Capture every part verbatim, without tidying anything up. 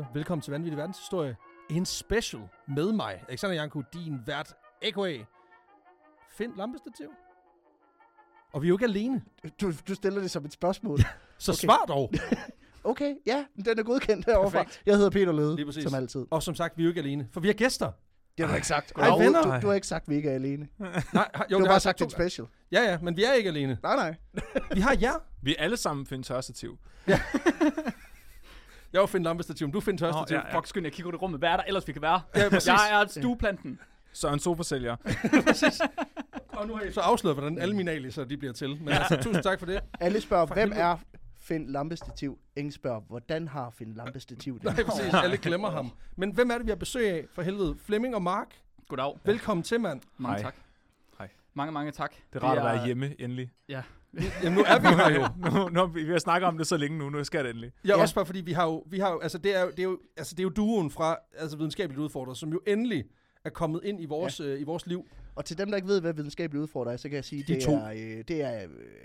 Velkommen til Vanvittig Verdenshistorie. En special med mig, Alexander Janko, din vært, A K A Find Lampestativ. Og vi er jo ikke alene. Du, du stiller det som et spørgsmål. Så okay. svar dog. Okay, ja, den er godkendt heroverfra. Jeg hedder Peter Løde, som altid. Og som sagt, vi er jo ikke alene, for vi har gæster. Det har du ikke sagt. Ej, venner. Du, du har ikke sagt, at vi ikke er alene. Nej, jo, du har bare sagt, sagt en special. Ja, ja, men vi er ikke alene. Nej, nej. Vi har jer. Vi er alle sammen Find Tørstativ. Ja. Jeg er Find Lampestativ, du Find Tørstativ. Oh, ja, ja. Fuck, skynd, jeg kigger ud i rummet. Hvad er der ellers, vi kan være? Ja, præcis. Jeg er stueplanten. Så en sofasælger. Præcis. Og nu har jeg så afsløret, hvordan alle mine aliaser de bliver til. Men altså, tusind tak for det. Alle spørger, hvem er Find Lampestativ? Ingen spørger, hvordan har Find Lampestativ det? Nej, præcis. Alle glemmer ham. Men hvem er det, vi har besøg af for helvede? Flemming og Mark. Goddag. Velkommen til, mand. Mange Hej. tak. Hej. Mange, mange tak. Det er rart at være hjemme, endelig. Ja. Jamen, nu er vi her jo. nu, nu, vi har snakket om det så længe nu, nu skal det endelig. Ja, ja, også bare fordi vi har jo, vi har jo, altså det er jo, det er jo, altså det er jo duoen fra, altså videnskabeligt udfordret, som jo endelig er kommet ind i vores, ja. øh, i vores liv. Og til dem, der ikke ved, hvad videnskabeligt udfordret er, så kan jeg sige, De det to. er, øh, det er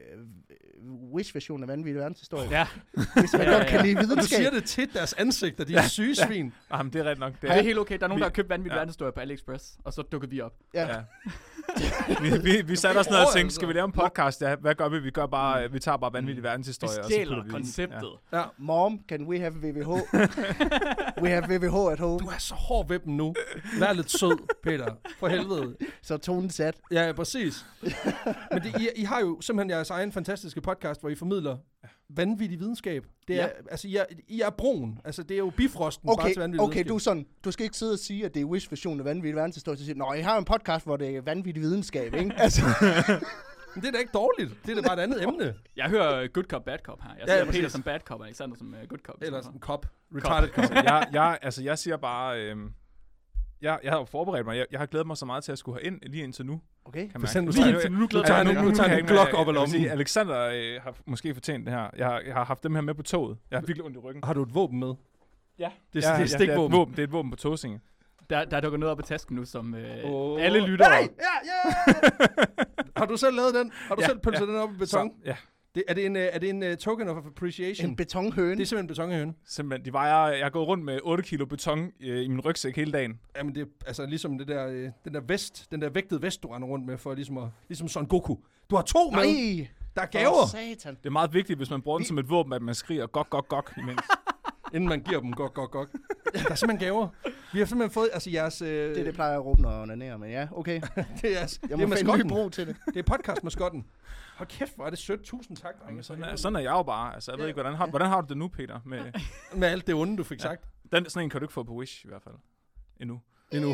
øh, Wish-versionen af Vanvittig Verdenshistorie. Ja. Hvis man Ja, godt ja, kan ja. lide Og du videnskab. siger det til deres ansigter, de er syge svin. Jamen, det er ret nok. Det Det er, er helt okay. Der er nogen, Vi- der har købt vanvittig ja. verdenshistorie på AliExpress, og så dukker vi op. Ja. ja. vi, vi, vi satte os ned og tænkte, altså. skal vi lave en podcast? Ja, hvad gør vi? Vi gør bare, vi tager bare vanvittig Vi verdenshistorie. og så stjæler putter vi den. konceptet. Ja. Mom, can we have V V H? We have V V H at home. Du er så hård ved dem nu. Vær lidt sød, Peter. For helvede. Så er tonen sat. Ja, ja, præcis. Men det, I, I har jo simpelthen jeres egen fantastiske podcast, hvor I formidler vanvittig videnskab. Det er, Ja. altså, I er, I er broen. Altså, det er jo bifrosten bare Okay, til vanvittig okay, videnskab. du er sådan, du skal ikke sidde og sige, at det er Wish-versionen af Vanvittig Verdenshistorie, så siger, nå, jeg har en podcast, hvor det er vanvittig videnskab, ikke? Altså, Men det er da ikke dårligt. Det er da bare et andet emne. Jeg hører Good Cop, Bad Cop her. Jeg Ja, ja, ser Peter præcis. som Bad Cop, og Alexander som uh, Good Cop. Eller sådan en cop. Retarded cop. jeg, jeg, altså, jeg siger bare... Øhm, jeg, jeg har jo forberedt mig. Jeg, jeg har glædet mig så meget til at skulle have ind lige indtil nu. okay. Kan For eksempel, mærke. nu tager- Jeg- nu jeg- tager jeg- han- jeg- nu tager han jeg- en Glock jeg- op ad jeg vil lommen. sige, Alexander øh, har måske fortjent det her. Jeg har, jeg har haft dem her med på toget. Jeg har virkelig ondt i ryggen. Har du et våben med? Ja. Det er, ja, det er ja, det er et stikvåben. våben. Det er et våben på Tåsinge. Der, der dukker noget op i tasken nu, som uh, Åh. alle lyttere... Nej! Ja, ja! Har du selv lavet den? Har du Ja, selv pølset ja. den op i beton? Så, ja, Det, er det en, uh, er det en uh, token of appreciation? En betonhøne. Det er simpelthen betonhøne. simpelthen. De vejer, jeg har gået rundt med otte kilo beton øh, i min rygsæk hele dagen. Jamen det er altså ligesom det der, øh, den der vest, den der vægtede vest, du render rundt med for ligesom, at, ligesom Son Goku. Du har to med. Nej! Der er gaver, For satan. Det er meget vigtigt, hvis man bruger den Vi- som et våben, at man skriger gok, gok, gok imens. inden man giver dem gok, gok, gok. Der er simpelthen gaver. Vi har simpelthen fået, altså jeres... Øh, Det er det, plejer jeg at råbe, når jeg onanerer, men ja, okay. det er, jeres, Jeg det må er finde en ny maskotten. brug til det. Det er podcastmaskotten. Hold kæft, hvor er det sødt. Tusind tak, drenge. Jamen, sådan, er, sådan er jeg jo bare. Altså, jeg ved Ja. ikke, hvordan har, hvordan har du det nu, Peter? Med, Med alt det onde, du fik sagt. den, sådan en kan du ikke få på Wish, i hvert fald. Endnu. Endnu.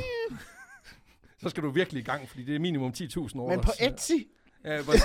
Så skal du virkelig i gang, fordi det er minimum ti tusind år. Men på Etsy? Ja, præcis.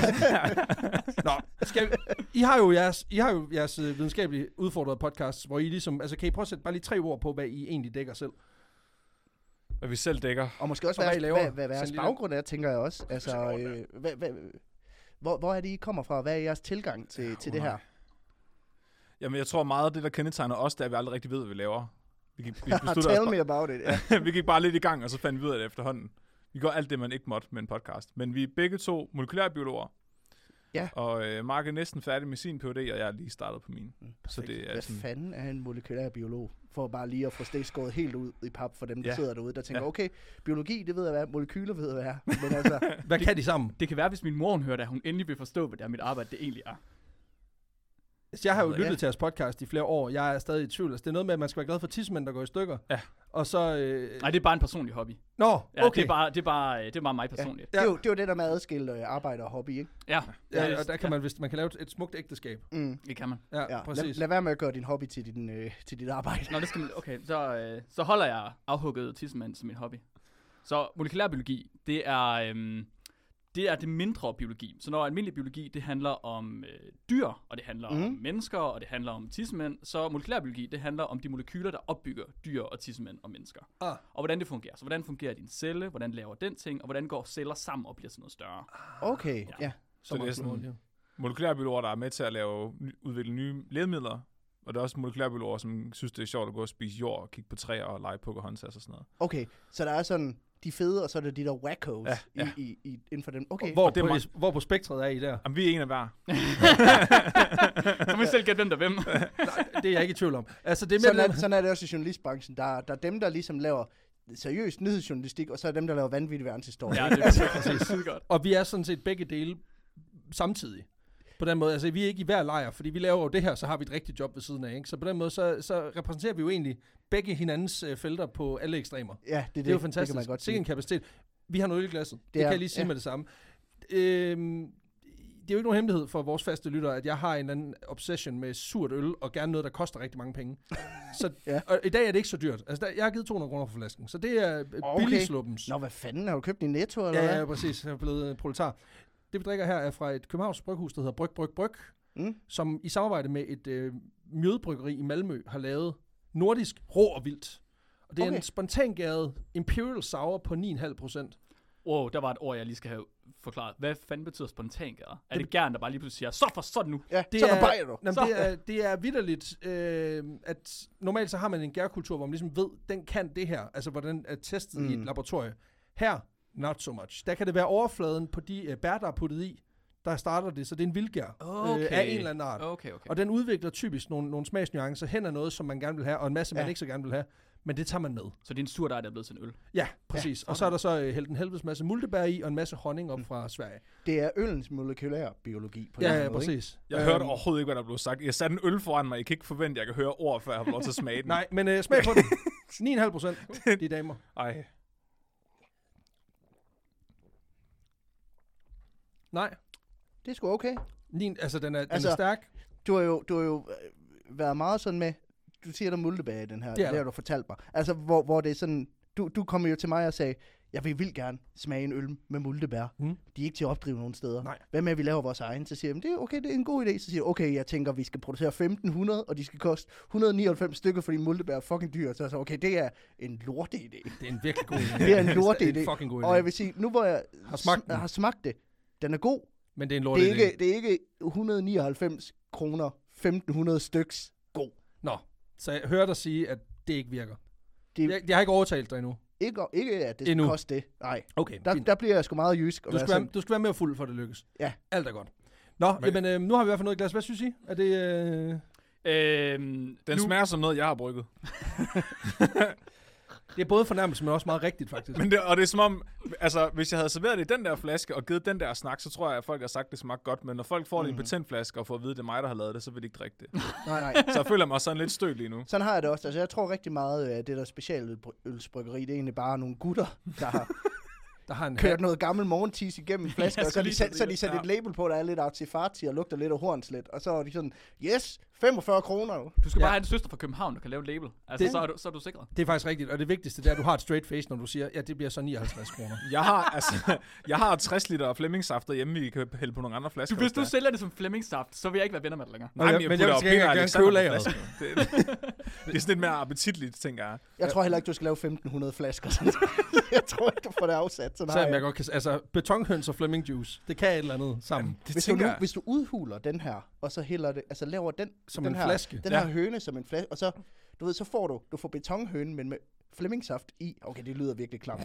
Nå, skal vi, I har jo jeres, I har jo jeres øh, videnskabeligt udfordrede podcast, hvor I ligesom, altså kan I prøve at sætte bare lige tre ord på, hvad I egentlig dækker selv? Hvad vi selv dækker. Og måske også, Og hvad I hvad, laver. hvad, hvad, hvad jeres Sådan lige baggrund er, tænker jeg også. Altså, øh, hvad, hvad, hvor, hvor er det, I kommer fra? Hvad er jeres tilgang til, til det her? Jamen, jeg tror meget af det, der kendetegner os, det er, at vi aldrig rigtig ved, hvad vi laver. Vi gik, vi besluttede Tell os me about it. Ja. bare, vi gik bare lidt i gang, og så fandt vi ud af det efterhånden. Vi gør alt det, man ikke måtte med en podcast. Men vi er begge to molekylærbiologer. Ja. Og øh, Mark er næsten færdig med sin P H D, og jeg er lige startet på min. Så det er Hvad sådan... fanden er en molekylær biolog? For bare lige at få det skåret helt ud i pap for dem, der Ja. sidder derude, der tænker, Ja. okay, biologi, det ved jeg hvad, molekyler ved jeg hvad er. Men altså, Hvad kan de sammen? Det kan være, hvis min mor hun hører det, at hun endelig vil forstå, hvad det er, mit arbejde det egentlig er. Altså, jeg har jo Ja. lyttet til jeres podcast i flere år. Jeg er stadig i tvivl. Altså, det er noget med, at man skal være glad for tidsmænd, der går i stykker. Ja. Og så... Øh... Nej, det er bare en personlig hobby. Nå, Ja, okay. det, er bare, det, er bare, det er bare mig personligt. det, er jo, det er jo det der med at adskille øh, arbejde og hobby, ikke? Ja, Ja, ja, og der kan man, hvis man kan lave et, et smukt ægteskab. Mm. det kan man. Ja, Ja. Lad, præcis. lad være med at gøre din hobby til, din, øh, til dit arbejde. Nå, det skal man, okay, så, øh, så holder jeg afhugget tidsmand som min hobby. Så molekylærbiologi, det er, øhm, det er det mindre biologi. Så når almindelig biologi, det handler om øh, dyr, og det handler Mhm. om mennesker, og det handler om tidsmænd, så molekylærbiologi, det handler om de molekyler, der opbygger dyr og tidsmænd og mennesker. Ah. Og hvordan det fungerer. Så hvordan fungerer din celle, hvordan laver den ting, og hvordan går celler sammen og bliver sådan noget større. Okay, ja. ja. Så det er sådan molekylærbiologer, der er med til at lave, udvikle nye lægemidler. Og der er også molekylærbiologer, som synes, det er sjovt at gå og spise jord og kigge på træer og lege Pocahontas og sådan noget. Okay, så der er sådan de fede, og så er der de der wackos Ja, ja. I, i, i, inden for dem. Okay. Hvor, Og det er på, meget- hvor på spektret er I der? Jamen, vi er en af hver. Så må I selv gætte, hvem der hvem. Nej, det er jeg ikke i tvivl om. Altså, det er Sådan mere er, sådan er det også i journalistbranchen. Der, der er dem, der ligesom laver seriøs nyhedsjournalistik, og så er dem, der laver vanvittig verdenshistorie. Ja, det er præcis skide godt. Og vi er sådan set begge dele samtidig. På den måde, altså vi er ikke i hver lejr, fordi vi laver jo det her, så har vi et rigtigt job ved siden af, ikke? Så på den måde, så, så repræsenterer vi jo egentlig begge hinandens øh, felter på alle ekstremer. Ja, det, er Det, det, er jo fantastisk. Det kan man godt Sikke en sige. kapacitet. Vi har noget i glasset. Det, Det det kan er- jeg lige sige ja. med det samme. Øhm, det er jo ikke nogen hemmelighed for vores faste lyttere, at jeg har en eller anden obsession med surt øl, og gerne noget, der koster rigtig mange penge. Så, Ja. Og i dag er det ikke så dyrt. Altså, der, jeg har givet to hundrede kroner for flasken, så det er Okay. okay. billigsluppens. Nå, hvad fanden? Har du købt en Netto, eller Ja, hvad? ja, præcis. Jeg er blevet proletar. Det, vi drikker her, er fra et Københavns bryghus, der hedder Bryg, Bryg, Bryg, Mm. som i samarbejde med et øh, mjødbryggeri i Malmø har lavet nordisk rå og vildt. Og det er Okay. en spontangæret Imperial Sour på ni komma fem procent. Wow, der var et ord, jeg lige skal have forklaret. Hvad fanden betyder spontangærer? Er det gæren, der bare lige pludselig siger, så for sådan nu? Ja, Det så er- er bajer du. Jamen, Så. det er, det er vitterligt, øh, at normalt så har man en gærkultur, hvor man ligesom ved, den kan det her, altså hvor den er testet mm. i et Mm. laboratorie. Her, not so much. Der kan det være overfladen på de øh, bær, der er puttet i, der starter det, så det er en vildgær Okay. øh, af en eller anden art. Okay, okay. Og den udvikler typisk nogle, nogle smagsnuancer hen af noget, som man gerne vil have, og en masse, man Ja. ikke så gerne vil have. Men det tager man med. Så det er en sur dej, der er blevet til en øl. Ja, præcis. Ja, og så er der så øh, hældt en helvedes masse multebær i, og en masse honning op fra Sverige. Det er ølens molekylære biologi på Ja, den ja, måde, ikke? præcis. Jeg hørte overhovedet ikke, hvad der blev sagt. Jeg satte en øl foran mig. Jeg kan ikke forvente, at jeg kan høre ord, før jeg har fået lov til at smage den. Nej, men øh, smag på den. ni komma fem procent, de damer. Ej. Nej, Det er sgu okay. ni, altså den er, den Altså, er stærk. Du har jo, du har jo øh, været meget sådan med, du siger der multebær i den her, Det det, er det der. har du fortalt mig. Altså, hvor, hvor det er sådan, du, du kommer jo til mig og sagde, jeg vil vildt gerne smage en øl med multebær. Mm. De er ikke til at opdrive nogen steder. Nej. Hvad med, at vi laver vores egen? Så siger jeg, det er okay, det er en god idé. Så siger jeg, okay, jeg tænker, vi skal producere femten hundrede, og de skal koste et hundrede og nioghalvfems stykker, fordi multebær er fucking dyrt. Så jeg sagde, okay, det er en lorte idé. Det er en virkelig god idé. Det er en lorte Det er idé. en fucking god idé. Og jeg vil sige, nu hvor jeg Har smagt sm- den. har smagt det, den er god. Men det er en lort Det er, idé. ikke, det er ikke et hundrede og nioghalvfems kroner, femten hundrede styks god. Nå, så jeg hører dig sige, at det ikke virker. Det, Jeg, jeg har ikke overtalt dig endnu. Ikke, ikke at det skal Endnu. koste det. Nej. Okay, Der, der bliver jeg sgu meget jysk. Og Du være skal, være, sådan, du skal være mere fuld, for det lykkes. Ja. Alt er godt. Nå, Men- jamen, øh, nu har vi i hvert fald noget i glas. Hvad synes I? Er det... Øh... Øhm, Den nu, smager som noget, jeg har brygget. Det er både fornærmelse, men også meget rigtigt, faktisk. Men det, og det er som om, altså, hvis jeg havde serveret det i den der flaske og givet den der snak, så tror jeg, at folk har sagt, det smagte godt. Men når folk får det i en Mhm. patentflaske og får at vide, at det er mig, der har lavet det, så vil de ikke drikke det. nej, nej. Så jeg føler mig sådan lidt stødt lige nu. Sådan har jeg det også. Altså, jeg tror rigtig meget, at det der specialølsbryggeri, det er egentlig bare nogle gutter, der har Der har en kørt noget gammel morgentis igennem flasker, Jeg og så skulle har de, lige sat, til så at har de sige sat det. et label på, der er lidt artifati og lugter lidt af hornslet. Og så er de sådan, yes, femogfyrre kroner nu. du skal Ja. bare have en søster fra København, der kan lave et label. Altså, Det- så, er du, så er du sikret. Det er faktisk rigtigt, og det vigtigste, det er, at du har et straight face, når du siger, ja, det bliver så nioghalvtreds kroner. Jeg har, altså, jeg har tres liter Flemmingsaft derhjemme, vi kan hælde på nogle andre flasker. Du, hvis du der. sælger det som Flemmingsaft, så vil jeg ikke være venner med dig længere. Nej, men jeg, men putter jeg jo vil til gengæld Peter gerne Alexander købe på lageret. flasken. Det, det er sådan lidt mere appetitligt, tænker jeg. Jeg tror heller ikke, du skal lave femten hundrede flasker. Sådan. jeg tror ikke, du får det afsat. Sådan har Selvom jeg. jeg godt kan... Altså, betonhøns og Fleming Juice, det kan et eller andet sammen. Det Hvis du, tænker nu, jeg. hvis du udhuler den her, og så hælder det, altså laver den, Som den en her, flaske. den Ja. her høne som en flaske, og så, du ved, så får du, du får betonhønen, men med Flemmingsaft i. Okay, det lyder virkelig klamt.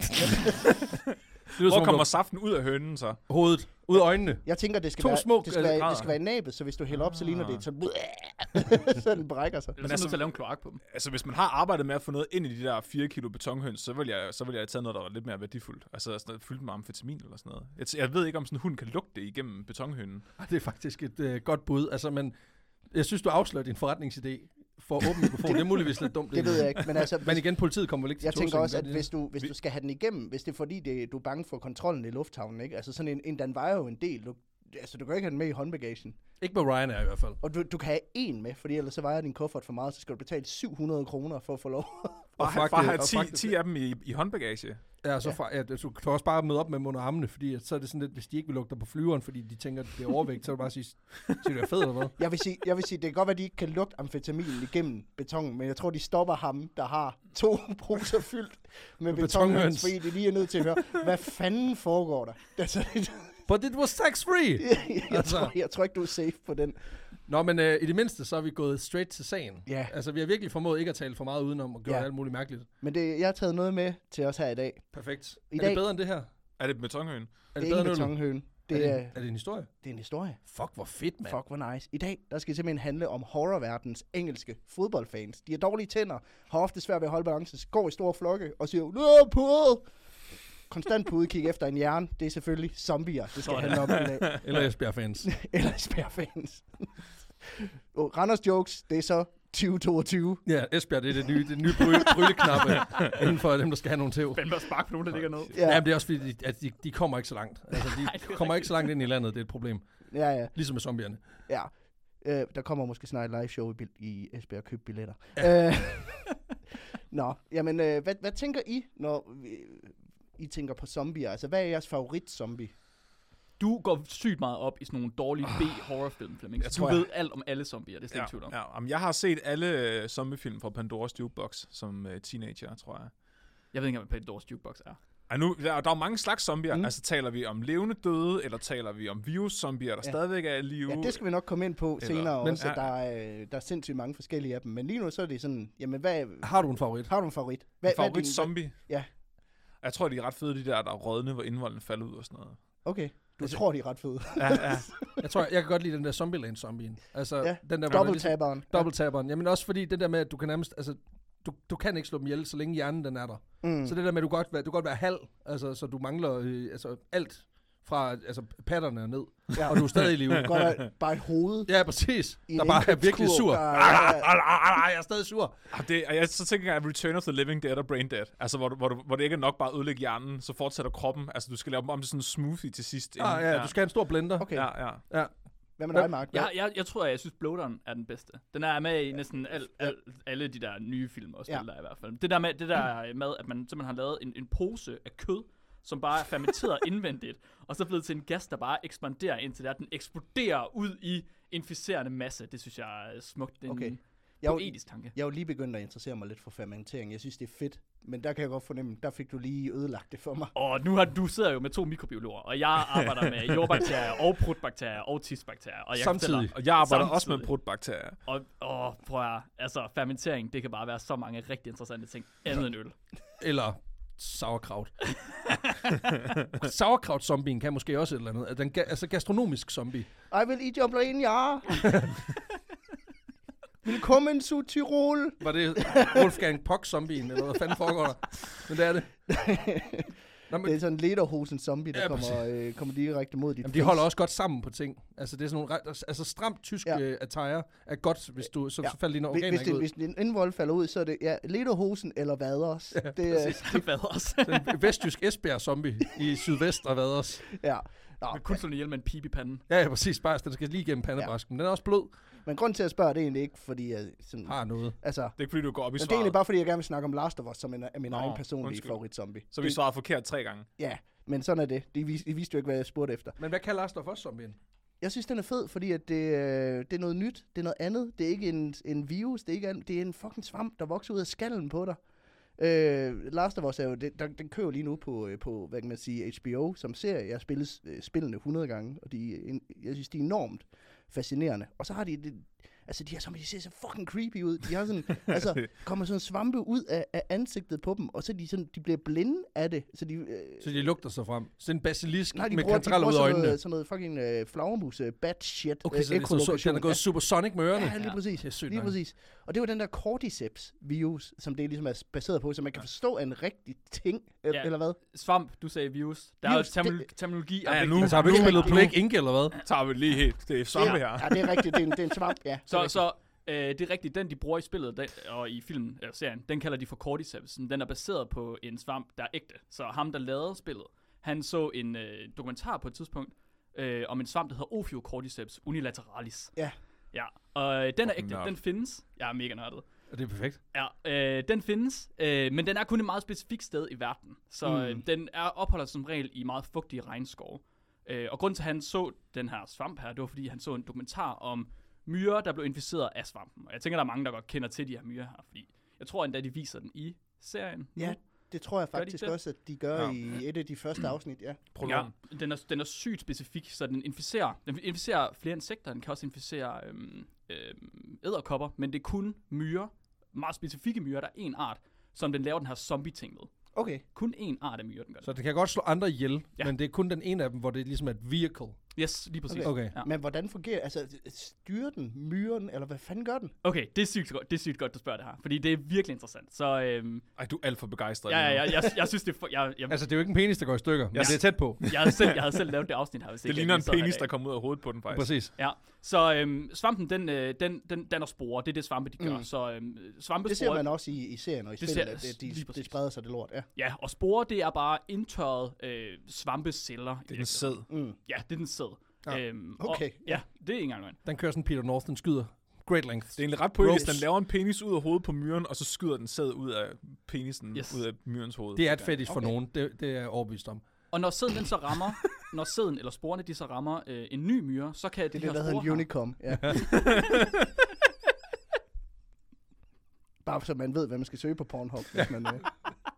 Det lyder, Hvor som kommer om saften ud af hønen så? du- hovedet, ud af øjnene. Jeg tænker, det skal, To være, små det, skal være, grader. det skal være i næbet, så hvis du hælder op, så ligner Ah. det så, så den brækker sig. Eller Men så er altså- nødt til at lave en kloak på dem. Altså, hvis man har arbejdet med at få noget ind i de der fire kilo betonhøns, så vil jeg, så vil jeg have taget noget, der var lidt mere værdifuldt. Altså, sådan noget, fyldt med amfetamin eller sådan noget. Jeg, t- jeg ved ikke, om sådan en hund kan lugte det igennem betonhønen. Ej, det er faktisk et øh, godt bud. Altså, men jeg synes, du afslører din forretningsidé for åben mikrofon. Det er muligvis lidt dumt. Det ved jeg ikke, men altså, Men igen, politiet kommer vel ikke til jeg tænker Tåsinge, også, gør at de hvis det? du, hvis du skal have den igennem, hvis det er fordi, det, du er bange for kontrollen i lufthavnen, ikke? Altså sådan en, en den vejer jo en del. Du, altså, du kan ikke have den med i håndbagagen. Ikke med Ryanair i hvert fald. Og du, du kan have en med, fordi ellers så vejer din kuffert for meget, så skal du betale syv hundrede kroner for at få lov. Og fragte- bare have og ti, fragte- ti af dem i, i håndbagage. Ja, så Ja. fra, ja, du kan også bare møde op med mund og armene, fordi at så er det sådan lidt, hvis de ikke vil lukke dig på flyveren, fordi de tænker, at det er overvægt, så er du bare sige, siger du er fed eller hvad? Jeg vil sige, jeg vil sige, det kan godt være, at de ikke kan lugte amfetaminen igennem betongen, men jeg tror, de stopper ham, der har to poser fyldt med, Med betonhøns, betonhøns. fordi de lige er nødt til at høre, hvad fanden foregår der? Altså, But it was tax free! jeg, Altså. tror, jeg tror ikke, du er safe på den. Nå, men øh, i det mindste, så er vi gået straight til sagen. Ja. Altså, vi har virkelig formået ikke at tale for meget udenom og gøre Ja. alt muligt mærkeligt. Men det, jeg har taget noget med til os her i dag. Perfekt. I er dag, det bedre end det her? Er det betonhøen? Er det det, er bedre ikke end øl? betonhøen. Er Det det, er, er det en historie? det er en historie. Fuck, hvor fedt, mand. Fuck, hvor nice. I dag, der skal det simpelthen handle om horrorverdens engelske fodboldfans. De har dårlige tænder, har ofte svært ved at holde balancen, går i store flokke og siger, nå, på! Konstant på udkig efter en hjerne. Det er selvfølgelig zombier, det skal handle om i dag. Eller Esbjerg-fans. Eller Esbjerg-fans. Og Randers Jokes, det er så tyve toogtyve. Ja, Esbjerg, det er det nye, det nye bry- bryleknappe inden for dem, der skal have nogle tæv. Fandme at sparke på nogen, der ligger ned. Ja, men det er også fordi, de- at de, de kommer ikke så langt. Altså, de Nej, det er kommer ikke så langt ind i landet, det er et problem. Ja, ja. Ligesom med zombierne. Ja. Øh, der kommer måske snart et live show i, bil- i Esbjerg, køb billetter. Ja. Øh, Nå, jamen, øh, hvad, hvad tænker I, når vi, I tænker på zombier? Altså, hvad er jeres favorit-zombie? Du går sygt meget op i sådan nogle dårlige B-horrorfilm, Flemming. Jeg Så du tror, ved alt om alle zombier, det er slet ikke tvivl om. Ja, jamen, jeg har set alle uh, zombiefilm fra Pandora's Jukebox som uh, teenager, tror jeg. Jeg ved ikke engang, hvad Pandora's Jukebox er. Ej, nu, der, der er jo mange slags zombier. Mm. Mm. Altså, taler vi om levende døde, eller taler vi om virus-zombier, der Ja. stadigvæk er i live? Ja, det skal vi nok komme ind på Eller- senere men- også, at ja. der er, øh, der er sindssygt mange forskellige af dem. Men lige nu så er det sådan, jamen, hvad, Har du en favorit? har du en favorit? Hvad, En hvad er favorit din- zombie? Ja. Jeg tror, de er ret fede, de der, der er rådne, hvor indvolden falder ud og sådan noget. Okay, du Altså- tror, de er ret fede. Ja, ja. Jeg tror, jeg kan godt lide den der Zombieland-zombien. Altså, Ja, den der... hvor man ligesom- Dobbelt-taberen. Dobbelt-taberen. Jamen også fordi det der med, at du kan nærmest... Altså, du, du kan ikke slå dem ihjel, så længe hjernen den er der. Mm. Mm. Så det der med, at du godt være, du kan godt være halv, altså, så du mangler øh, altså, alt fra altså, patterne og ned, Ja. og du er stadig i live. Godt være bare et hoved. Ja, præcis. I Der en bare er virkelig indkøbskurv, sur. der er- Ah, ah, ah, ah, jeg er stadig sur. Og det, og jeg, så tænker jeg, at Return of the Living Dead og Brain Dead, altså hvor, du, hvor, du, hvor det ikke er nok bare at ødelægge hjernen, så fortsætter kroppen. Altså du skal lave dem om til sådan en smoothie til sidst. Ah, ja, du skal have en stor blender. Okay, Ja, ja. Ja. hvad med dig, Mark? Jeg, jeg, jeg tror, jeg synes, Blowdown er den bedste. Den er med i næsten al, al, alle de der nye film og spil, Ja. der er i hvert fald. Det der med, det der med at man simpelthen har lavet en, en pose af kød, som bare er fermenteret indvendigt, og så blevet til en gas, der bare ekspanderer indtil det er, den eksploderer ud i inficerende masse. Det synes jeg er smukt. Det er Okay. en Jeg er jo- poetisk tanke. Jeg er jo lige begyndt at interessere mig lidt for fermentering. Jeg synes, det er fedt. Men der kan jeg godt fornemme, der fik du lige ødelagt det for mig. Og nu har du sidder jo med to mikrobiologer, og jeg arbejder med jordbakterier og prutbakterier og tisbakterier. Og jeg kan fortælle Samtidig. dig- Og jeg arbejder Samtidig. også med brudbakterier. Og åh, prøv at, altså fermentering, det kan bare være så mange rigtig interessante ting, andet end øl. Eller sauerkraut. Sauerkraut-zombien kan måske også et eller andet. Den, ga- altså gastronomisk zombie. I will eat your brain, ja. Velkommen zu Tirol. Var det Wolfgang Puck-zombien, eller hvad fanden foregår der? Men det er det. Nå, men, Det er sådan en lederhosen zombie, der Ja, kommer, øh, kommer direkte mod dit jamen, de holder også godt sammen på ting. Altså, det er sådan nogle ret, altså stramt tysk Ja. ja. attire er godt, hvis du, så, Ja. så falder dine Hvis, organer hvis, ikke det, ud. hvis en indvold falder ud, så er det ja, lederhosen eller vaders. Ja, det, er, Hvad også? Den vestjysk Esbjerg-zombie i sydvest og Vaders. ja. Nå, Med kun slå ihjel med en pip i panden. Ja, ja, præcis. Bare, den skal lige igennem pandebrasken. Ja. Den er også blød. men grunden til at spørge, det er egentlig ikke, fordi jeg sådan, Har noget. altså, Det er ikke fordi, du går op i det er svaret. egentlig bare, fordi jeg gerne vil snakke om Last of Us, som en, er min Nå, egen personlige undskyld. favoritzombie. Så vi Det- svarede forkert tre gange. Ja, men sådan er det. De viste, de viste jo ikke, hvad jeg spurgte efter. Men hvad kan Last of Us-zombien? Jeg synes, den er fed, fordi at det, øh, det er noget nyt. Det er noget andet. Det er ikke en, en virus. Det er, ikke an, det er en fucking svamp, der vokser ud af skallen på dig. Øh, Last of Us er jo, det, der, den kører lige nu på, øh, på, hvad kan man sige, H B O som serie. Jeg har spillet øh, spillene hundrede gange, og de, er en, jeg synes, de er enormt fascinerende. Og så har de, det, altså de her zombier, de ser så fucking creepy ud. De har sådan, altså, kommer sådan svampe ud af, af ansigtet på dem, og så er de sådan, de bliver blinde af det. Så de, øh, Så de lugter sig frem. Så en basilisk nej, de med bruger, de kantareller bruger ud af sådan, øjnene. noget, sådan noget fucking øh, flagermus, øh, bad shit. Okay, så, det er så, så den er gået supersonic med ørerne. Ja, lige præcis. Det er sygt Lige nok. præcis. Og det var den der cordyceps-virus, som det ligesom er baseret på, så man kan forstå en rigtig ting, ja. Ja. eller hvad? Svamp, du sagde virus. Der Virus, er jo termino- terminologi. Ja, og nu- vigtigt. Altså, har du Det ikke er spillet rigtigt. Plague Inc. eller hvad? Tager vi lige helt. Det er zombie her. Ja, det er rigtigt. Det er en, det er en svamp, ja. Så, Det er så øh, det er rigtigt, den de bruger i spillet den, og i filmen, eller serien, den kalder de for cordyceps. Den er baseret på en svamp, der er ægte. Så ham, der lavede spillet, han så en øh, dokumentar på et tidspunkt øh, om en svamp, der hedder Ophiocordyceps unilateralis. Ja. Ja, og øh, den er Fucking ægte, nørd. den findes. Jeg er mega nørdet. Og det er perfekt. Ja, øh, den findes, øh, men den er kun et meget specifikt sted i verden. Så Mm. øh, den er opholder sig som regel i meget fugtige regnskove. Øh, og grunden til, at han så den her svamp her, det var, fordi han så en dokumentar om myrer, der blev inficeret af svampen. Og jeg tænker, der er mange, der godt kender til de her myrer her, fordi jeg tror endda, de viser den i serien. Ja, nu. det tror jeg Gør de faktisk det? også, at de gør Ja. i et af de første afsnit, ja. Prologen. Ja, den er, den er sygt specifik, så den inficerer, den inficerer flere insekter, den kan også inficere øhm, øhm, edderkopper, men det er kun myrer, meget specifikke myrer, der er en art, som den laver den her zombie-ting med. Okay. Kun én art af myrer, den gør det. Så det kan godt slå andre ihjel, Ja. men det er kun den ene af dem, hvor det ligesom er et vehicle. Yes, lige præcis. Okay. Okay. Ja. Men hvordan fungerer, altså styrer den myren, eller hvad fanden gør den? Okay, det er sygt godt, det er sygt godt, du spørger det her, fordi det er virkelig interessant. Så øhm, Ej, du er alt for begejstret. ja, ja, lige ja, nu. jeg, jeg synes, det er for, jeg, jeg, Altså, det er jo ikke en penis, der går i stykker, men Yes. det er tæt på. jeg, havde selv, jeg havde selv lavet det afsnit her, hvis Det ikke ligner jeg en lige sad her i penis, dag. der kommer ud af hovedet på den, faktisk. Præcis. Ja, så øhm, svampen, den, øh, den, den danner sporer. Det er det, svampe, de gør. Mm. Så øhm, Det ser svampesporer... man også i, i serien og i Det spillet, ser- at det, lige de, præcis. det spreder sig det lort, ja. Ja, og sporer, det er bare indtørret øh, svampeceller. Det er en sæd. Mm. Ja, det er den sæd. Ja. Øhm, Okay, Og, ja, det er ikke engang løgn. Den kører sådan Peter North, den skyder great length. Det er egentlig ret poetisk, Gross. den laver en penis ud af hovedet på myren, og så skyder den sæd ud af penisen, Yes. ud af myrens hoved. Det er et fetish for Okay. nogen, det, det er jeg overbevist om. Og når sæden den så rammer, når sæden eller sporene de så rammer øh, en ny myre, så kan Det er de det, der her hedder en sporer her- unicom, ja. Bare så man ved, hvad man skal søge på Pornhub, hvis man... Øh,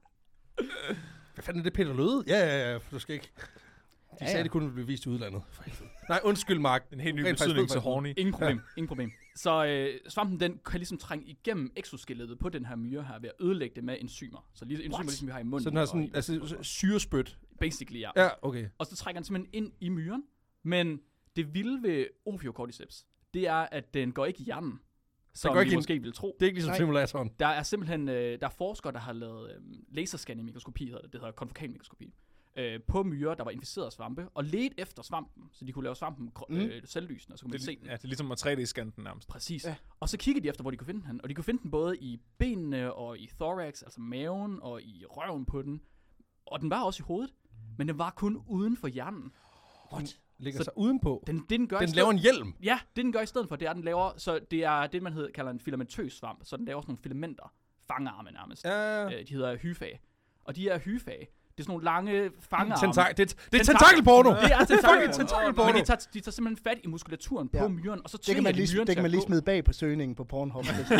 Hvad fanden er det, Peter Løde? Ja, ja, ja, du skal ikke. De Ja, sagde, ja. det kunne blive vist i udlandet. For helvede. Nej, undskyld, Mark. En helt ny Rent faktisk betydning ved, til hvad- horny. Ingen problem, ingen problem. Så øh, svampen den kan ligesom trænge igennem exoskelettet på den her myre her ved at ødelægge det med enzymer. Så lige enzymer, ligesom vi har i munden. Så den har og sådan, i- altså syrespyt. basically, ja. Ja, okay. Og så trækker den simpelthen ind i myren. Men det vilde ved Ophiocordyceps, det er, at den går ikke i hjernen, som går vi ikke ind- måske ville tro. Det er ikke ligesom Nej. simulatoren. Der er simpelthen øh, der er forskere, der har lavet øh, laserscanning-mikroskopi, hedder det, det hedder konfokalmikroskopi, øh, på myrer, der var inficeret af svampe, og ledte efter svampen, så de kunne lave svampen gr- Mm. øh, selvlysende, og så kunne man Det, se er- den. ja, det er ligesom at tre D-scanne den nærmest. Præcis. Ja. Og så kiggede de efter, hvor de kunne finde den, og de kunne finde den både i benene og i thorax, altså maven, og i røven på den. Og den var også i hovedet, men den var kun uden for hjernen. What? Ligger Så sig udenpå. Den, det, den gør i Den stedet- laver en hjelm. Ja, det den gør i stedet for, det er, at den laver, så det er det, man hedder, kalder en filamentøs svamp, så den laver sådan nogle filamenter, fangarme nærmest. Ja, Øh, de hedder hyfag. Og de her hyfag, det er sådan nogle lange fangarme. Tenta- det, det er Tentakel- tentakelporno. Det er tentakelporno. fucking tentakelporno. Men de tager, de tager simpelthen fat i muskulaturen på Ja. myren, og så Det kan tvinger man de lige, myren det til kan man at lige gå. smide bag på søgningen på Pornhub. hvis det- Så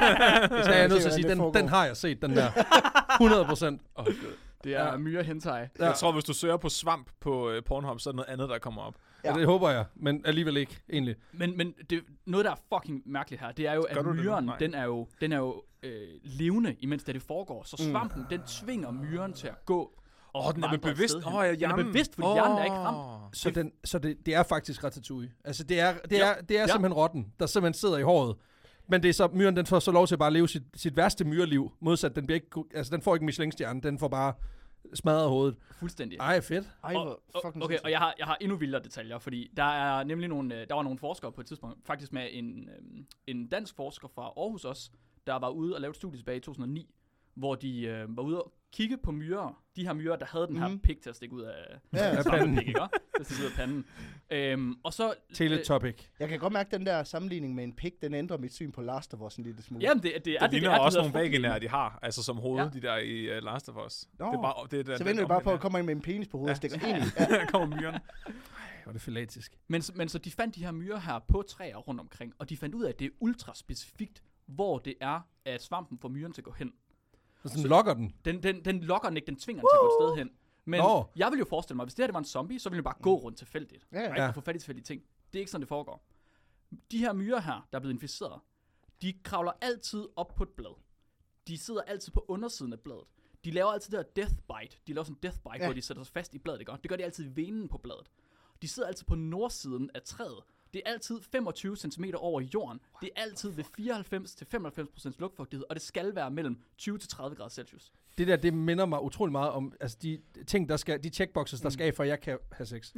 er jeg nødt til at sige, det den, foregår. den har jeg set, den der. hundrede procent. Oh, Det er Ja. myre hentai. Ja. Jeg tror, hvis du søger på svamp på uh, Pornhub, så er der noget andet, der kommer op. Ja. Ja. Det håber jeg, men alligevel ikke, egentlig. Men, men det, noget, der er fucking mærkeligt her, det er jo, Gør at du det nu? myren, Nej. den er jo, den er jo øh, levende, imens det, det foregår. Så Mm. svampen, den tvinger myren til at gå. Åh, oh, den er vandre et bevidst. sted hen. Åh, oh, ja, Den er hjernen. bevidst, fordi Åh. hjernen er ikke ramt. Så, den, så det, det er faktisk Ratatouille. Altså, det er, det Ja. er, det er Ja. simpelthen rotten, der simpelthen sidder i håret. Men det er så, myren, den får så lov til at bare leve sit, sit værste myreliv. Modsat, den, bliver ikke, altså, den får ikke Michelin-stjerne, den får bare smadret hovedet. Fuldstændig. Ej, fedt. Ej, Og, hvor og, fucking okay, sindssygt. og jeg har, jeg har endnu vildere detaljer, fordi der er nemlig nogle, øh, der var nogle forskere på et tidspunkt, faktisk med en, øhm, en dansk forsker fra Aarhus også, der var ude og lavede et studie tilbage i to tusind og ni, hvor de øh, var ude og kigge på myrer, de her myrer, der havde den her Mhm. pik til at stikke ud af, Ja, af af panden. panden, ikke? Til at stikke ud af panden. Øhm, og så... Teletopic. Jeg kan godt mærke, den der sammenligning med en pik, den ændrer mit syn på Last of Us en lille smule. Jamen, det, det er Det, det, det det ligner er, det også hedder nogle frugtlignende. vaginære, de har, altså som hoved, Ja. ja. de der i uh, Last of Us. Nå. Det er bare, det er den, Så venter vi bare på, at komme komme ind med en penis på hovedet og Ja. stikker ind i. Ja. Der kommer myren. Hvor er det filatisk. Men, s- men så de fandt de her myrer her på træer rundt omkring, og de fandt ud af, at det er ultra specifikt, hvor det er, at svampen får myren til at gå hen. Så sådan lokker den. Den, den, den lokker den ikke, den tvinger den til at gå et sted hen. Men Nå. jeg vil jo forestille mig, hvis det her det var en zombie, så ville den bare gå rundt tilfældigt. Ja, ja. Right? Og få fat i tilfældige ting. Det er ikke sådan, det foregår. De her myrer her, der er blevet inficeret, de kravler altid op på et blad. De sidder altid på undersiden af bladet. De laver altid det her death bite. De laver sådan en death bite, Ja. ja. hvor de sætter sig fast i bladet. Ikke? Det gør de altid i venen på bladet. De sidder altid på nordsiden af træet. Det er altid femogtyve centimeter over jorden. Det er altid ved fireoghalvfems til femoghalvfems procent lugtfugtighed, og det skal være mellem tyve til tredive grader Celsius. Det der, det minder mig utrolig meget om, altså de ting, der skal, de checkboxes, der skal af, for at jeg kan have sex.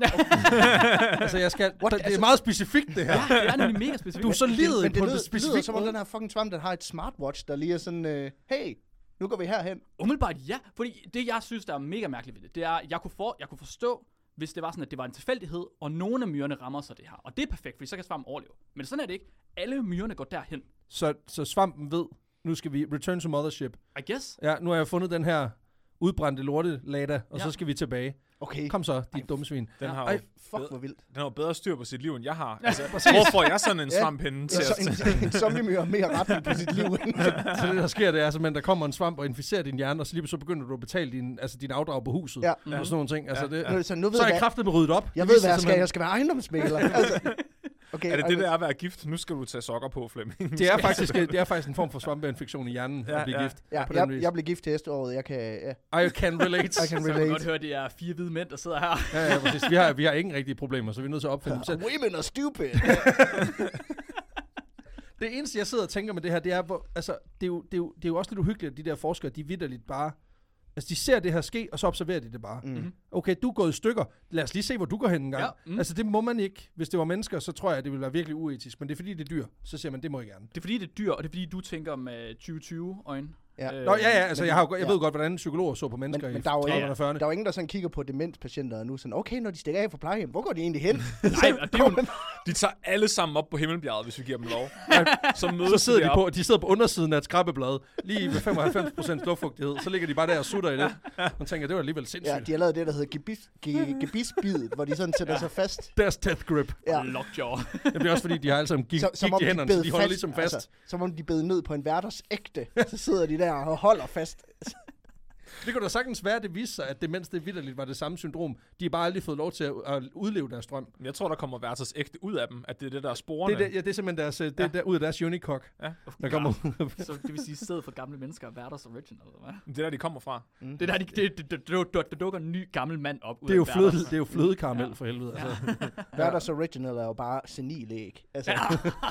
altså jeg skal, der, det er Altså- meget specifikt det her. Ja, det er nemlig mega specifikt. Du er så lidet Men det på lyder, det det lyder specifikke som om måde. den her fucking svamp, den har et smartwatch, der lige er sådan, øh, hey, nu går vi herhen. Umiddelbart ja, fordi det jeg synes, der er mega mærkeligt ved det, det er, jeg kunne, for, jeg kunne forstå, hvis det var sådan, at det var en tilfældighed, og nogle af myrerne rammer sig det her. Og det er perfekt, fordi så kan svampen overleve. Men sådan er det ikke. Alle myrerne går derhen. Så, så svampen ved, nu skal vi return to mothership. I guess. Ja, nu har jeg fundet den her udbrændte lorte lada, og Ja. så skal vi tilbage. Okay. Kom så, dit Ej, dumme svin. Den har, Ej, jo, Fuck, hvor vildt. den har jo bedre styr på sit liv, end jeg har. Altså, præcis. hvor får jeg sådan en Ja. svamp henne til Ja, at... så en, en zombie har mere retning på sit liv. Så det, der sker, det er simpelthen, der kommer en svamp og inficerer din hjerne, og så lige så begynder du at betale din, altså din afdrag på huset. Ja. Og sådan nogle ting. Altså, Ja, det, ja. Nu, så nu ved Så er jeg, jeg hvad, kraftigt med ryddet op. jeg Det ved, viser hvad jeg skal. simpelthen- Jeg skal være ejendomsmægler. Altså, okay, Er det ej, det, men- der er at være gift? Nu skal du tage sokker på, Flemming. Det er faktisk, det er faktisk en form for svampeinfektion i hjernen Ja, at blive ja. gift. Ja, på den jeg, vis. jeg blev gift til efteråret. Jeg kan... Ja. I can relate. I can Så kan man relate. godt høre, at det er fire hvide mænd, der sidder her. Ja, ja, præcis. Vi har, vi har ingen rigtige problemer, så vi er nødt til at opfinde dem selv. Women are stupid. Det eneste, jeg sidder og tænker med det her, det er, hvor, altså, det er jo, det er jo, det er jo også lidt uhyggeligt, at de der forskere, de vitterligt bare, altså de ser det her ske, og så observerer de det bare. Mm. Okay, du er gået i stykker. Lad os lige se, hvor du går hen en gang. Ja, mm. Altså det må man ikke. Hvis det var mennesker, så tror jeg, at det ville være virkelig uetisk. Men det er fordi, det er dyr. Så siger man, det må jeg gerne. Det er fordi, det er dyr, og det er fordi, du tænker med tyve tyve-øjne. Ja. Øh, Nå, ja, ja, altså men- jeg, har, jo- jeg ja. ved godt, hvordan psykologer så på mennesker Men- i men der er jo- trediverne og fyrrerne. Der er jo ingen, der sådan kigger på demenspatienter nu. Sådan, okay, når de stikker af fra plejehjem, hvor går de egentlig hen? Nej, og det er jo, De tager alle sammen op på himmelbjerget, hvis vi giver dem lov. Så mødes Så sidder de deroppe. på, de sidder på undersiden af et skrabbeblad, lige ved femoghalvfems procent luftfugtighed. Så ligger de bare der og sutter i det. Man tænker, det var alligevel sindssygt. Ja, de har lavet det, der hedder gebis, ge, gebisbidet, hvor de sådan sætter sig fast. Deres death grip. Ja. lockjaw. Det bliver også fordi, de har alle sammen gik, Så, gik som om i de hænderne, så bed de holder fast, ligesom fast. Altså, som om de bed ned på en hverders ægte. Så sidder de der og holder fast. Det kunne da sagtens være, at det viste sig, at det mens det vitterligt var det samme syndrom. De har bare aldrig fået lov til at, at udleve deres drøm. Jeg tror, der kommer værters ægte ud af dem, at det er det, der er Det sporene. er, det, ja, det er simpelthen deres, det er der, ud af deres unikok, Ja. der kommer ud. Så det vil sige, i stedet for gamle mennesker, Verders Original, eller hvad? Det er der, de kommer fra. Mm. Det er der, de, det, det, det, det, det, det dukker en ny gammel mand op ud Det er jo, af fløde, Verders. det er jo flødekaramel Ja. for helvede. Altså. Verders Original er jo bare senil æg. Altså, Ja.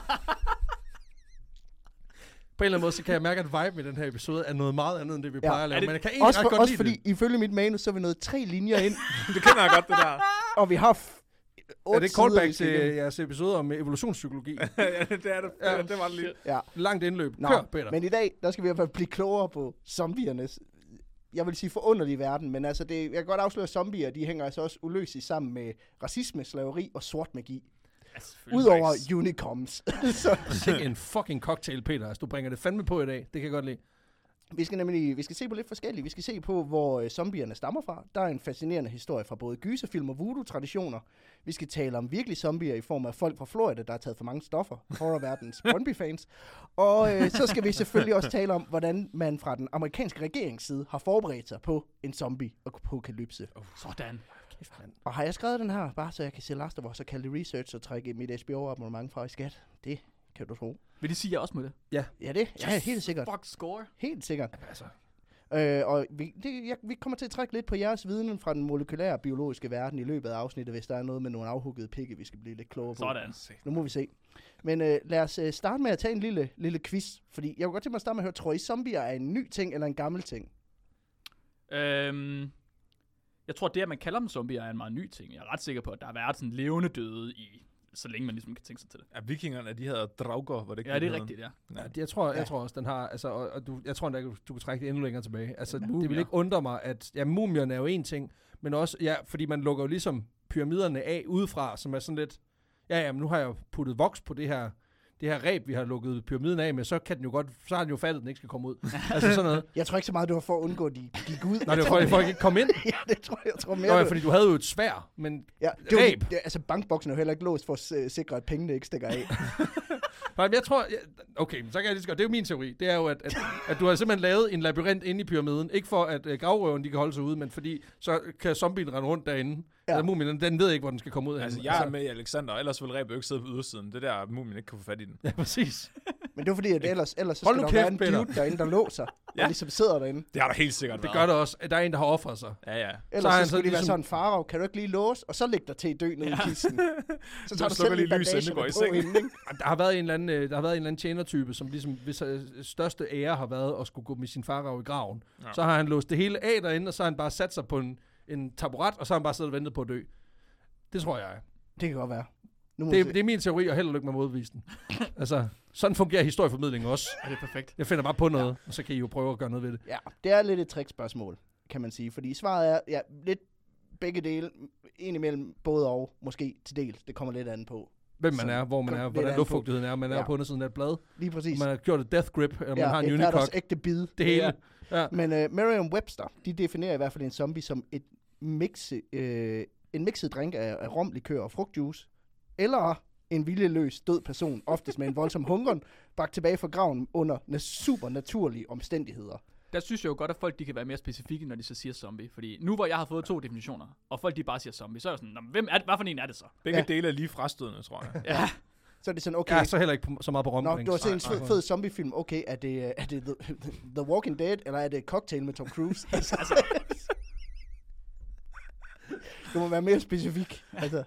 På en eller anden måde, så kan jeg mærke, at vibe i den her episode er noget meget andet, end det vi Ja. plejer at lave. Er det- Men jeg kan egentlig også ret for, godt også lide fordi, det. ifølge mit manus, så er vi nået tre linjer ind, Det kender jeg godt, det der. og vi har f- Er otte det callback sider, vi til skal jeres episode om evolutionspsykologi? ja, det er det. Ja. Ja. Det var det lige. igennem. Ja. Langt indløb. Nå, Kør, Peter. men i dag, der skal vi i hvert fald blive klogere på zombiernes, jeg vil sige forunderlige verden, men altså det, jeg kan godt afsløre, at zombier, de hænger altså også uløseligt sammen med racisme, slaveri og sort magi. Ja, selvfølgelig. Udover unicoms. Så Sikke en fucking cocktail, Peter. Altså, du bringer det fandme på i dag. Det kan jeg godt lide. vi skal nemlig vi skal se på lidt forskelligt. Vi skal se på, hvor øh, zombierne stammer fra. Der er en fascinerende historie fra både gyserfilm og voodoo-traditioner. Vi skal tale om virkelige zombier i form af folk fra Florida, der har taget for mange stoffer. Horrorverdens Brøndby-fans. Og øh, så skal vi selvfølgelig også tale om, hvordan man fra den amerikanske regeringsside har forberedt sig på en zombie-apokalypse. Sådan. Kæft, mand. Og har jeg skrevet den her, bare så jeg kan se Last of Us og kalde det research og trække mit H B O-abonnement fra i skat? Det kan du tro. Vil de sige, at jeg også må det? Ja, det ja, helt sikkert. Fuck score. Helt sikkert. Altså, Øh, og vi, det, jeg, vi kommer til at trække lidt på jeres viden fra den molekylære biologiske verden i løbet af afsnittet, hvis der er noget med nogle afhuggede pigge, vi skal blive lidt klogere på. Sådan. Nu må vi se. Men øh, lad os øh, starte med at tage en lille, lille quiz, fordi jeg kunne godt tænke mig at starte med at høre, tror I zombier er en ny ting eller en gammel ting? Øhm, jeg tror, det, at man kalder dem zombier, er en meget ny ting. Jeg er ret sikker på, at der har været sådan levende døde i, så længe man ligesom kan tænke sig til det. Ja, vikingerne, de havde drager, var det ikke Ja, det er hed? rigtigt, ja. ja, det- jeg tror, jeg Ja. tror også, den har, altså, og, og du, jeg tror endda, du, du kan trække det endnu længere tilbage. Altså, det Mumier. vil ikke undre mig, at, ja, mumierne er jo en ting, men også, ja, fordi man lukker jo ligesom pyramiderne af udefra, som er sådan lidt, ja, ja, men nu har jeg jo puttet voks på det her, det her reb, vi har lukket pyramiden af med, så kan den jo godt, så har den jo fattet, at den ikke skal komme ud. Altså sådan noget. Jeg tror ikke så meget, det var for at undgå, at de gik ud. Nå, det var for, at folk ikke kom ind. Ja, det tror jeg, jeg tror mere. Nå, ja, det- fordi du havde jo et svær, men ja, det var, Ræb. det, altså bankboksen er jo heller ikke låst for at øh, sikre, at pengene ikke stikker af. nej, men jeg tror, jeg, okay, men så kan jeg lige så godt, det er jo min teori, det er jo, at, at, at du har simpelthen lavet en labyrint inde i pyramiden, ikke for at uh, gravrøveren de kan holde sig ude, men fordi så kan zombien rende rundt derinde. Ja. Ja. Eller mumien, den ved ikke, hvor den skal komme ud af. Altså, jeg er med i Alexander, ellers vil Rebe jo ikke sidde på ydersiden. Det der, mumien ikke kan få fat i den. Ja, præcis. Men det var fordi, at ellers, ellers så Hold skal nu der kæft, være en Peter. dude derinde, der låser, Ja. og ligesom sidder derinde. Det har der helt sikkert Det været. gør det også. Der er en, der har offret sig. Ja, ja. Ellers Så er så, han så så skulle de være ligesom- sådan, Farag, kan du ikke lige låse, og så lægge dig til at dø ned i kisten. Så tager du slukker selv lige lige lyset, inden du går i seng. inden, ikke? Jamen, Der har været en eller anden, øh, der har været en eller anden tjenertype, som ligesom, hvis øh, største ære har været at skulle gå med sin farrav i graven. Ja. Ja. Så har han låst det hele af derinde, og så har han bare sat sig på en, en taburet, og så har han bare siddet og ventet på at dø. Det tror jeg. Det kan godt være. Nu må Det, vi er- se. det er min teori, og held og lykke med modbevisen. Altså, sådan fungerer historieformidling også. Ja, det er perfekt. Jeg finder bare på noget, ja. og så kan I jo prøve at gøre noget ved det. Ja, det er lidt et trickspørgsmål, kan man sige. Fordi svaret er, ja, lidt begge dele, en imellem både og, måske til dels. Det kommer lidt an på, hvem man er, hvor man kom er, lidt hvordan an på. luftfugtigheden er, man er Ja. på undersiden af et blad. Lige præcis. Man har gjort et death grip, eller man ja, har en et unicock. Herders ægte bid. Det hele. Ja. Men uh, Merriam-Webster, de definerer i hvert fald en zombie som et mixe, øh, en mixet drink af, af rom, likør og frugtjuice, eller en viljeløs død person, oftest med en voldsom hungern, bragt tilbage fra graven under na- supernaturlige omstændigheder. Der synes jeg jo godt, at folk de kan være mere specifikke, når de så siger zombie. Fordi nu hvor jeg har fået to definitioner, og folk de bare siger zombie, så er jeg sådan, "Nå, men hvem er det? Hvad for en er det så?" Begge Ja. dele er lige frastødende, tror jeg. Ja. Så er det sådan, okay, Jeg er så heller ikke på, så meget på Nå, romdrinks. du har set en Nej, fed, fed zombiefilm. Okay, er det, er det The, The Walking Dead, eller er det Cocktail med Tom Cruise? altså, du må være mere specifik. Altså.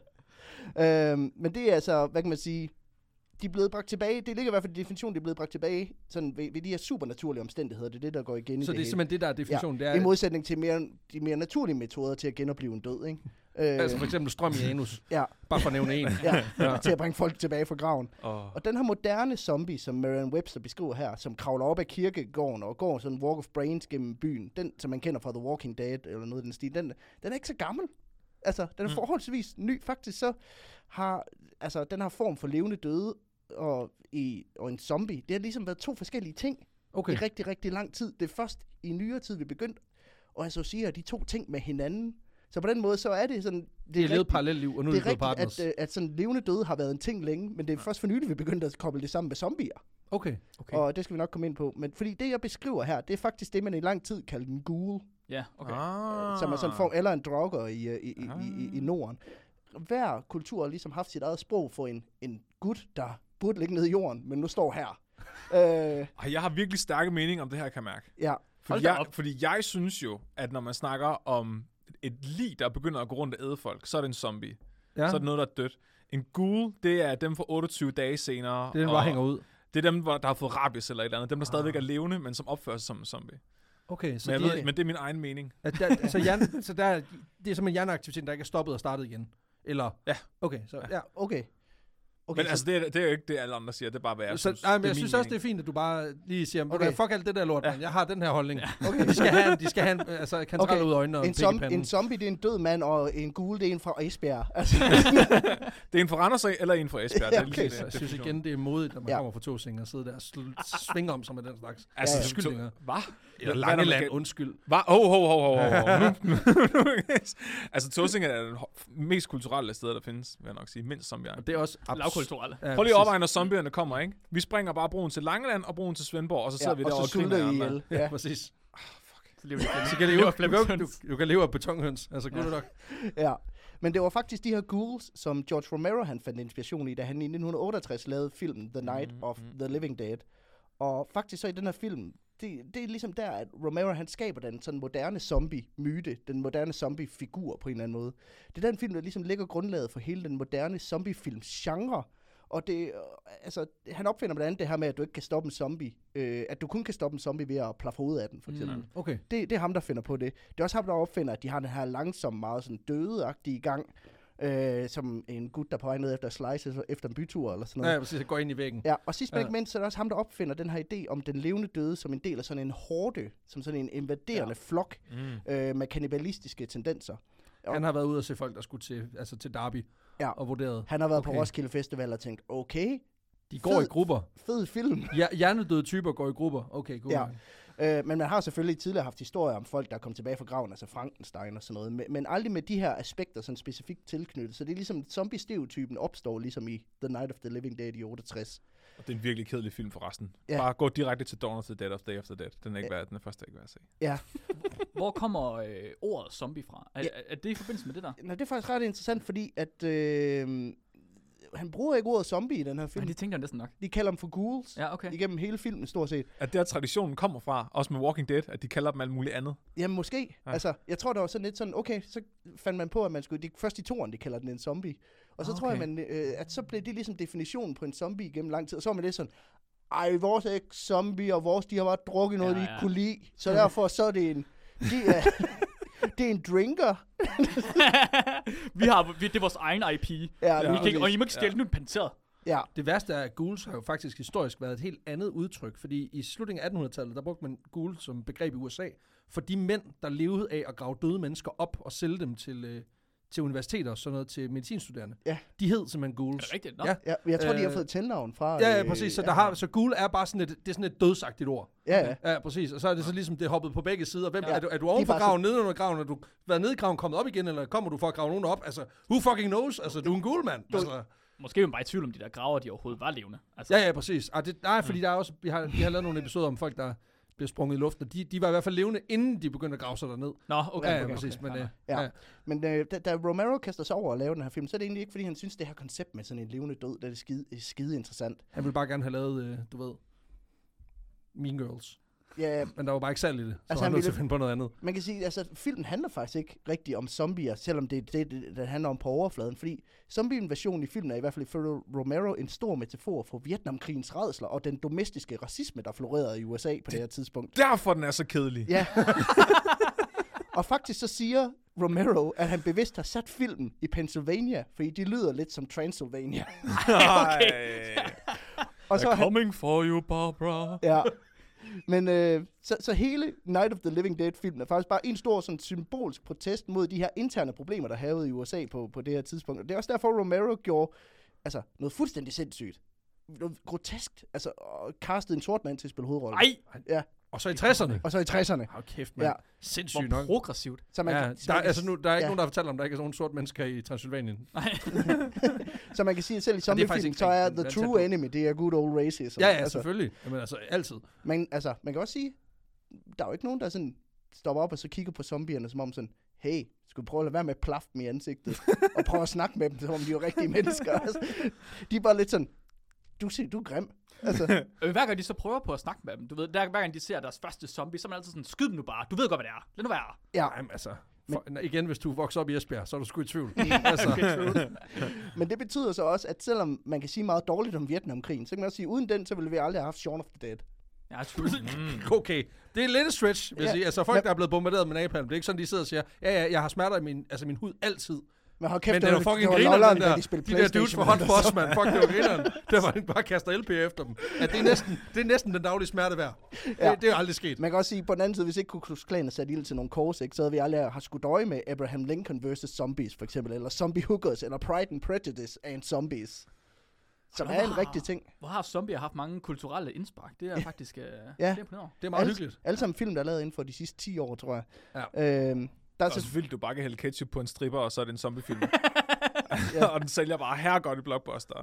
Øhm, men det er altså, hvad kan man sige, de er blevet bragt tilbage, det ligger i hvert fald i definitionen, de er blevet bragt tilbage sådan ved, ved de her supernaturlige omstændigheder. Det er det, der går igen i Så det det er hele. simpelthen det, der er definitionen. Det er, I modsætning til mere, de mere naturlige metoder til at genopleve en død, ikke? Øh, altså for eksempel strøm i anus. ja, Bare for at nævne en. ja, Ja. til at bringe folk tilbage fra graven. Oh. Og den her moderne zombie, som Merriam-Webster beskriver her, som kravler op ad kirkegården og går sådan en walk of brains gennem byen, den, som man kender fra The Walking Dead, eller noget af den stil, den, den er ikke så gammel. Altså, den er Mm. forholdsvis ny. Faktisk så har, altså, den her form for levende døde og, i, og en zombie, det har ligesom været to forskellige ting Okay. i rigtig, rigtig lang tid. Det er først i nyere tid, vi begyndte at associere de to ting med hinanden. Så på den måde, så er det sådan... Det Det er er levet rigtigt- parallelliv, og nu er det det er blevet rigtigt, partners. at, øh, at sådan levende døde har været en ting længe, men det er først for nylig, vi begyndte at koble det sammen med zombier. Okay. Okay. Og det skal vi nok komme ind på. Men fordi det, jeg beskriver her, det er faktisk det, man i lang tid kaldte en ghoul, Ja, okay. Ah. som er sådan en form, eller en drugger i, i, i, i, i, i Ah. Norden. Hver kultur har ligesom haft sit eget sprog for en, en gut, der burde ligge nede i jorden, men nu står her. øh, Ej, jeg har virkelig stærke mening om det her, kan jeg mærke. ja, Hold Fordi da jeg, op. fordi jeg synes jo, at når man snakker om et lig, der begynder at gå rundt og æde folk, så er det en zombie. Ja, Ja. Så er det noget, der er dødt. En ghoul, det er dem for otteogtyve dage senere. det er den, og bare hænger ud. Det er dem, hvor der har fået rabies eller et eller andet. Dem, der stadigvæk er levende, men som opfører sig som en zombie. Okay, så Men, jeg det, ved, men det er min egen mening. at der, så, hjern, så der, det er simpelthen hjerneaktiviteten, der ikke er stoppet og startet igen. Eller? Ja. Okay, så ja. okay. Okay, Men så, altså, det er, det er jo ikke det, alle andre siger. Det er bare, hvad jeg Så, synes. nej, men det er jeg min synes også, det mening. er fint, at du bare lige siger, Okay. okay. fuck alt det der lort, Ja. man. Jeg har den her holdning. okay. De skal have, de skal have en, altså, kantrelle Okay. ud af øjnene og en, En, pik i som, panden. en zombie, det er en død mand, og en ghoul, det er en fra Esbjerg. Altså, Det er en fra Randers af, eller en fra Esbjerg. Ja, Det er okay. lige Så det, jeg synes definitionen. igen, det er modigt, når man Ja. kommer fra Tåsinge og sidder der og sl- svinger om sig med den slags. Altså, Ja, ja. Undskyldninger. Hvad? Eller Hvad er der med Langeland, galt? undskyld. Hvad? Ho, ho, ho, ho, ho, ho. Nu, nu, nu, altså, Tåsinge er den ho- mest kulturelle sted, der findes, vil jeg nok sige. Mindst som jeg. Og det er også abs- Lavkulturelle. Ja, Prøv lige at præcis. overveje, når zombierne kommer, ikke? Vi springer bare broen til Langeland og broen til Svendborg, og så sidder ja, vi og der så og griner sulter af I andre. ihjel. Ja, Ja. præcis. Så lever de Så kan leve, du, kan, du, du kan leve af betonhøns. Altså, gud Ja. nok. Ja, men det var faktisk de her ghouls, som George Romero han fandt inspiration i, da han i nitten otteogtres lavede filmen The Night Mhm, of mhm. the Living Dead. Og faktisk så i den her film, det, det er ligesom der, at Romero han skaber den sådan moderne zombie-myte, den moderne zombie-figur på en eller anden måde. Det er den film, der ligesom lægger grundlaget for hele den moderne zombie-films-genre. Og det, øh, altså, han opfinder blandt andet det her med, at du ikke kan stoppe en zombie. Øh, at du kun kan stoppe en zombie ved at plaffe hovedet af den, for eksempel. Mm. Okay. Det, det er ham, der finder på det. Det er også ham, der opfinder, at de har den her langsomme, meget sådan dødeagtige gang, øh, som en gut, der er på vej ned efter slice efter en bytur eller sådan noget. Ja, præcis. Jeg går ind i væggen. Ja, og sidst men Ja. ikke mindst, så er det også ham, der opfinder den her idé om den levende døde som en del af sådan en horde, som sådan en invaderende ja. flok Mm. øh, med kannibalistiske tendenser. Han har været ude og se folk, der skulle til, altså til Derby Ja. og vurderet. Han har været Okay. på Roskilde Festival og tænkt, okay, De går Fed. i grupper. fed film. Ja, hjernedøde typer går i grupper. Okay, god. Ja. nok. Øh, men man har selvfølgelig tidligere haft historier om folk, der er kommet tilbage fra graven, altså Frankenstein og sådan noget, men, men aldrig med de her aspekter sådan specifikt tilknyttet. Så det er ligesom, zombie-stereotypen opstår ligesom i The Night of the Living Dead i otteogtres. Og det er en virkelig kedelig film forresten. Ja. Ja. Bare gå direkte til Dawn of the Dead of Day of the Dead. Den er ikke Ja. værd, den er første ikke værd at se. Ja, Hvor kommer øh, ordet zombie fra? Er, Ja. er, er det i forbindelse med det der? Nå, det er faktisk ret interessant, fordi at øh, han bruger ikke ordet zombie i den her Nej, film. det tænker jeg næsten nok. De kalder dem for ghouls Ja, okay. igennem hele filmen stort set. At der traditionen kommer fra, også med Walking Dead, at de kalder dem alt muligt andet. Jamen måske. Ja. Ja. Altså, jeg tror, der var sådan lidt sådan, okay, så fandt man på, at man skulle, de, først i toren, de kalder den en zombie. Og så okay. tror jeg, Okay. man, øh, at så blev det ligesom definitionen på en zombie gennem lang tid. Og så var man lidt sådan, ej, vores er ikke zombie, og vores, de har bare drukket noget, Ja, ja, de ja. ikke kunne lide. Så derfor så er det en, de er, det er en drinker. vi har, vi, det er vores egen I P. Ja, Ja. lige Vi kan ikke, og I præcis. må ikke stjæle ja. den patenteret. Ja, Det værste er, at ghouls har jo faktisk historisk været et helt andet udtryk, fordi i slutningen af attenhundredetallet, der brugte man ghouls som begreb i U S A, for de mænd, der levede af at grave døde mennesker op og sælge dem til, øh, til universiteter og sådan noget, til medicinstuderende. Ja. De hed simpelthen ghouls. Er det rigtigt? Nå. Ja. Ja, jeg tror, øh, de har Øh, fået tilnavn fra... Ja, ja, øh, præcis. Så, ja. der har, så ghoul er bare sådan et, det er sådan et dødsagtigt ord. Ja, ja. Ja, præcis. Og så er det så ligesom, det er hoppet på begge sider. Hvem, Ja. er, du, er du oven De er for bare graven, nede under graven? Er du været nede i graven, kommet op igen, eller kommer du for at grave nogen op? Altså, who fucking knows? Altså, du er en ghoul, mand. Altså, Måske er man bare i tvivl om de der graver, de overhovedet var levende. Altså, ja, ja, præcis. Ah, det, nej, fordi der er også, vi har, vi har lavet nogle episoder om folk, der bliver sprunget i luften. De, de var i hvert fald levende, inden de begyndte at grave sig derned. Nå, okay. Ja, ja, okay, præcis. okay. Men, Ja, øh, Ja. ja. Men øh, da, da Romero kaster sig over at lave den her film, så er det egentlig ikke, fordi han synes, det her koncept med sådan en levende død, der er skide, skide interessant. Han ville bare gerne have lavet, øh, du ved, Mean Girls. Ja, Men der var bare ikke salg i det, så Altså, altså, han han nødt til ville- at finde på noget andet. man kan sige, altså filmen handler faktisk ikke rigtig om zombier, selvom det er det, det, det handler om på overfladen, fordi zombie-invasionen i filmen er i hvert fald ifølge Romero en stor metafor for Vietnamkrigens rædsler og den domestiske racisme, der florerede i U S A på det her tidspunkt. Derfor den er så kedelig. Ja. Og faktisk så siger Romero, at han bevidst har sat filmen i Pennsylvania, fordi de lyder lidt som Transylvania. Okay. Og så er han, coming for you, Barbara. ja. Men øh, så, så hele Night of the Living Dead-filmen er faktisk bare en stor sådan, symbolsk protest mod de her interne problemer, der havde i U S A på, på det her tidspunkt. Og det er også derfor, Romero gjorde altså, noget fuldstændig sindssygt. Noget grotesk. Altså, og castede en sort mand til at spille hovedrollen. Ej, Ja. Og så i tresserne. Og så i tresserne. Hold kæft, mand. Ja. Ja. Sindssygt hvor nok. progressivt. Så man, Ja, kan, så der, man kan, altså nu, der er ikke ja. nogen, der har fortalt om, der ikke er nogen sorte mennesker i Transylvanien. Nej. så man kan sige, at selv i Ja, det er faktisk zombiefilm, ikke så er rigtigt, the men true tæt på. enemy, det er good old racism. Ja, ja, altså, selvfølgelig. Jamen altså, altid. man, altså, man kan også sige, der er jo ikke nogen, der sådan stopper op og så kigger på zombierne, som om sådan, hey, skal vi prøve at lade være med at plaffe dem i ansigtet, og prøve at snakke med dem, som om de er jo rigtige mennesker. Altså, de er bare lidt sådan, du, siger, du er grim. Altså, Øh, Hver gang de så prøver på at snakke med dem, du ved, der, hver gang de ser deres første zombie, så er man altid sådan, skyd dem nu bare, du ved godt, hvad det er. Lad nu være. ja, Jamen altså, for, men, igen, hvis du vokser op i Esbjerg, så er du sgu i tvivl. altså, men det betyder så også, at selvom man kan sige meget dårligt om Vietnamkrigen, så kan man også sige, uden den, så ville vi aldrig have haft Shaun of the Dead. Ja, true. okay, det er lidt et stretch, vil jeg Ja, sige. Altså folk, men- der er blevet bombarderet med napalm, det er ikke sådan, de sidder og siger, ja, ja, jeg har smerter i min, altså min hud altid. Men hold kæft, Men det var fucking griner, lolleren, den da der, de spillede de der dudes PlayStation for Hot med Fuzz, man. Fuck, det var grineren. Der var bare kaster L P efter dem. At det er næsten, det er næsten den daglige smerte værd. Ja. Det, det er aldrig sket. Man kan også sige, på den anden side, hvis ikke Ku Klux Klan havde sat ild til nogle kors, ikke, så havde vi aldrig har skudt øje med Abraham Lincoln versus Zombies, for eksempel, eller Zombie Hookers, eller Pride and Prejudice and Zombies. Som er en rigtig ting. Hvor har zombier haft mange kulturelle indspark? Det er faktisk... Øh, Ja. det er imponerende. Det er meget Alle- hyggeligt. Alle sammen film, der er lavet inden for de sidste ti år, tror jeg. Ja. Øhm, der er Og så, så vildt, du bare kan hælde ketchup på en stripper, og så er det en zombiefilm. Ja. Og den sælger bare herregodt i Blockbuster.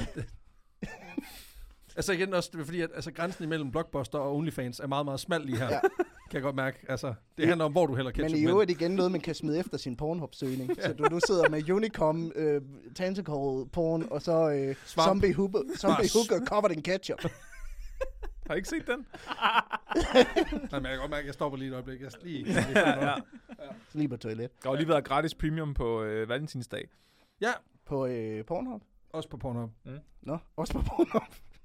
Altså igen også, det er fordi, at altså, grænsen imellem Blockbuster og OnlyFans er meget, meget smal lige her. Ja. Ja. Kan jeg godt mærke. Altså, det handler om, hvor du hælder ketchup men i hen. øvrigt igen noget, man kan smide efter sin Pornhub-søgning. Så du nu sidder med Unicom, øh, Tentacle Porn, og så øh, Svamp. Zombie, hooker, zombie Bare- Hooker covered in ketchup. Har I ikke set den? Nej, men jeg kan godt mærke, at jeg stopper lige et øjeblik. Jeg skal lige... Ja, ja. Lige på toilet. Der har lige været gratis premium på øh, Valentinsdag. ja, På øh, Pornhub? også på Pornhub. Nå, også på Pornhub.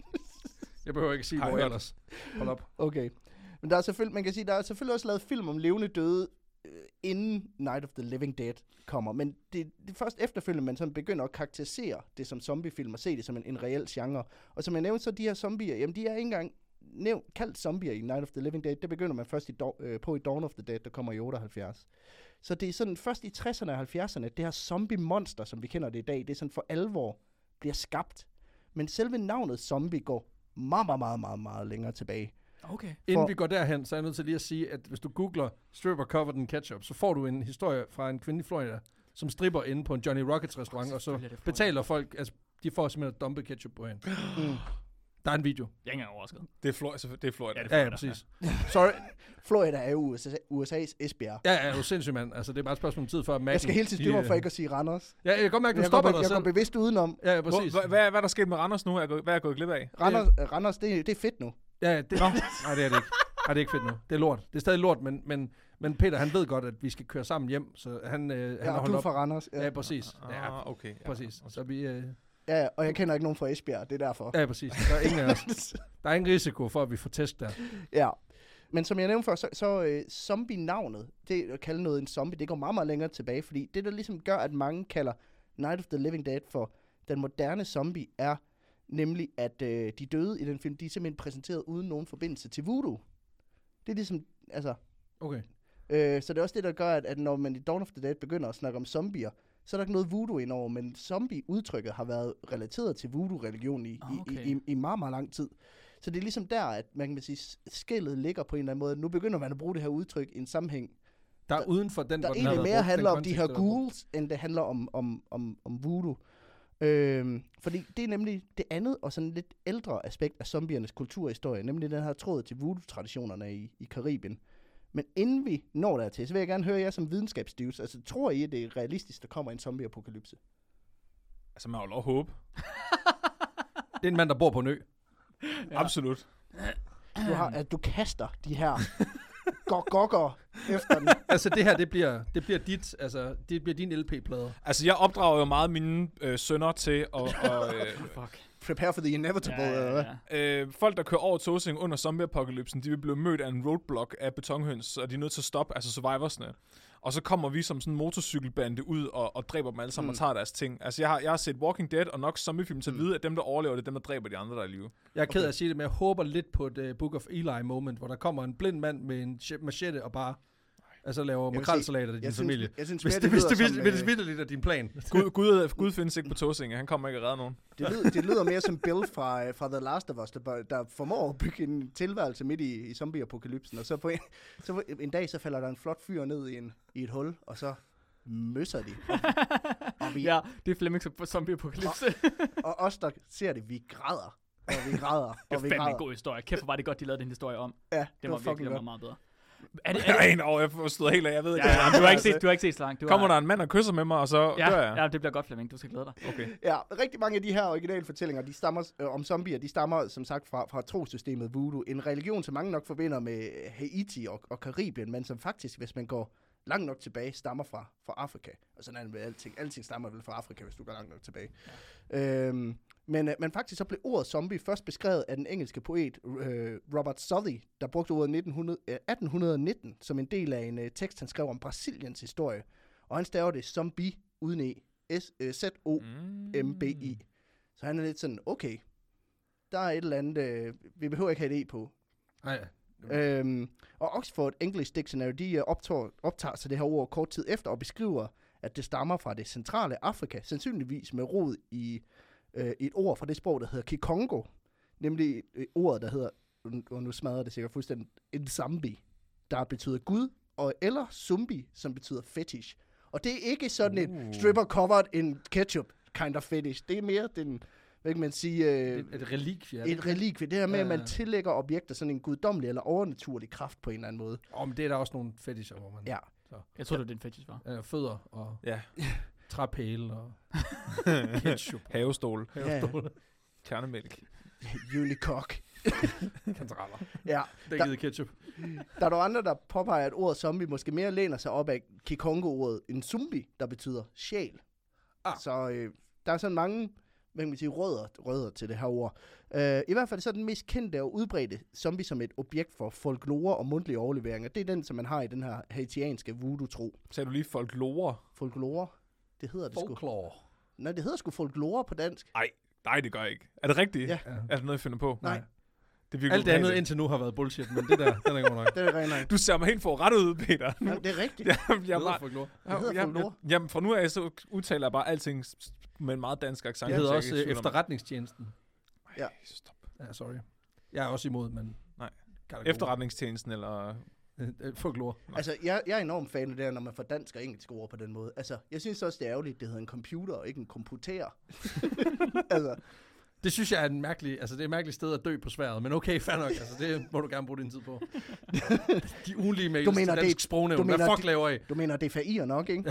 Jeg behøver ikke sige, Ej, hvor vel. ellers. Hold op. Okay. Men der er selvfølgelig, man kan sige, der er selvfølgelig også lavet film om levende døde, øh, inden Night of the Living Dead kommer. Men det, det er først efterfølgende, man sådan begynder at karakterisere det som zombiefilm og se det som en, en reel genre. Og som jeg nævnte, så de her zombier, jamen de er ikke engang nævnt, kaldt zombier i Night of the Living Dead. Det begynder man først i, do, øh, på i Dawn of the Dead, der kommer i otteoghalvfjerds. Så det er sådan først i tresserne og halvfjerdserne, det her zombie-monster, som vi kender det i dag, det er sådan for alvor bliver skabt. Men selve navnet zombie går meget, meget, meget, meget, meget længere tilbage. Okay. Inden For- vi går derhen, så er jeg nødt til lige at sige, at hvis du googler stripper covered in ketchup, så får du en historie fra en kvinde i Florida, som stripper inde på en Johnny Rockets restaurant, og så Selvfølgelig er det Florida. betaler folk, altså de får simpelthen at dumpe ketchup på hende. Mm. Der er en video. Jeg er ikke engang overrasket. Det er, Flor- så det er Florida. Ja, det er Ja, ja, Florida, præcis. Sorry. Florida er jo U S A, U S A's Esbjerg. Ja, ja, du er sindssyg, mand. Altså, det er bare et spørgsmål om tid før Mac'en. Jeg skal helt til de, styre øh, for ikke at sige Randers. Ja, jeg kan godt mærke, at Men du jeg går, stopper be- dig jeg selv. går bevidst udenom. Ja, ja, Hvor, præcis. hvad, hvad, hvad er der sket med Randers nu? Er gået, hvad er gået glip af? Randers, øh, Randers det, det er fedt nu. Ja, ja, det, nej, det er det ikke. Nej, det er ikke fedt nu. Det er lort. Det er stadig lort, men, men, men Peter, han ved godt, at vi skal køre sammen hjem, så han, øh, han Ja, har og holdt du er op. fra Randers. Ja. Ja, præcis. Ja, Ah, okay. Ja. præcis. Så vi... Øh, ja, ja, og jeg kender ikke nogen fra Esbjerg, det er derfor. ja, præcis. Der er ingen af os. Der er ingen risiko for, at vi får test der. Ja. Men som jeg nævnte før, så, så uh, zombie-navnet, det at kalde noget en zombie, det går meget, meget længere tilbage, fordi det, der ligesom gør, at mange kalder Night of the Living Dead for den moderne zombie, er nemlig, at uh, de døde i den film, de er simpelthen præsenteret uden nogen forbindelse til voodoo. Det er ligesom, altså, Okay. Øh, så det er også det, der gør, at, at når man i Dawn of the Dead begynder at snakke om zombier, så er der ikke noget voodoo indover, men zombie-udtrykket har været relateret til voodoo-religion i, Ah, okay. i, i, i meget, meget lang tid. Så det er ligesom der, at man kan sige, skældet ligger på en eller anden måde. Nu begynder man at bruge det her udtryk i en sammenhæng, Der er uden for den, der hvor den har egentlig været mere brugt, handler den om de kontekst, her der er brugt. ghouls, end det handler om, om, om, om voodoo. Øhm, fordi det er nemlig det andet og sådan lidt ældre aspekt af zombiernes kulturhistorie, nemlig den her tråd til voodoo-traditionerne i, i Karibien. Men inden vi når dertil, så vil jeg gerne høre jer som videnskabsdivs. Altså, tror I, at det er realistisk, der kommer en zombie-apokalypse? Altså, man har jo lov at håbe. Det er en mand, der bor på en ø. Ja. Absolut. Du, har, at du kaster de her gok-gokker efter den. Altså, det her, det bliver, det bliver dit, altså, det bliver din L P-plade. Altså, jeg opdrager jo meget mine øh, sønner til at... Og, øh, Fuck. Prepare for the inevitable, Ja, eller ja, hvad? ja. øh, folk, der kører over Tåsinge under zombie-apokalypsen, de vil blive mødt af en roadblock af betonhøns, og de er nødt til at stoppe, altså survivorsne. Og så kommer vi som sådan en motorcykelbande ud og, og dræber dem alle sammen mm. og tager deres ting. Altså, jeg har, jeg har set Walking Dead og nok zombiefilm til at vide, at dem, der overlever, det er dem, der dræber de andre, der er i live. Jeg er ked af Okay. at sige det, men jeg håber lidt på et uh, Book of Eli moment, hvor der kommer en blind mand med en ch- machete og bare altså laver vil makrelsalat af din Jeg familie. synes, jeg synes Hvis mere, det, hvis lyder det, hvis, som, hvis øh, det vitterligt er din plan. Gud, Gud, Gud findes ikke på Tåsinge. Han kommer ikke at redde nogen. Det lyder, det lyder mere som Bill fra, øh, fra The Last of Us, der, bare- der formår at bygge en tilværelse midt i, i zombie-apokalypsen, og så, på en, så på en dag, så falder der en flot fyr ned i, en, i et hul, og så møsser de. Og, og, vi, Ja, det er Flemmings zombie-apokalypse. og os, der ser det, vi græder, og vi græder, Det var og vi fandme en græder. god historie. Kæft, hvor var det godt, de lavede den historie om. Ja, Det det var var fucking virkelig godt. meget bedre. Er det, er Jeg det, er en over, jeg får stået helt af, jeg ved ikke. ja, ja, hvad- du har ikke set, du har ikke set så langt. Du Kommer har, der en mand og kysser med mig, og så ja, dør jeg. ja, det bliver godt, Flemming. Du skal glæde dig. Okay. Ja, rigtig mange af de her originale fortællinger, de stammer øh, om zombier, de stammer som sagt fra, fra trosystemet voodoo. En religion, som mange nok forbinder med Haiti og, og Karibien, men som faktisk, hvis man går langt nok tilbage, stammer fra, fra Afrika. Og sådan er det med alting. Alting stammer vel fra Afrika, hvis du går langt nok tilbage. Ja. Øhm, men, øh, men faktisk så blev ordet zombie først beskrevet af den engelske poet øh, Robert Southey, der brugte ordet nitten hundrede, øh, atten nitten som en del af en øh, tekst, han skrev om Brasiliens historie. Og han staver det zombie uden e. S, øh, Z O M B I. Så han er lidt sådan, okay, der er et eller andet, øh, vi behøver ikke have et e på. Nej, Øhm, og Oxford English Dictionary, de øh, optager, optager sig det her ord kort tid efter og beskriver, at det stammer fra det centrale Afrika, sandsynligvis med rod i øh, et ord fra det sprog, der hedder Kikongo, nemlig øh, ordet, der hedder, og nu smadrer det sikkert fuldstændig, en zombie, der betyder gud, og eller zumbi, som betyder fetish. Og det er ikke sådan uh. en stripper covered in ketchup kind of fetish. Det er mere den, hvad kan man sige, øh, et, et relikvie. et relikvie. Det her med, at man Ja. tillægger objekter sådan en guddommelig eller overnaturlig kraft på en eller anden måde. Åh, oh, men det er der også nogle fetischer, hvor man Ja. Jeg tror, det er den fetish var. øh, fødder og Ja. træpæle og ketchup. Havestol. Havestole. Kernemælk. Unicock. Kantareller. Ja. Det Der, givet ketchup. der er dog andre, der påpeger, at ordet zombie måske mere læner sig op af Kikongo-ordet en zombie, der betyder sjæl. Ah. Så øh, der er sådan mange, hvad kan man sige, rødder, rødder til det her ord. Uh, I hvert fald så er den mest kendte og udbredte zombie som et objekt for folklore og mundtlige overleveringer. Det er den, som man har i den her haitianske voodoo-tro. Sagde du lige folklore? Folklore, det hedder det sgu. Folklore. Nej, det hedder sgu folklore på dansk. Nej, nej, det gør jeg ikke. Er det rigtigt? Ja. Ja. Er det noget, jeg finder på? Nej. Det virker Alt det andet ubehageligt. indtil nu har været bullshit, men det der, den er god nok. Det er rent nok. Du ser mig helt for ret ud, Peter. Jamen, det er rigtigt. jeg, jeg, Det jeg, hedder bare, folklore. Det hedder jamen, folklore. jeg, jamen, fra nu af så udtaler jeg bare alting s- med en meget dansk accent. Det hedder så jeg også ikke er i øh, tvivl om- efterretningstjenesten. Ja. Stop. Ja, sorry. Jeg er også imod, men... Nej. Gotta go. Efterretningstjenesten eller... Øh, øh, Folklore. Altså, jeg, jeg er enormt fan af det her, når man får dansk og engelsk ord på den måde. Altså, jeg synes også, det er ærgerligt, det hedder en computer og ikke en computer. altså, Det synes jeg er en mærkelig, altså det er et mærkeligt sted at dø på sværet, men okay, fair nok, altså det må du gerne bruge din tid på. De ugenlige mails Du mener, til dansk det- sprognævn, du hvad mener, fuck laver I? du mener, det er F A I'er nok, ikke?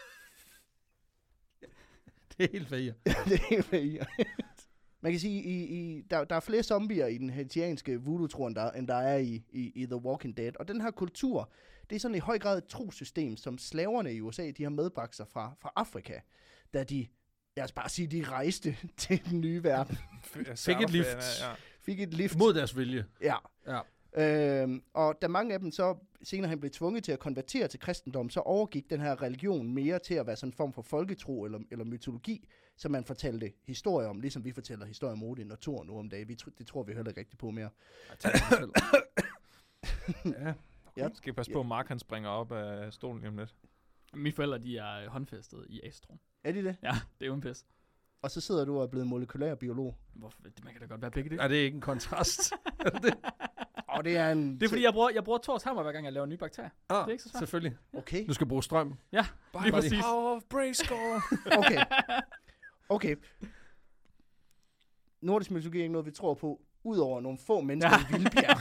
Det er helt færdigt. det er F A I'er. Man kan sige, i, i, der, der er flere zombier i den haitianske voodoo-tro, end der, end der er i, i, i The Walking Dead. Og den her kultur, det er sådan i høj grad et trosystem, som slaverne i U S A, de har medbragt sig fra, fra Afrika, da de, lad os bare sige, de rejste til den nye verden. Fik et lift. Ja, ja. Fik et lift. Mod deres vilje. Ja. Ja. Øhm, og da mange af dem så senere hen blev tvunget til at konvertere til kristendom, så overgik den her religion mere til at være sådan en form for folketro eller, eller mytologi, som man fortalte historier om, ligesom vi fortæller historier om Odin og Thor nu om dagen. Vi tr- det tror vi heller ikke rigtigt på mere. Jeg tager det selv. Ja. Ja. Skal I passe på, at Mark han springer op af stolen lige om lidt. Mine forældre, de er håndfæstet i Astron. Er de det? Ja, det er jo en pis. Og så sidder du og er blevet molekylær biolog. Hvorfor? Man kan da godt være begge det. Er det ikke en kontrast? Er det? Og det er en... Det er fordi, jeg bruger, jeg bruger Thors hammer, hver gang jeg laver nye bakterier. Ah, Det er ikke så svært. selvfølgelig. Okay, Du skal bruge strøm. Ja, Bare lige the præcis. power of Brayscore. okay. Okay. Nordisk mytologi er ikke noget, vi tror på, udover nogle få mennesker ja. i Vildbjerg.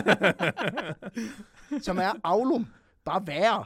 Som er Aulum. Bare værre.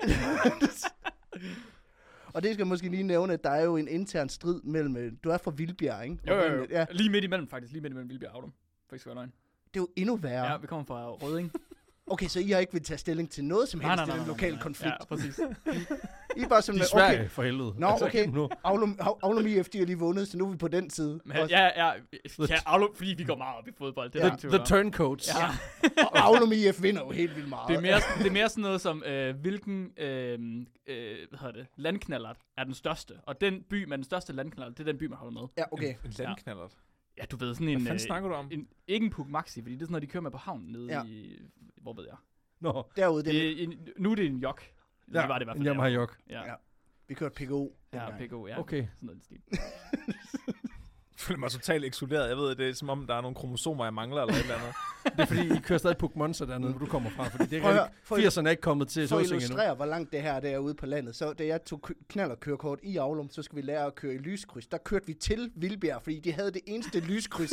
Og det skal jeg måske lige nævne, at der er jo en intern strid mellem... Du er fra Vildbjerg, ikke? Jo, jo, jo. Ja. Lige midt imellem, faktisk. Lige midt imellem Vildbjerg og Aulum. For ikke skal være løgn. Det er jo endnu værre. Ja, vi kommer fra Rødding. Okay, så I har ikke vil tage stilling til noget som helst i den lokale konflikt. Ja, præcis. I er bare De sådan, er Sverige, okay, for helvede. Nå, okay. Nu. Aulum, Aulum I F, de har lige vundet, så nu er vi på den side. Men, ja, ja, ja, Aulum, fordi vi går meget op i fodbold. Det er Ja. ja. The turncoats. Ja. Og Aulum I F vinder jo helt vildt meget. Det er mere, det er mere sådan noget som, øh, hvilken øh, øh, hvad hedder det, landknallert er den største. Og den by med den største landknallert, det er den by, man holder med. Ja, okay. En landknallert. Ja, du ved, sådan Hvad en... fanden øh, snakker du om? En, ikke en Puk Maxi, fordi det er sådan noget, de kører med på havnen nede Ja. i... Hvor ved jeg? Nå, Derude, det, Det er en, nu er det en jok. ja, det var det i hvert fald. en Yamaha derovre. Jok. Ja, Ja. vi kørte P K O. ja, dengang. P K O, ja. Okay. Sådan noget i stil. Jeg føler mig totalt ekskluderet. Jeg ved, det er som om, der er nogle kromosomer, jeg mangler eller et eller andet. Det er fordi, I kører stadig Pokémonster dernede, hvor du kommer fra. Fordi det er Prøv at rigtig, høre, for- firserne er ikke kommet til For at Såsing endnu. illustrere, hvor langt det her det er ude på landet, så da jeg tog knallerkørekort i Aulum, så skulle vi lære at køre i lyskryds. Der kørte vi til Vildbjerg, fordi de havde det eneste lyskryds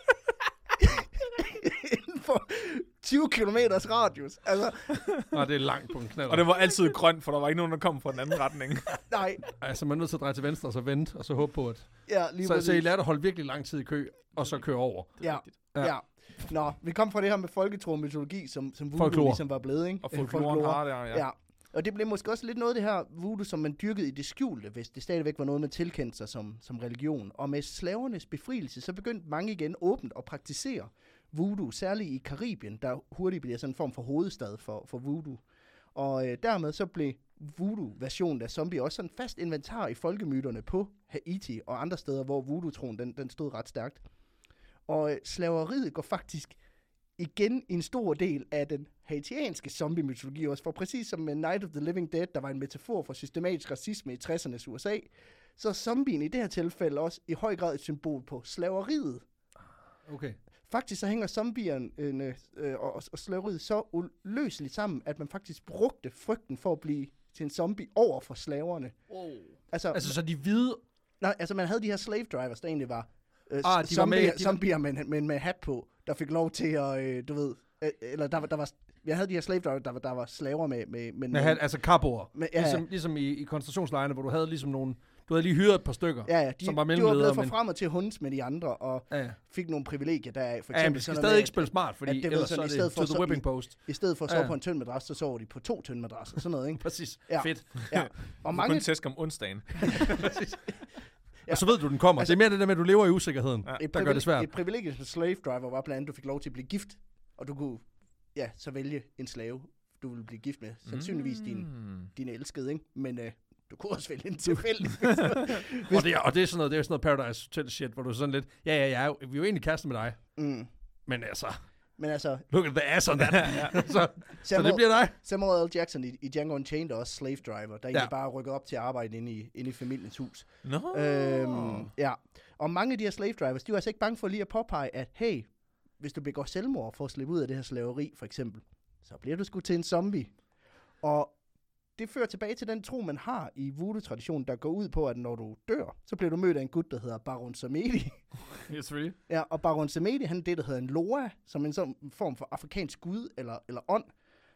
inden for tyve kilometers radius. Altså, Nej, det er langt på en knaller. Og det var altid grønt, for der var ikke nogen, der kom fra den anden retning. nej. Altså, man er nødt til at dreje til venstre, og så vente, og så håbe på, at... Ja, lige Så, præcis. så I lærte at holde virkelig lang tid i kø, og så køre over. Det er Ja. rigtigt. Ja. Ja. Nå, vi kom fra det her med folketro og mytologi, som, som voodoo Folklore. ligesom var blevet, ikke? Og Øh, folkloren har det, ja. Ja. Og det blev måske også lidt noget af det her voodoo, som man dyrkede i det skjulte, hvis det stadigvæk var noget, man tilkendte sig som, som religion. Og med slavernes befrielse, så begyndte mange igen åbent at praktisere voodoo, særligt i Karibien, der hurtigt bliver sådan en form for hovedstad for, for voodoo. Og øh, dermed så blev voodoo-versionen af zombie også sådan fast inventar i folkemyterne på Haiti og andre steder, hvor voodoo-troen den, den stod ret stærkt. Og øh, slaveriet går faktisk igen en stor del af den haitianske zombie-mytologi også, for præcis som med Night of the Living Dead, der var en metafor for systematisk racisme i tressernes U S A, så er zombien i det her tilfælde også i høj grad et symbol på slaveriet. Okay. Faktisk så hænger zombierne øh, og, og slaveriet så uløseligt sammen, at man faktisk brugte frygten for at blive til en zombie over for slaverne. Oh. Altså, Altså, så de hvide... nej, altså man havde de her slave drivers, der egentlig var øh, Ah, de var zombier, med- de var- zombier med, med, med hat på, der fik lov til at, øh, du ved, øh, eller der, var- der var, jeg havde de her slave drivers, der var, der var slaver med, med, med, Med, hat- altså karboer. med ja, Ligesom, ligesom i, i koncentrationslejrene, hvor du havde ligesom nogle... Du havde lige hyret et par stykker. ja, ja, de, som var de var mellemledere, blevet men- forfremmet til hunds med de andre, og Ja, ja. fik nogle privilegier deraf. For Ja, men de skal sådan stadig noget ikke spille smart, fordi at det ved ellers sådan, så er i det stedet for to the så- whipping i- post. med, i stedet for at Ja, sove ja. på en tynd madras, så sover de på to tynde madrasser, sådan noget, ikke? Præcis. Ja. Fedt. Ja. Og Du mange, kun tæsk om onsdagen. Præcis. Ja. Og så ved du, den kommer. Altså- det er mere det der med, at du lever i usikkerheden, Ja. et, der gør det svært. et privilegie som slave driver var blandt andet, du fik lov til at blive gift, og du kunne ja, så vælge en slave, du ville blive gift med. Sandsynligvis din, Mm. din elskede, ikke? Men øh, du kunne også vælge en tilfældig. Og det, er, og det er sådan noget, det er sådan noget Paradise Hotel shit, hvor du er sådan lidt, ja, ja, ja, vi er jo egentlig kærester med dig, mm. men altså, Men altså, look at the ass on that. så, så det Samuel, bliver dig. Samuel L. Jackson i, i Django Unchained er også slave driver, der egentlig Ja. bare rykker op til at arbejde inde i, inde i familiens hus. Nå. Øhm, ja. Og mange af de her slave drivers, de var altså ikke bange for lige at påpege, at hey, hvis du begår selvmord for at slippe ud af det her slaveri, for eksempel, så bliver du sgu til en zombie. Og det fører tilbage til den tro, man har i voodoo-traditionen, der går ud på, at når du dør, så bliver du mødt af en gut, der hedder Baron Samedi. Yes, really? Ja, og Baron Samedi, han er det, der hedder en loa, som en sådan form for afrikansk gud eller, eller ånd.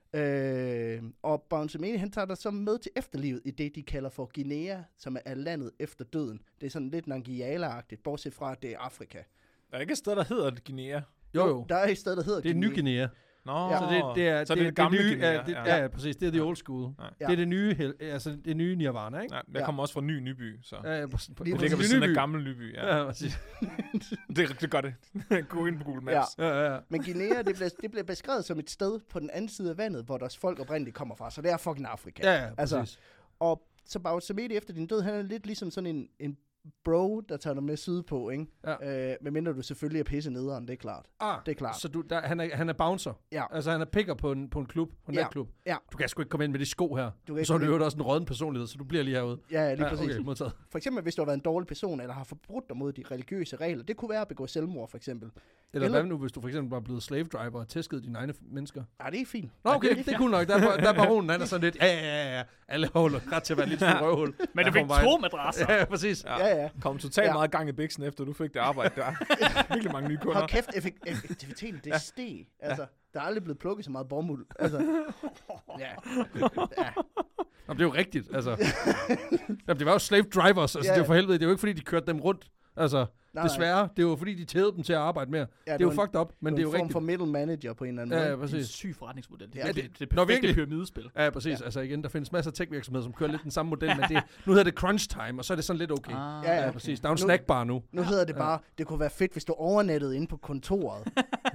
Øh, og Baron Samedi, han tager dig så med til efterlivet i det, de kalder for Guinea, som er landet efter døden. Det er sådan lidt Nangiala-agtigt, bortset fra, at det er Afrika. Der er ikke et sted, der hedder Guinea. Jo, jo. Der er et sted, der hedder Det er Ny Guinea. Nå, Ja. Så det, det er så det er det gamle nye, Guinea. ja, det, ja. ja, præcis. Det er the old school. Ja. Det er det nye, hel- altså det nye Nirvana, ikke? Ja, jeg Ja. kommer også fra Ny Nyby, så Ja, ja, præcis. Lige det præcis. ligger ved Ny siden af Nyby. gammel Nyby. Ja. Ja, præcis. Det, det gør det. Gå ind på Google Maps. Ja. Ja, ja. Men Guinea, det bliver, det bliver beskrevet som et sted på den anden side af vandet, hvor deres folk oprindeligt kommer fra. Så det er fucking Afrika. Ja, ja, Altså, præcis. Og så Baron Samedi efter din død, han er lidt ligesom sådan en, en bro, der tager dig med sydpå, ikke? Ja. Øh, medmindre du selvfølgelig er pisse nederen, det er klart. Ah, Det er klart. Så du, der, han, er, han er bouncer? Ja. Altså han er picker på en, på en klub, på en Ja. natklub? Ja. Du kan sgu ikke komme ind med de sko her. Du kan Og ikke så er du komme jo også en rådden personlighed, så du bliver lige herude. Ja, lige Ja, præcis. okay, modtaget. For eksempel, hvis du har været en dårlig person, eller har forbrudt dig mod de religiøse regler. Det kunne være at begå selvmord, for eksempel. Eller, Eller- hvad nu, hvis du for eksempel var blevet slave driver og tæsket dine egne mennesker? Ja, det er fint. Nå, okay, Ja, det, det er cool nok. Der er, der er baronen, han er sådan lidt, ja, ja, ja, ja. Alle har ret til at være lidt smule røvhul. Men Ja, du fik for mig. to madrasser. Ja, præcis. Ja, ja. Kom totalt Ja. ja. meget gang i biksen, efter du fik det arbejde der. Virkelig mange nye kunder. Hold kæft, effek- effektiviteten, det steg. Altså, der er aldrig blevet plukket så meget bomuld. Altså, ja. ja. Jamen, det er jo rigtigt, altså. Jamen, det var jo slave drivers, altså Ja, det er jo ja. for helvede, det er jo ikke fordi, de kørte dem rundt. Altså, Nej, desværre, det er jo fordi, de tævede dem til at arbejde mere. Ja, det er jo en- fucked up, men det er jo en form rigtigt. for middle manager på en eller anden Ja, måde. ja, Det er en præcis. syg forretningsmodel. Det Ja, er, det- det, det, det Nå, perfekte virkelig. pyramidespil. Ja, præcis. Ja. Altså igen, der findes masser af tech-virksomheder, som kører lidt den samme model, men det, nu hedder det crunch time, og så er det sådan lidt okay. Ah, Ja, ja. Ja, præcis. Der er jo en Nu- snackbar nu. Nu hedder det bare, det kunne være fedt, hvis du overnattede inde på kontoret.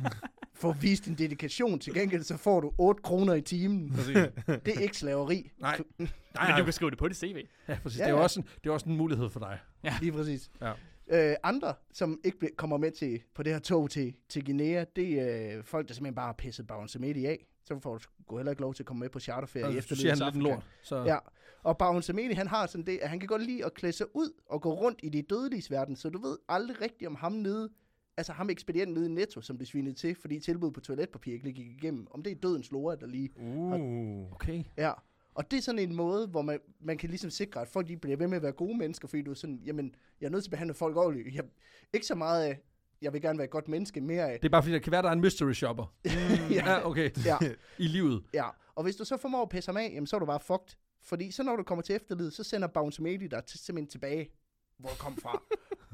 For at vise din dedikation. Til gengæld så får du otte kroner i timen. Præcis. Det er ikke slaveri. Nej. Men Nej, du kan skrive det på dit C V. ja, præcis. Ja, Det er jo ja. også en, det er også en mulighed for dig. Lige præcis. Ja. Øh, andre, som ikke ble- kommer med til på det her tog til, til Guinea, det er øh, folk, der simpelthen bare har pisset Bounce Medi af. Så får du heller ikke lov til at komme med på charterferie Og i hvis du siger, han er lidt en Afrika. lort, så... Ja, og Bounce Medi, han har sådan det, at han kan godt lide at klæde sig ud og gå rundt i de dødeliges verden, så du ved aldrig rigtigt om ham nede, altså ham ekspedienten nede i Netto, som det svinede til, fordi tilbuddet på toiletpapir ikke lige gik igennem. Om det er dødens lore, der lige... Uh. Okay. Ja, og det er sådan en måde, hvor man, man kan ligesom sikre, at folk de bliver ved med at være gode mennesker, fordi du er sådan, jamen, jeg er nødt til at behandle folk ordentligt. Jeg, ikke så meget af, jeg vil gerne være et godt menneske, mere af, Det er bare fordi, der kan være, der er en mystery shopper. Ja, okay. ja, I livet. ja. Og hvis du så formår at pisse ham af, jamen, så er du bare fucked. Fordi så når du kommer til efterlivet, så sender Bounce Medi dig til, simpelthen tilbage, hvor du kom fra.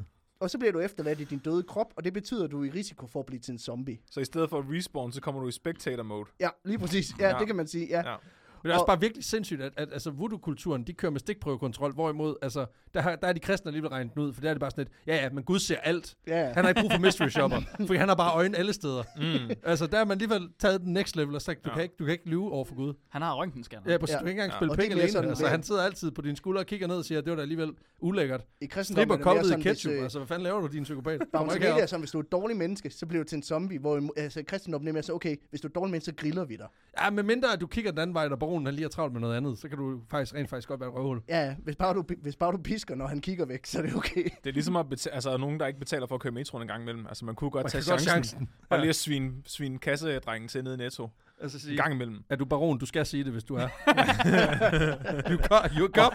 Og så bliver du efterladt i din døde krop, og det betyder, at du er i risiko for at blive til en zombie. Så i stedet for at respawn, så kommer du i spectator mode. Ja, lige præcis. Ja, Ja. det kan man sige. Ja. Ja. Men det er også Og- bare virkelig sindssygt, at, at altså, voodoo-kulturen, de kører med stikprøvekontrol, hvorimod, altså, der, har, der er de kristne alligevel regnet den ud, for der er det bare sådan lidt, ja, ja, men Gud ser alt. Ja, Han har ikke brug for mystery shopper, fordi han har bare øjne alle steder. Mm. Altså, der har man alligevel taget den next level og sagt, du, Ja. kan ikke, du kan ikke lyve over for Gud. Han har røntgenscanner. Ja, præcis, Ja. du kan ikke engang Ja. spille Og det er penge mere alene. sådan, Altså, det- han sidder altid på dine skuldre og kigger ned og siger, det var da alligevel ulækkert. I kristendommen Stripper er det mere koppet i sådan, hvis, ketchup, øh, altså, hvad fanden laver du, din psykopat? Kommer Bounce ikke Medi er herop. sådan, hvis du er et dårligt menneske, så bliver du til en zombie, hvor altså, kristendommen er mere så, okay, hvis du er et dårligt menneske, så griller vi dig. Ja, men mindre at du kigger den anden vej, der baronen han lige er travlt med noget andet, så kan du faktisk rent faktisk godt være et røvhul. Ja, hvis bare, du, hvis bare du pisker, når han kigger væk, så er det okay. Det er ligesom at beta- altså, nogen, der ikke betaler for at køre metroen en gang imellem. Altså, man kunne godt Man tage kan godt chancen, chancen. og lige at svine, svine kassedrengen til nede i Netto. Altså, En sige, gang imellem. er du baron? Du skal sige det, hvis du er. you got, you got.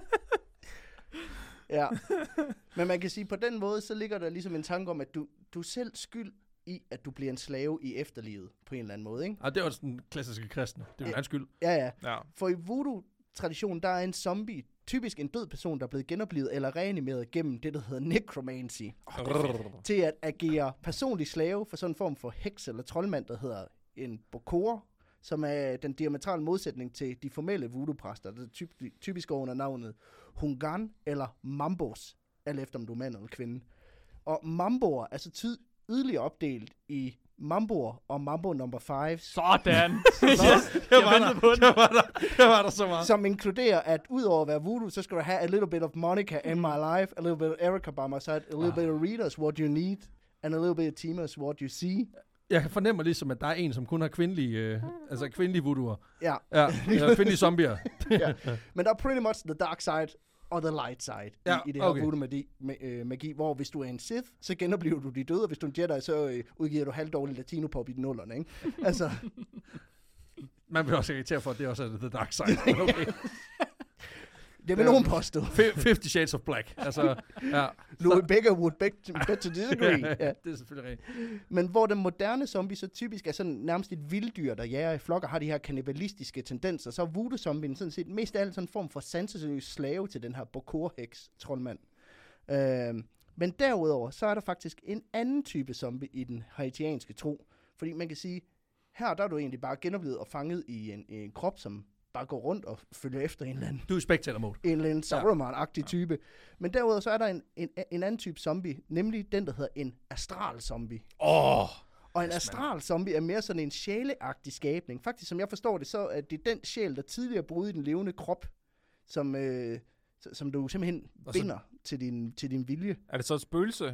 Ja. Men man kan sige, på den måde, så ligger der ligesom en tanke om, at du, du er selv skyld i, at du bliver en slave i efterlivet, på en eller anden måde, ikke? Ah, det var sådan den klassiske kristne. Det er jo Ja. hans skyld. Ja, ja. Ja. For i voodoo-traditionen, der er en zombie typisk en død person, der er blevet genoplevet eller reanimeret gennem det, der hedder necromancy, til at agere personlig slave for sådan en form for heks eller troldmand, der hedder en bokor, som er den diametrale modsætning til de formelle voodoo-præster, der typ- typisk går under navnet Hungan eller Mambos, alt efter om du er mand eller kvinde. Og Mamboer er så tid yderligere opdelt i Mamboer og Mambo number five, Sådan. yes, Det jeg var ventede der, på den. det var der, det var der så meget. som inkluderer, at udover at være voodoo, så skal du have a little bit of Monica in my life, a little bit of Erica by my side, a little Ah. bit of Rita's what you need, and a little bit of Tima's what you see. Jeg fornemmer ligesom, at der er en, som kun har kvindelige, øh, altså kvindelige voodooer. Ja, Ja, eller kvindelige zombier. ja. Men der er pretty much the dark side og the light side Ja, i, i det her okay. voodoo-magi, ma- øh, magi, hvor hvis du er en Sith, så genoplever du de døde, og hvis du er en Jedi, så øh, udgiver du halvdårlig latinopop i de nullerne, ikke? Altså, Man vil også irritere for, at det også er the dark side. Okay. det vil Ja. nogen påstå. Fi- Fifty Shades of Black. Altså, ja. Louis Becker would beg to, bet to disagree. ja, Ja. det er selvfølgelig rigtigt. Men hvor den moderne zombie så typisk er sådan nærmest et vilddyr, der jager i flokker, har de her kannibalistiske tendenser, så er voodoo-zombien sådan set mest af alt sådan en form for sanseløs slave til den her bokor-heks troldmand. Øh, men derudover, så er der faktisk en anden type zombie i den haitianske tro. Fordi man kan sige, her der er du egentlig bare genoplevet og fanget i en, i en krop, som bare går rundt og følger efter en eller anden Du er i spectator mode. en eller anden Sauron-agtig type. Men derudover så er der en, en, en anden type zombie, nemlig den, der hedder en astral zombie. Åh! Oh, Og en astral zombie er mere sådan en sjæleagtig skabning. Faktisk, som jeg forstår det, så er det den sjæl, der tidligere boede i den levende krop, som, øh, som du simpelthen Og så- binder til din, til din vilje. Er det så et spøgelse?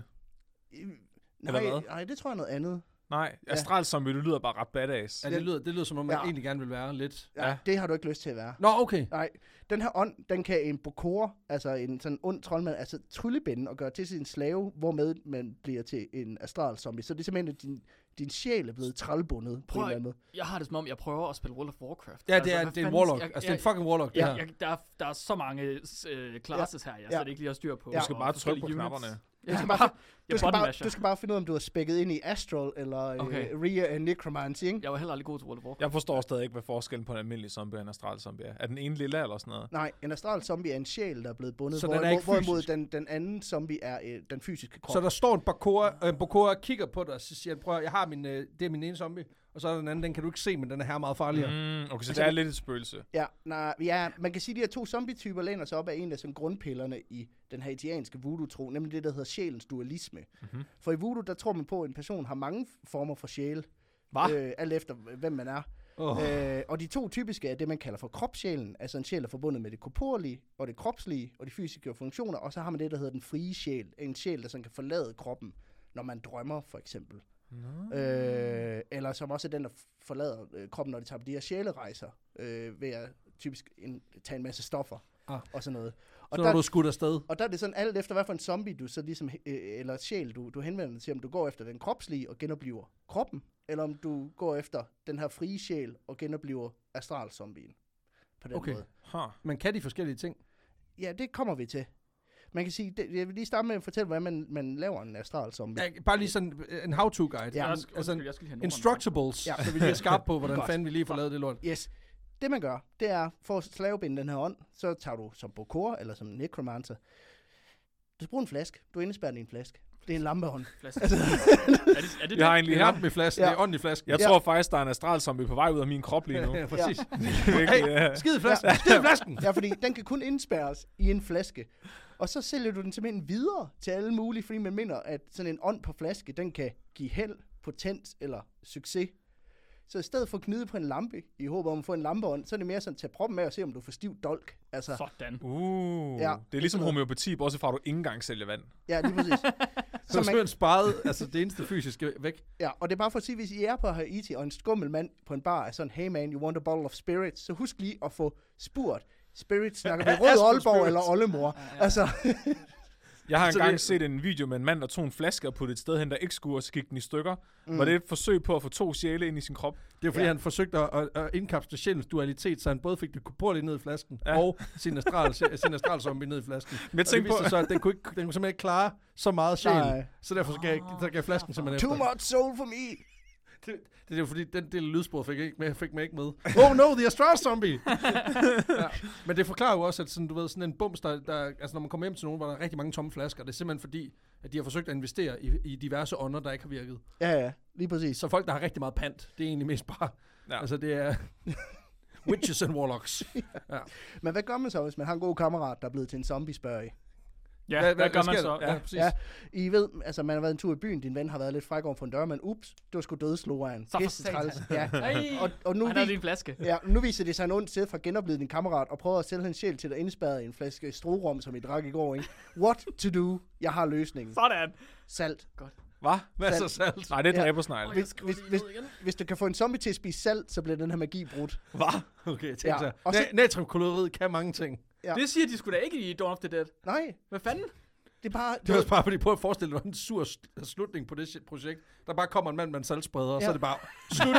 Nej, hvad? nej, det tror jeg er noget andet. Nej, Ja. astral zombie, det lyder bare ret badass. Ja, det lyder, det lyder som om, man Ja. egentlig gerne vil være lidt. Ja, Ja. det har du ikke lyst til at være. Nå, okay. Nej, den her ånd, den kan en bokor, altså en sådan ond troldmand, altså tryllebinde og gøre til sin slave, hvormed man bliver til en astral zombie. Så det er simpelthen, at din, din sjæl er blevet trælbundet på Prøv en at- eller anden måde. Jeg har det som om, jeg prøver at spille World of Warcraft. Ja, det Altså, er, hvad det er en fanden- warlock. jeg- Altså, det er en jeg- fucking warlock, det Ja. her. Jeg, der, er, der er så mange øh, classes her, jeg Ja. slet ikke lige har styr på. Ja. Du skal og bare trykke på forskellige units. knapperne. Jeg skal bare- bare, Du jeg skal, bare, buttonmasher. du skal bare finde ud af, om du har spækket ind i Astral eller Okay. okay. uh, Ria and Necromancy, ikke? Jeg var heller aldrig god til World of Warcraft. Jeg forstår stadig ikke, hvad forskellen på en almindelig zombie og en astral zombie er. Er den ene lille eller sådan noget? Nej, en astral zombie er en sjæl, der er blevet bundet, Så hvor, den er ikke hvorimod fysisk? den, den anden zombie er øh, den fysiske krop. Så der står en Bokora, en Bokora og kigger på dig, og så siger han, prøv at, jeg har min, øh, det er min ene zombie, og så er der den anden, den kan du ikke se, men den er her meget farligere. Mm. Mm, okay, så Altså, det er lidt et spøgelse. Ja, nej, ja, man kan sige, at de her to zombie-typer læner sig op af en af sådan grundpillerne i den haitianske voodoo-tro, nemlig det, der hedder sjælens dualisme. Mm-hmm. For i voodoo, der tror man på, at en person har mange former for sjæl, Hvad? øh, alt efter hvem man er. Oh. Øh, og de to typiske er det, man kalder for kropssjælen, altså en sjæl, der er forbundet med det korporlige, og det kropslige, og de fysiske funktioner, og så har man det, der hedder den frie sjæl, en sjæl, der sådan kan forlade kroppen, når man drømmer, for eksempel. No. Øh, eller som også er den, der forlader øh, kroppen, når de tager på de her sjælerejser, øh, ved at typisk en, tage en masse stoffer Ah. og sådan noget. Og Så der, når du er skudt afsted. og der er det sådan alt efter, hvad for en zombie du så ligesom, øh, eller sjæl du, du henvender dig til, om du går efter den kropslige og genopliver kroppen, eller om du går efter den her frie sjæl og genopliver astral-zombien. På den Okay. måde. Huh. Man kan de forskellige ting. Ja, det kommer vi til. Man kan sige, det, jeg vil lige starte med at fortælle, hvordan man, man laver en astral-zombie. Ja, bare lige sådan en how-to guide. Ja, Jeg skal, altså undskyld, jeg skal lige have nogen Instructables, Ja. ja. så vi lige er skarpe på, hvordan Godt. fanden vi lige får lavet det lort. Yes. Det man gør, det er, for at slavebinde den her ånd, så tager du som Bokor eller som Necromancer, du bruger en flaske. Du indespærrer den i en flaske. Det er en lampeånd. flaske. er det, er det Jeg har det? egentlig Det er her. lampen i flasken, Ja. det er ånden i flasken. Jeg Ja. tror faktisk, der er en astral zombie på vej ud af min krop lige nu. Ja, præcis. Virkelig, ja. Skid i flasken, skid i flasken! Ja, fordi den kan kun indspærres i en flaske. Og så sælger du den simpelthen videre til alle mulige, fordi man mener, at sådan en ånd på flaske, den kan give held, potens eller succes. Så i stedet for at knyde på en lampe, i håb om at få en lampeånd, så er det mere sådan, at tage proppen med og se, om du får stiv dolk. Altså, Sådan. Uh, Ja, ja, det er ligesom sådan noget. homeopati, bortset fra, at du ikke engang sælger vand. ja, lige præcis. Så er så man, simpelthen sparet, altså det eneste fysiske væk. ja, og det er bare for at sige, hvis I er på Haiti, og en skummel mand på en bar er sådan, hey man, you want a bottle of spirits, så husk lige at få spurgt. Spirits snakker vi rød Astral Aalborg spirits. eller oldemor. Altså, Jeg har Så engang det- set en video med en mand, der tog en flaske og puttede et sted hen, der ikke skulle, og så gik den i stykker. Mm. Mm. Var det et forsøg på at få to sjæle ind i sin krop? Det er fordi, Ja. ja. han forsøgte at, at, at indkapsle sjælens dualitet, så han både fik det korporlige ned i flasken, Ja. ja. og sin astral, sin astral zombie ned i flasken. Men jeg Og det tænkte viste på, sig så, at den kunne, ikke, den kunne simpelthen ikke klare så meget sjæl, Nej. så derfor så gav, så gav flasken simpelthen Too efter. much soul for me. Det, det er jo fordi, den del af lydsporet fik, ikke med, fik mig ikke med. Oh no, the astral zombie! Ja. Men det forklarer jo også, at sådan, du ved, sådan en bums, der, der, altså når man kommer hjem til nogen, hvor der er rigtig mange tomme flasker, det er simpelthen fordi, at de har forsøgt at investere i, i diverse ånder, der ikke har virket. Ja, ja, lige præcis. Så folk, der har rigtig meget pant, det er egentlig mest bare, Ja. ja. altså det er witches and warlocks. Ja. Men hvad gør man så, hvis man har en god kammerat, der er blevet til en zombie, spørger I? Ja, hvad, hvad gør man sker så? der? Ja, præcis. Ja, I ved, altså man har været en tur i byen, din ven har været lidt fræk over for en dør, men ups, det var sgu dødslogeren. Så for Pisse træls. satan. Ja. Hey, Og, og nu, han havde vi, din flaske. ja, nu viser det sig en ond sted fra at genopleve din kammerat, og prøver at sælge hans sjæl til dig indspærret i en flaske strorum, som I drak i går, ikke? What to do? Jeg har løsningen. Sådan. Salt. hvad? Hvad så Salt. salt? Nej, det er Ja. dræbersnegl. Hvis, hvis, hvis, hvis du kan få en zombie til at spise salt, så bliver den her magi brudt. Hvad? Okay, tænk Ja, ja. og så... så- Natriumklorid kan mange ting. Ja. Det siger de sgu da ikke i Dawn of the Dead. Nej, Hvad fanden? det er bare... Det var også bare, fordi prøv at forestille dig, det var en sur st- slutning på det shit projekt. Der bare kommer en mand med en saltspreder, og så Ja. er det bare slut.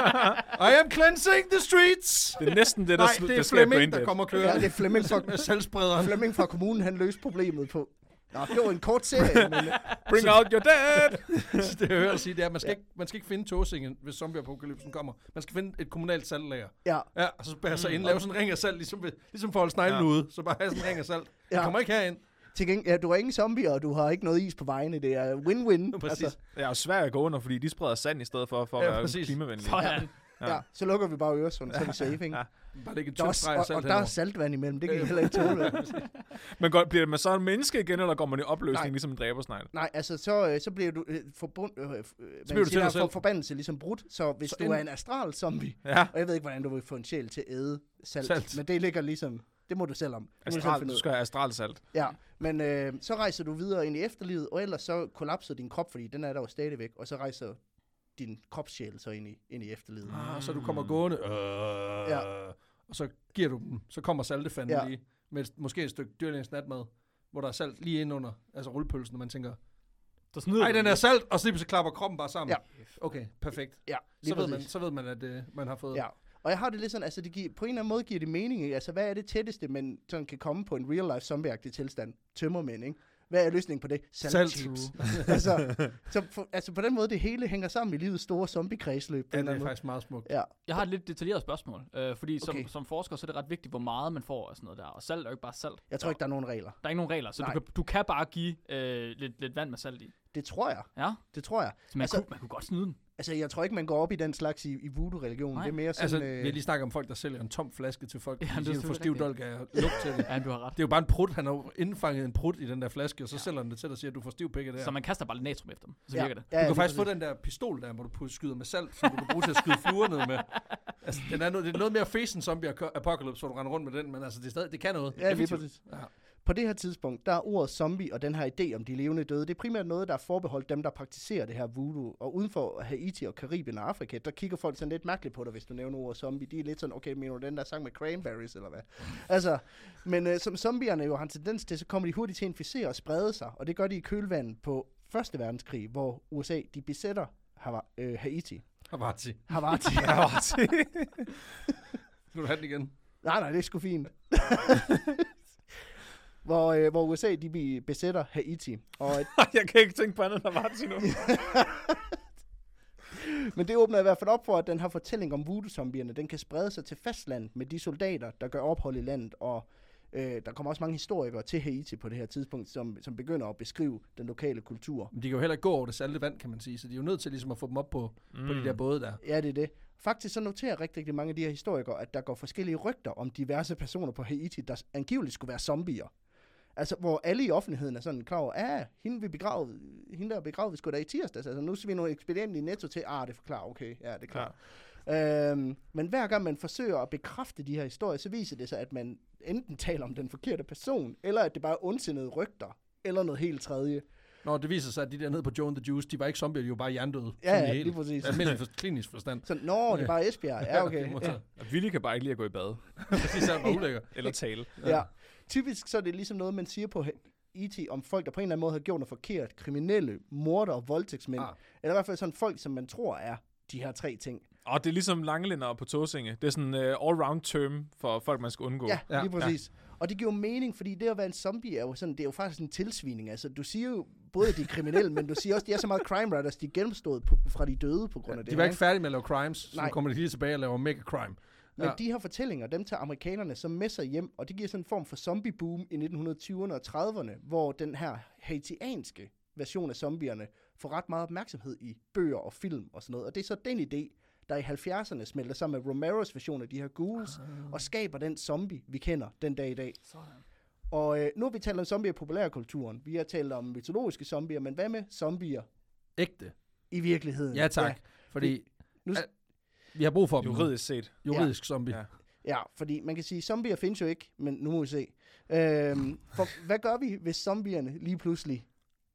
I am cleansing the streets! Det er næsten det, der, Nej, slu- det der er sker i Flemming, Braindead. der kommer og kører Ja, det er Flemming fra, med saltsprederen. Flemming fra kommunen, han løste problemet på. Nå, det var en kort serie, men... Bring out your dead! Så det jeg hører at sige, det er, at man skal, ikke, man skal ikke finde tåsingen, hvis zombieapokalypsen kommer. Man skal finde et kommunalt saltlager. Ja, Ja, og så bære sig ind, lave sådan en ring af salt, ligesom, ved- ligesom for at holde sneglen Ja. ude. Så bare have sådan en ring af salt. Ja. Ja. kommer ikke herind. til gengæld, ja, du har ingen zombier, og du har ikke noget is på vejene. Det er win-win. Præcis. Altså, Det er jo svært at gå under, fordi de spreder sand i stedet for, for at Ja, være præcis. klimavenlige. Sådan. ja. ja, så lukker vi bare Øresund, så er vi safe, ikke? Ja. Bare lægge en Der er tynd også, streg af og, og salt der er henover. saltvand imellem, det kan I heller ikke tåle. Men går, bliver man så en menneske igen, eller går man i opløsning, Nej. ligesom en dræbersnegl? Nej, altså så, øh, så bliver du øh, forbund, øh, øh, man bliver du siger, til der dig er selv. for, forbandelse ligesom brudt. Så hvis Så du en- er en astral zombie, Ja. og jeg ved ikke, hvordan du vil få en sjæl til at æde salt, Salt. men det ligger ligesom Det må du selv om. Det må du, selv Astral, finde du ud. skal have astralsalt. Ja, men øh, så rejser du videre ind i efterlivet, og ellers så kollapser din krop, fordi den er der jo stadigvæk, og så rejser din kropssjæl så ind i, ind i efterlivet. Ah, så du kommer gående, øh, Ja. og så giver du dem, så kommer saltefanden Ja. lige, med et, måske et stykke dyrlægens natmad, hvor der er salt lige ind under, altså rullepølsen, og man tænker, Der snyder nej, du den lige. er salt, og så lige så klapper kroppen bare sammen. Ja. Okay, perfekt. Ja, lige Så ved, man, præcis. så ved man, at øh, man har fået... Ja, og jeg har det lidt sådan, altså det giver, på en eller anden måde giver det mening, ikke? Altså hvad er det tætteste, man sådan kan komme på en real-life zombie-agtig tilstand? Tømmermænd, ikke? Hvad er løsningen på det? Salt. Saltchips. altså, så for, altså på den måde, det hele hænger sammen i livets store zombie-kredsløb. på Ja, en det eller er anden faktisk meget smukt. måde. Ja, Jeg har et lidt detaljeret spørgsmål, øh, fordi som, Okay. som forsker, så er det ret vigtigt, hvor meget man får og sådan noget der. Og salt er jo ikke bare salt. jeg tror ikke, der er nogen regler. Der er ikke nogen regler, så du Nej. kan, du kan bare give øh, lidt, lidt vand med salt i. Det tror jeg. Ja, Det tror jeg. så man, Altså- altså, kunne, man kunne godt snyde den. Altså, jeg tror ikke, man går op i den slags i, i voodoo-religionen. Nej. Det er mere sådan... Altså, øh, vi har lige snakket om folk, der sælger en tom flaske til folk, Ja, ja, det er de siger, du får selvfølgelig stiv dolk af lugt til det. Ja, du har ret. Det er jo bare en prut, han har jo indfanget en prut i den der flaske, og så Ja. sælger han det til dig og siger, at du får stiv pikke der. Så man kaster bare lidt natrium efter dem, så ja, virker det. Ja, Du kan lige faktisk få præcis. den der pistol der, hvor du putter- skyder med salt, som du kan bruge til at skyde fluer ned med. Altså, den er noget, det er noget mere face end zombie apocalypse, hvor du render rundt med den, men altså, det, er stadig, det kan noget. Ja, lige Effektivt. præcis. Ja. På det her tidspunkt, der er ordet zombie og den her idé om de levende døde, det er primært noget, der er forbeholdt dem, der praktiserer det her voodoo. Og uden for Haiti og Karibien og Afrika, der kigger folk sådan lidt mærkeligt på dig, hvis du nævner ordet zombie. De er lidt sådan, okay, mener du den der sang med cranberries, eller hvad? Altså, men øh, som zombierne jo har en tendens til, så kommer de hurtigt til at inficere og sprede sig. Og det gør de i kølvandet på Første Verdenskrig, hvor U S A, de besætter Hava- øh, Haiti. Havarti. Havarti. Nu du have den igen. Nej, nej, det er sgu fint. hvor, øh, hvor U S A, de be- besætter Haiti. Og Jeg kan ikke tænke på andet, der var til nu. Men det åbner i hvert fald op for, at den her fortælling om voodoo-zombierne, den kan sprede sig til fastlandet med de soldater, der gør ophold i landet. Og øh, der kommer også mange historikere til Haiti på det her tidspunkt, som, som begynder at beskrive den lokale kultur. Men de kan jo heller ikke gå over det salte vand, kan man sige, så de er jo nødt til ligesom at få dem op på, mm. på de der både der. Ja, det er det. Faktisk så noterer rigtig, rigtig mange af de her historikere, at der går forskellige rygter om diverse personer på Haiti, der angiveligt skulle være zombier. Altså, hvor alle i offentligheden er sådan klar over, ah, hende, vi begravet, hende der er begravet, vi skulle da i tirsdags. Altså, nu ser vi nogle ekspedienter i Netto til, ah, det er forklaret, okay, ja, det er klart. Ja. Øhm, men hver gang man forsøger at bekræfte de her historier, så viser det sig, at man enten taler om den forkerte person, eller at det bare er ondsindede rygter, eller noget helt tredje. Når det viser sig, at de der nede på Joe and the Juice, de var ikke zombier, de var bare hjernedøde. Ja, Sådan ja, i helt lige præcis. almindelig for, klinisk forstand. Så, nå, det er bare Esbjerg. Ja, okay. Ja. Ja. Willy kan bare ikke lide at gå i bad. Præcis, så er det bare ulækker. Eller tale. Ja. Typisk så er det ligesom noget, man siger på Haiti om folk, der på en eller anden måde har gjort noget forkert. Kriminelle, morder og voldtægtsmænd. Ah. Eller i hvert fald sådan folk, som man tror er de her tre ting. Og det er ligesom Langelænder på Tåsinge. Det er sådan en uh, all-round term for folk, man skal undgå. Ja, Ja, lige præcis. Ja. Og det giver jo mening, fordi det at være en zombie er jo sådan, det er jo faktisk en tilsvining. Altså, du siger jo både, at de er kriminelle, men du siger også, at de er så meget crime writers, de er gennemstået på, fra de døde på grund af det. De var her, ikke færdige med at lave crimes, så Nej. nu kommer de lige tilbage og laver mega crime. Men Ja. de her fortællinger, dem tager amerikanerne så med sig hjem, og det giver sådan en form for zombie-boom i nitten tyverne og trediverne, hvor den her haitianske version af zombierne får ret meget opmærksomhed i bøger og film og sådan noget. Og det er så den idé, der i halvfjerdserne smelter sammen med Romeros version af de her ghouls, og skaber den zombie, vi kender den dag i dag. Sådan. Og øh, nu har vi talt om zombier i populærkulturen. Vi har talt om mytologiske zombier, men hvad med zombier Ægte. i virkeligheden? Ja, tak. Ja, Fordi nu, Al- vi har brug for dem. nu. Juridisk set. Juridisk zombie. Ja. ja, fordi man kan sige, zombier findes jo ikke, men nu må vi se. Øhm, for hvad gør vi, hvis zombierne lige pludselig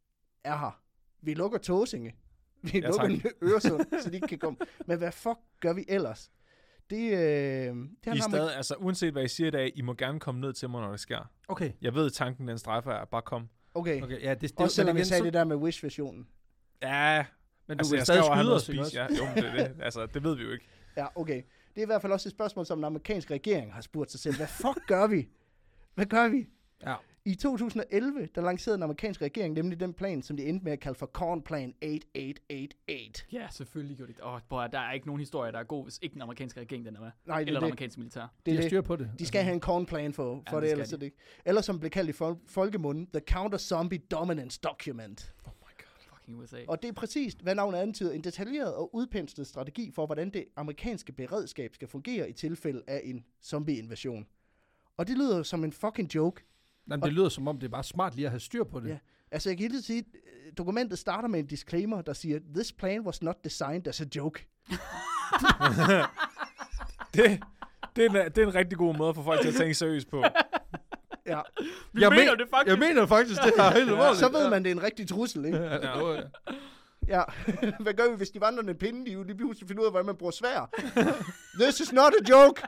er her? Vi lukker Tåsinge. Vi Ja, lukker Øresund, så de ikke kan komme. Men hvad fuck gør vi ellers? Det, øh, det I handler om... stadig, altså uanset hvad I siger i dag, I må gerne komme ned til mig, når det sker. Okay. Jeg ved, tanken den strejfer er, bare kom. Okay, okay. Okay, ja, det, det, Også selvom men jeg igen, sagde så- det der med Wish-versionen. Ja, Men du altså, vil jeg stadig skal jo have skyde noget os, at ikke spise. også? Ja, jo, det, er det. Altså, det ved vi jo ikke. Ja, okay. Det er i hvert fald også et spørgsmål, som den amerikanske regering har spurgt sig selv. Hvad fuck gør vi? Hvad gør vi? Ja. I to tusind og elleve, der lancerede den amerikanske regering nemlig den plan, som de endte med at kalde for Corn Plan otte otte otte otte. Ja, selvfølgelig gjorde det. Åh, oh, der er ikke nogen historie, der er god, hvis ikke den amerikanske regering den er med. Nej, det Eller er den det. amerikanske militær. Det De er har det. styr på det. De skal have en corn plan for, for Ja, det, det ellers skal er det ikke. Eller som blev kaldt i fol- folkemunden, The Counter-Zombie Dominance Document. Oh my god. Fucking U S A. Og det er præcis, hvad navnet antyder, en detaljeret og udpenslet strategi for, hvordan det amerikanske beredskab skal fungere i tilfælde af en zombie-invasion. Og det lyder som en fucking joke. Jamen, det lyder som om, det er bare smart lige at have styr på det. Ja. Altså, jeg kan helt sige, at dokumentet starter med en disclaimer, der siger, this plan was not designed as a joke. Det, Det er, en, det er en rigtig god måde for folk til at tænke seriøst på. Ja. Vi Jeg mener men- det faktisk. Jeg mener faktisk, det er helt alvorligt. Så ved man, det er en rigtig trussel, ikke? Ja, det var- Ja. Hvad gør vi, hvis de vandrende pinde, de jo lige pludselig finder ud af, hvordan man bruger svær? This is not a joke!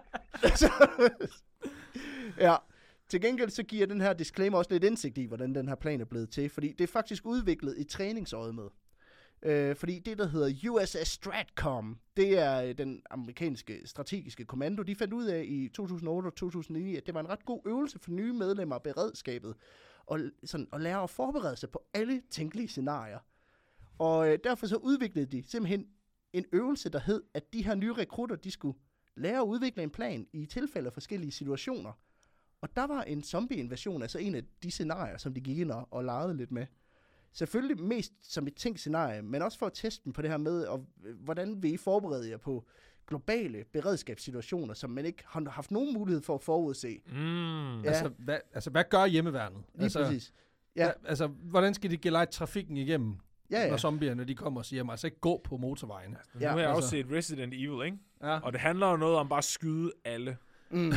Ja. Til gengæld så giver den her disclaimer også lidt indsigt i, hvordan den her plan er blevet til, fordi det er faktisk udviklet i træningsøjet med. Øh, fordi det, der hedder U S S Stratcom, det er øh, den amerikanske strategiske kommando, de fandt ud af i to tusind og otte og to tusind og ni, at det var en ret god øvelse for nye medlemmer af beredskabet, og sådan, at lære at forberede sig på alle tænkelige scenarier. Og øh, derfor så udviklede de simpelthen en øvelse, der hed, at de her nye rekrutter, de skulle lære at udvikle en plan i tilfælde af forskellige situationer. Og der var en zombie-invasion, altså en af de scenarier, som de gik ind og, og legede lidt med. Selvfølgelig mest som et tænkt scenarie, men også for at teste dem på det her med, og, øh, hvordan vil I forberede jer på globale beredskabssituationer, som man ikke har haft nogen mulighed for at forudse. Mm. Ja. Altså, hvad, altså, hvad gør hjemmeværnet? Lige altså, præcis. Ja. Ja. Altså, hvordan skal de gelejte trafikken igennem, Ja, når ja. zombierne de kommer og siger, altså ikke gå på motorvejen? Nu Ja, har jeg også altså. set Resident Evil, ikke? Ja. Og det handler jo noget om bare at skyde alle. Mm.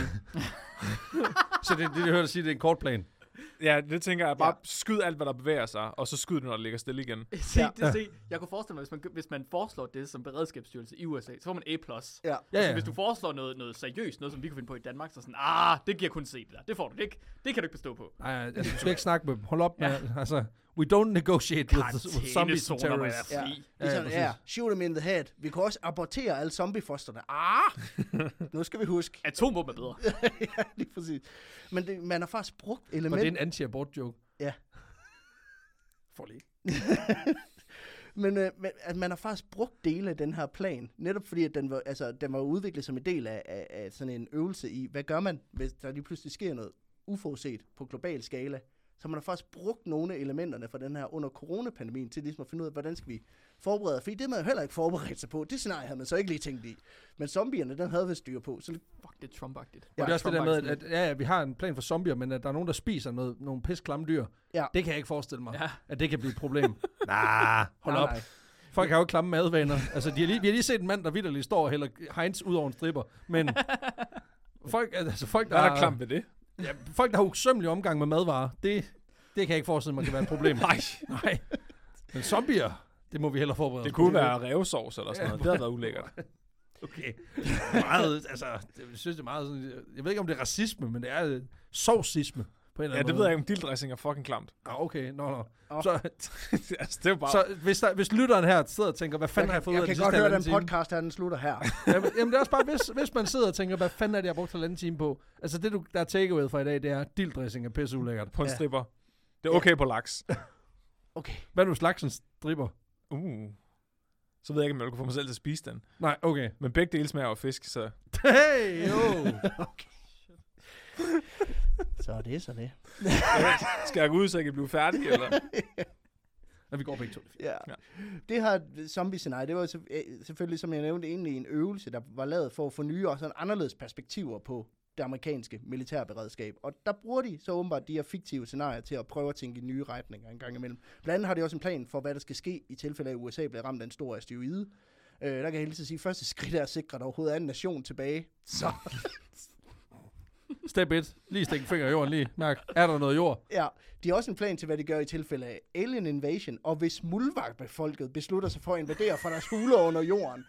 Så det, det, det hører at sige, det er en kort plan. Ja, det tænker jeg. Bare Ja. ja. skyd alt, hvad der bevæger sig, og så skyd det, når det ligger stille igen. Se, Ja. det, se. Jeg kunne forestille mig, hvis man, hvis man foreslår det som beredskabsstyrelse i U S A, så får man A plus. Ja. Ja, Altså, ja. hvis du foreslår noget, noget seriøst, noget som vi kunne finde på i Danmark, så er sådan, ah, det giver kun se det der. Det får du ikke. Det kan du ikke bestå på. Nej, altså, du skal ikke snakke med dem. Hold op med, altså, we don't negotiate with, with zombies and Karantænezoner, hvor jeg terrorists. er Ja. fri. Det er Ja, sådan, ja, ja, præcis. shoot them in the head. Vi kan også abortere alle zombiefosterne. Ah! Nu skal vi huske. Atomvåben er bedre. Ja, lige præcis. Men det, man har faktisk brugt Og det er elementer. en anti-abort joke. Ja. For lige. Men, øh, men at man har faktisk brugt dele af den her plan, netop fordi at den var, altså, den var udviklet som en del af, af, af sådan en øvelse i, hvad gør man, hvis der lige pludselig sker noget uforudset på global skala. Så man har faktisk brugt nogle af elementerne fra den her under coronapandemien til ligesom at finde ud af, hvordan skal vi forberede. Fordi det havde man jo heller ikke forberedt sig på. Det scenarie havde man så ikke lige tænkt i. Men zombierne, den havde vi styr på. Så Fuck, det er Trump-agtigt. Ja, det er også det der med, at, at ja, ja, vi har en plan for zombier, men at der er nogen, der spiser noget, nogle pisklamme dyr. Ja. Det kan jeg ikke forestille mig, Ja. at det kan blive et problem. nah, hold Nej, op. nej. Folk har jo ikke klamme madvaner. Altså, de har lige, vi har lige set en mand, der vitterligt står og hælder Heinz ud over en stripper. Men folk, altså, folk, der, Hvad er der klamt ved det? ja, folk, der har usømmelig omgang med madvarer, det, det kan jeg ikke forestille mig kan være et problem. Nej. Nej. Men zombier, det må vi hellere forberede Det os kunne på. være revsovs eller sådan noget. Det havde været ulækkert. Okay. Meget, altså, det, jeg synes, det er meget sådan, jeg ved ikke, om det er racisme, men det er øh, sovsisme på en eller Ja, anden det måde. ved jeg ikke, om dilddressing er fucking klamt. Ah, okay, nå, nå. Åh. Så, altså, det er jo bare... så hvis, der, hvis lytteren her sidder og tænker, hvad fanden har jeg fået ud jeg af kan den godt sidste høre, at halvanden den time? podcast her, den slutter her. Jamen, jamen, det er også bare, hvis, hvis man sidder og tænker, hvad fanden er det, jeg har brugt halvanden time på? Altså, det, du, der er takeaway fra i dag, det er, dilddressing er pisse ulækkert. på en Ja. stripper. Det er okay på laks. Okay. Hvad er du slagsens stripper? Uh. Så ved jeg ikke, om jeg kunne få mig selv til at spise den. Nej, okay. Men begge dele smager af fisk, så... Hey, jo. Okay. Så er det, så er det. Skal jeg gå ud, så jeg kan blive færdig, eller? Ja, vi går begge to. Ja. Ja. ja. Det her zombie-scenarie, det var så, øh, selvfølgelig, som jeg nævnte, egentlig en øvelse, der var lavet for at få nye og sådan anderledes perspektiver på det amerikanske militærberedskab. Og der bruger de så åbenbart de her fiktive scenarier til at prøve at tænke i nye retninger en gang imellem. Blandt andet har de også en plan for, hvad der skal ske i tilfælde af, at U S A bliver ramt af en stor asteroide. Øh, der kan jeg helst sige, at første skridt er at sikre, at der overhovedet er en nation tilbage. Så Step et. Lige stik en finger i jorden lige. Mærk, er der noget jord? ja, de har også en plan til, hvad de gør i tilfælde af alien invasion, og hvis muldvarpbefolket beslutter sig for at invadere fra deres huler under jorden.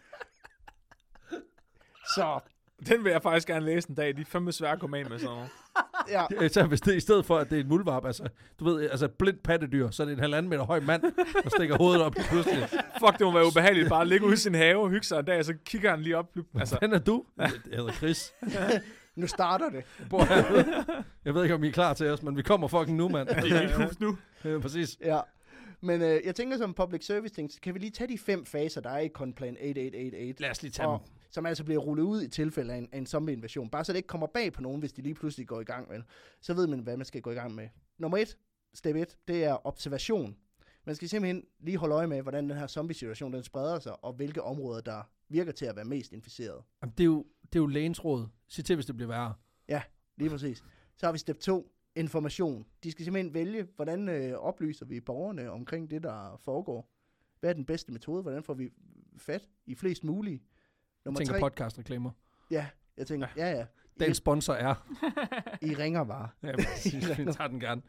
Så, Den vil jeg faktisk gerne læse en dag. De er fandme svære at komme af med sådan noget. ja. Så hvis det i stedet for, at det er en muldvarp, altså, du ved, altså et blindt pattedyr, så er det en halvanden meter høj mand, der stikker hovedet op lige pludselig. Fuck, det må være ubehageligt. Bare ligge ude i sin have og hygge sig en dag, og så kigger han lige op. Altså, Hvem er du? Jeg hedder Chris. Nu starter det. Bor herude. Jeg ved ikke, om I er klar til os, men vi kommer fucking nu, mand. Det er helt hus nu. Ja, præcis. Ja. Men øh, jeg tænker som public service ting, så kan vi lige tage de fem faser, der er i Conplan otte otte otte otte. Lad os lige tage dem. og, som altså bliver rullet ud i tilfælde af en, af en zombie-invasion. Bare så det ikke kommer bag på nogen, hvis de lige pludselig går i gang med. Så ved man, hvad man skal gå i gang med. Nummer et, step et, det er observation. Man skal simpelthen lige holde øje med, hvordan den her zombie-situation den spreder sig, og hvilke områder, der virker til at være mest inficeret. Jamen, det, er jo, det er jo lægens råd. Sig til, hvis det bliver værre. Lige præcis. Så har vi step to, information. De skal simpelthen vælge, hvordan øh, oplyser vi borgerne omkring det, der foregår. Hvad er den bedste metode? Hvordan får vi fat i flest mulige? Jeg Nummer tænker tre, podcast-reklamer. ja, Jeg tænker, ja, ja. Den sponsor er. I ringer bare. Ja, præcis. Vi tager den gerne.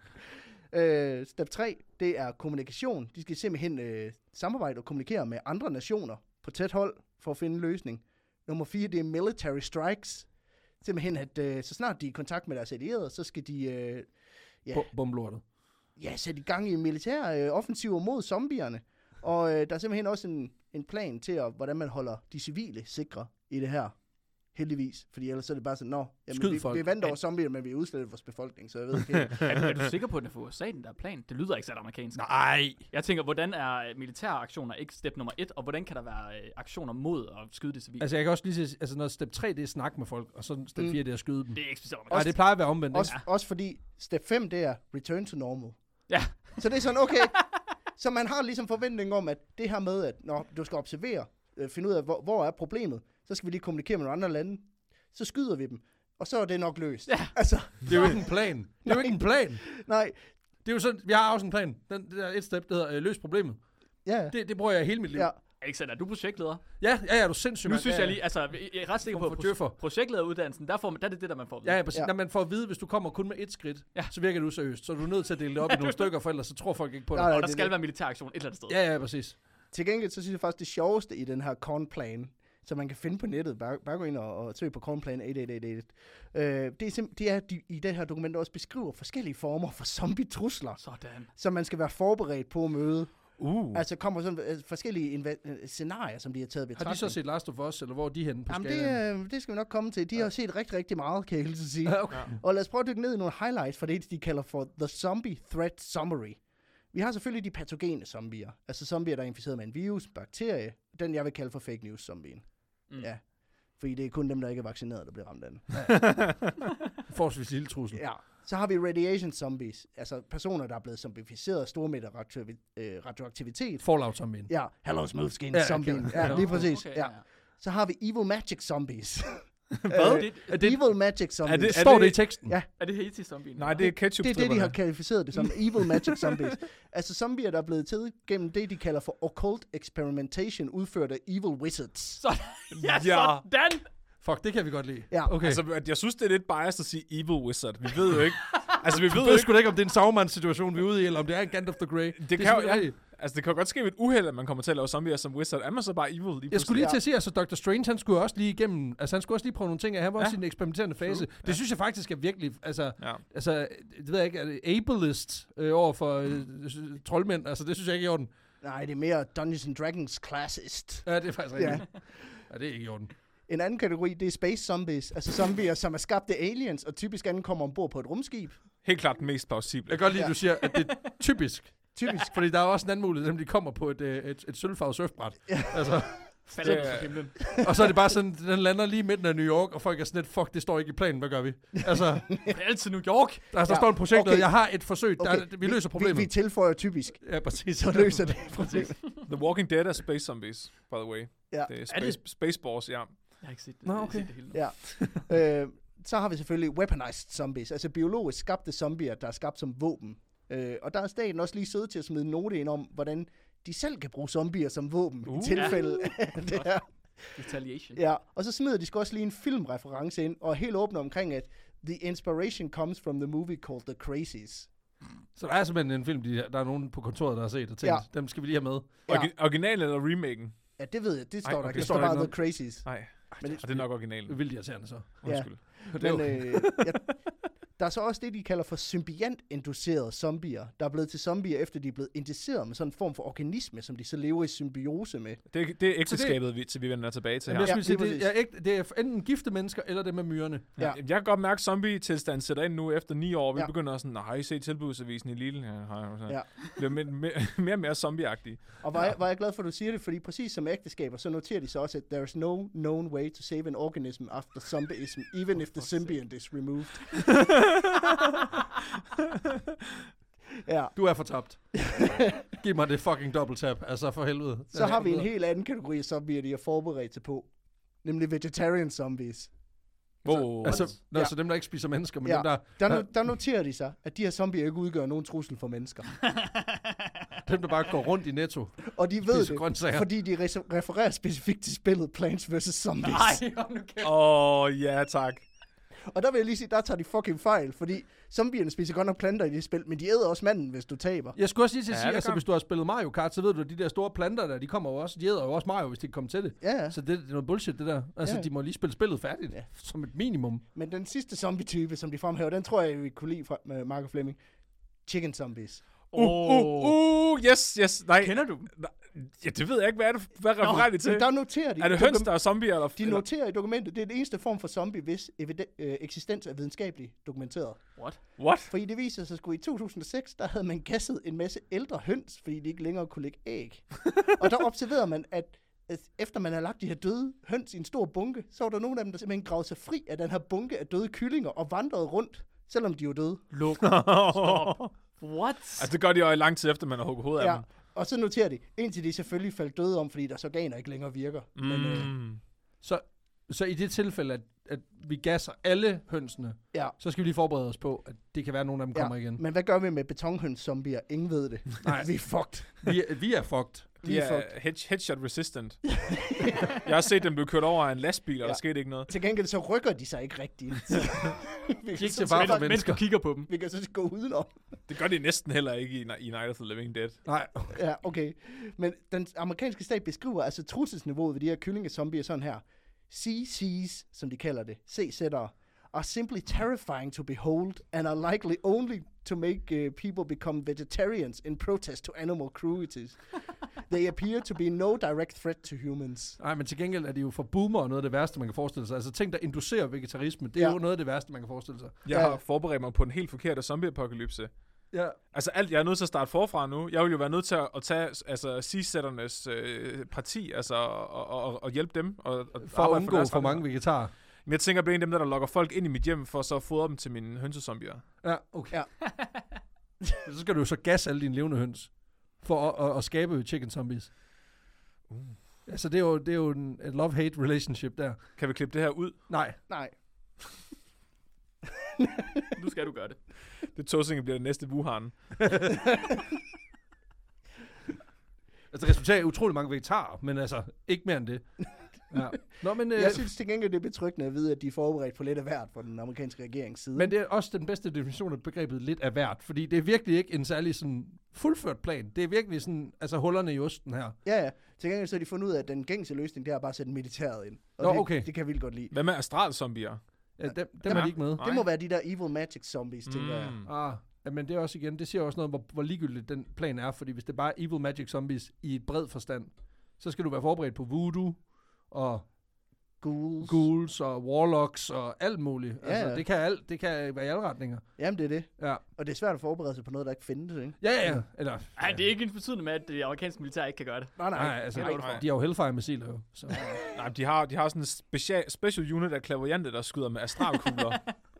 Øh, step tre, det er kommunikation. De skal simpelthen øh, samarbejde og kommunikere med andre nationer på tæt hold for at finde en løsning. Nummer fire, det er military strikes. Simpelthen, at øh, så snart de er i kontakt med deres allierede, så skal de øh, ja, Bomblortet. ja, sætte i gang i militære øh, offensiver mod zombierne. Og øh, der er simpelthen også en, en plan til, at, hvordan man holder de civile sikre i det her. Heldigvis. Fordi ellers er det bare sådan, nå, jamen, Skyd vi, folk. vi er vant over zombier, men vi er udslettet vores befolkning, så jeg ved ikke. er, er du sikker på, at den er for U S A, den der plan? Det lyder ikke så amerikansk. Nej. Jeg tænker, hvordan er militære aktioner ikke step nummer et, og hvordan kan der være øh, aktioner mod at skyde det civile? Altså jeg kan også lige sige, altså når step tre det er snak med folk, og så step Mm. fire det er at skyde dem. Det er ikke specielt Nej, amerikansk. det plejer at være omvendt, Også, ikke? også fordi step fem, det er return to normal. Ja. Så det er sådan, okay. Så man har ligesom forventning om, at det her med, at når du skal observere, øh, finde ud af, hvor, hvor er problemet, så skal vi lige kommunikere med nogle andre lande. Så skyder vi dem, og så er det nok løst. Ja. Altså, Det er jo ikke en plan. Det er jo ikke en plan. nej. Det er jo sådan, vi har også en plan. Den, det er et step, der hedder øh, løs problemet. Ja, Det, det bruger jeg hele mit liv. ja. Ja, Alexander, er du projektleder? ja, ja, er du sindssygt. Nu mand. synes ja, jeg ja. lige, altså, jeg er ret sikker på, For at djøffer. pro- projektlederuddannelsen, der, får man, der er det det, der man får. at vide. Ja, ja, præcis. Ja. Når man får at vide, hvis du kommer kun med et skridt, Ja. så virker det useriøst. Så er du nødt til at dele det op i nogle stykker, for ellers så tror folk ikke på det. Nej, Og der det- skal det- være militær aktion et eller andet sted. Ja, ja, præcis. Til gengæld, så synes jeg faktisk, det sjoveste i den her cornplan, som man kan finde på nettet, bare, bare gå ind og, og søge på cornplan otte otte otte otte, øh, det er, sim- det er, at de i det her dokument også beskriver forskellige former for zombie-trusler, Sådan. som man skal være forberedt på at møde. Uh. Altså kommer sådan øh, forskellige inva- øh, scenarier, som de har taget i Har de betragtning. så set Last of Us, eller hvor er de henne på Jamen skalaen? det, øh, det skal vi nok komme til. De har set rigtig, rigtig meget, kan jeg hilse at sige. Ja, okay. Og lad os prøve at dykke ned i nogle highlights for det, de kalder for The Zombie Threat Summary. Vi har selvfølgelig de patogene zombier. Altså zombier, der er inficeret med en virus, bakterie. Den, jeg vil kalde for fake news zombien. Mm. Ja. Fordi det er kun dem, der ikke er vaccineret, der bliver ramt af den. Forholdsvis lille trussel. Ja. Så har vi radiation zombies. Altså personer, der er blevet zombificeret af store mængder radioaktiv- øh, radioaktivitet. Fallout som en. Ja, hello smooth skin Ja, zombien. okay. Ja, lige præcis. Okay, Ja. Så har vi evil magic zombies. Hvad? Det, Er det, Evil magic zombies. Er det- står det, det- i teksten? Ja. er det Haiti-zombien? Nej, det er ketchup. Det er det, de har kvalificeret det som. Evil magic zombies. Altså zombier, der er blevet til gennem det, de kalder for occult experimentation, udført af evil wizards. Sådan. Ja, Ja. sådan. Fuck, det kan vi godt lide. Ja. Okay. Altså, at jeg synes, det er lidt biased at sige evil wizard. Vi ved jo ikke. Altså, vi Du ved jo ved ikke. sgu da ikke, om det er en Sauron-situation, vi er ude i, eller om det er en Gandalf the Grey. Det, er kan jo, selvfølgelig ja. rigtigt. Altså, det kan jo godt ske ved et uheld, at man kommer til at lave zombier som wizard. Er man så bare evil lige Jeg skulle lige Ja. til at sige, altså doktor Strange, han skulle også lige igennem, altså han skulle også lige prøve nogle ting af, han var også Ja. i en eksperimenterende fase. True. Det synes jeg faktisk er virkelig, altså, Ja. altså, det ved jeg ikke, er det ableist øh, over for øh, troldmænd, altså det synes jeg ikke er i orden. Nej, det er mere Dungeons and Dragons classist. Ja, det er faktisk Ja. rigtigt. Ja, det er ikke i orden. En anden kategori, det er space zombies. Altså zombier, som er skabt af aliens, og typisk ankommer ombord på et rumskib. Helt klart den mest plausible. Jeg kan godt lide, at Ja. du siger, at det er typisk. Typisk. Fordi der er også en anden mulighed, nemlig de kommer på et, øh, et, et sølvfarvet surfbræt. Ja. Altså, Falder Det du er- fra himlen? og så er det bare sådan, den lander lige i midten af New York, og folk er sådan lidt, fuck, det står ikke i planen, hvad gør vi? Altså, Det er altid New York. altså der Ja, står en projekt, okay. okay. jeg har et forsøg, der, Okay, vi løser problemet. Vi, vi tilføjer typisk, Ja, præcis. så løser det problemet. The Walking Dead er space zombies, by the way. Ja. Det er Er space, det- Spaceballs, ja. Jeg har ikke set det. Nå, Jeg har okay. set det hele nu. Ja. øh, så har vi selvfølgelig weaponized zombies, altså biologisk skabte zombier, der er skabt som våben. Øh, og der er staten også lige siddet til at smide en note ind om, hvordan de selv kan bruge zombier som våben, Uh. i tilfælde af det her. Retaliation. Ja, og så smider de sgu også lige en filmreference ind, og er helt åbne omkring, at the inspiration comes from the movie called The Crazies. Så der er simpelthen en film, de, der er nogen på kontoret, der har set og tænkt, Ja. dem skal vi lige have med. Ja. Orgi- Original eller remaken? Ja, det ved jeg, det står Ej, der okay. ikke. Det Det står står bare ikke The Crazies. Nej, Men og det er nok originalen. Vildt irriterende så. Undskyld. Det er Men jo, øh, ja, der er så også det, de kalder for symbiont-inducerede zombier, der er blevet til zombier, efter de er blevet injiceret med sådan en form for organisme, som de så lever i symbiose med. Det, det er ægteskabet, vi, til vi vender tilbage til Jamen, her. jeg skulle Ja, sige, lige det, er ikke, det er enten gifte mennesker, eller det med myrerne. Ja. Ja. Jeg kan godt mærke, at zombie-tilstanden sætter ind nu efter ni år. Vi Ja. begynder sådan, har I set tilbudsavisen i Lille? Ja, har jeg. Så Ja. bliver mere, mere, mere og mere zombie-agtige. Og var, jeg, var jeg glad for, at du siger det, fordi præcis som ægteskaber, så noterer de så også, at there is no known way to save an organism after zombieism, even if the symbiont is removed. Ja. Du er fortabt. Giv mig det fucking double tap, altså for helvede. Så har vi en helt anden kategori af zombier, de har forberedt sig på, nemlig vegetarian zombies. Wow. Altså, nå, Ja. så dem, der ikke spiser mennesker, men Ja. dem, der... Der, no, der noterer de sig, at de her zombier ikke udgør nogen trussel for mennesker. Dem, der bare går rundt i Netto. Og de ved det, grøntsager. fordi de re- refererer specifikt til spillet Plants versus. Zombies. Nej, hold nu kæft. Åh, oh, ja tak. Og der vil jeg lige sige, der tager de fucking fejl, fordi zombierne spiser godt nok planter i det spil, men de æder også manden, hvis du taber. Jeg skulle også lige til at Ja, sige, det altså gør. hvis du har spillet Mario Kart, så ved du, at de der store planter der, de kommer jo også, de æder jo også Mario, hvis de kommer til det. Ja, ja. Så det, det er noget bullshit, det der. Altså, Ja. de må lige spille spillet færdigt, Ja. som et minimum. Men den sidste zombie-type, som de fremhæver, den tror jeg, vi kunne lide fra med Mark og Flemming. Chicken zombies. Uh, uh, uh, yes, yes. Nej. Kender du dem? Ja, det ved jeg ikke. Hvad er det? Hvad refererer de til? Men der noterer de. Er det høns, der er zombier? Eller? De noterer i dokumentet, det er den eneste form for zombie, hvis eviden- øh, eksistens er videnskabeligt dokumenteret. What? What? Fordi det viser sig sgu i to tusind og seks, der havde man gasset en masse ældre høns, fordi de ikke længere kunne lægge æg. Og der observerede man, at at efter man havde lagt de her døde høns i en stor bunke, så var der nogle af dem, der simpelthen gravede sig fri af den her bunke af døde kyllinger og vandrede rundt, selvom de var døde. Luk. Stop. What? Altså, det gør de jo i lang tid efter, man har hugget hovedet af Ja, dem. og så noterer de, indtil de selvfølgelig faldt døde om, fordi deres organer ikke længere virker. Mm. Men, øh, Så, så i det tilfælde, at, at vi gasser alle hønsene, ja, så skal vi lige forberede os på, at det kan være, at nogle af dem ja. kommer igen. Men hvad gør vi med betonhøns-zombier? Ingen ved det. Nej. Vi er fucked. Vi er, vi er fucked. Vi De er er fucked. hedge, headshot resistant. Jeg har set dem blive kørt over af en lastbil, og Ja. der skete ikke noget. Til gengæld så rykker de sig ikke rigtigt. Så vi, De er kan ikke så, til fare for Mens, mens mennesker. du kigger på dem. vi kan så gå udenom. Det gør de næsten heller ikke i, i Night of the Living Dead. Nej. Ja, okay. Men den amerikanske stat beskriver altså trusselsniveauet ved de her kyllingezombier sådan her. C Cs, som de kalder det, C-sættere, are simply terrifying to behold and are likely only to make uh, people become vegetarians in protest to animal cruelties. They appear to be no direct threat to humans. Nej, men til gengæld er de jo for boomer noget af det værste, man kan forestille sig. Altså ting, der inducerer vegetarisme, det er Ja. jo noget af det værste, man kan forestille sig. Jeg Ja. har forberedt mig på en helt forkert zombie-apokalypse. Ja. Altså alt, jeg er nødt til at starte forfra nu. Jeg vil jo være nødt til at, at tage altså, C-sætternes øh, parti, altså og, og, og hjælpe dem. Og, og For at arbejde undgå deres for mange vegetarer. Men jeg tænker, at jeg bliver en af dem, der, der lokker folk ind i mit hjem, for så at fodre dem til mine hønsezombier. Ja, okay. Ja. Så skal du jo så gasse alle dine levende høns, for at, at, at skabe chicken zombies. Uh. Altså, det er jo, det er jo en, en love-hate relationship der. Kan vi klippe det her ud? Nej. Nej. Nu skal du gøre det. Det Tåsinge bliver det næste Wuhan. Altså, resultatet er utrolig mange vegetarer, men altså, ikke mere end det. Ja. Nå, men, øh, Jeg synes til gengæld, det er betryggende at vide, at de er forberedt på lidt af hvert fra den amerikanske regerings side. men det er også den bedste definition af begrebet lidt af hvert, fordi det er virkelig ikke en særlig sådan fuldført plan. Det er virkelig sådan, altså hullerne i osten her. Ja, ja. Til gengæld så har de fundet ud af, at den gængse løsning, det er bare at sætte militæret ind. Og Nå, det, okay. det kan jeg vildt godt lide. Hvad med astralzombier? Ja, dem, dem Dem er er- de ikke med. Nej. Det må være de der evil magic zombies, tænker jeg. Mm. Ah, ja, men det er også igen, det siger også noget, hvor, hvor ligegyldigt den plan er, fordi hvis det bare er evil magic zombies i et bred forstand, så skal du være forberedt på voodoo og Ghouls. ghouls og warlocks og alt muligt. Ja, Altså, ja. det kan alt, det kan være i alle retninger. Jamen, det er det. Ja, Og det er svært at forberede sig på noget, der ikke findes, ikke? ja, ja. Eller, Ej, det er ikke ens betydende med, at det amerikanske militær ikke kan gøre det. Nej, nej. nej, altså, det er nej, ikke nej. for. de har jo Hellfire-missiler jo. Så. Nej, de har, de har sådan en special, special unit af klaverjante, der skyder med astralkugler.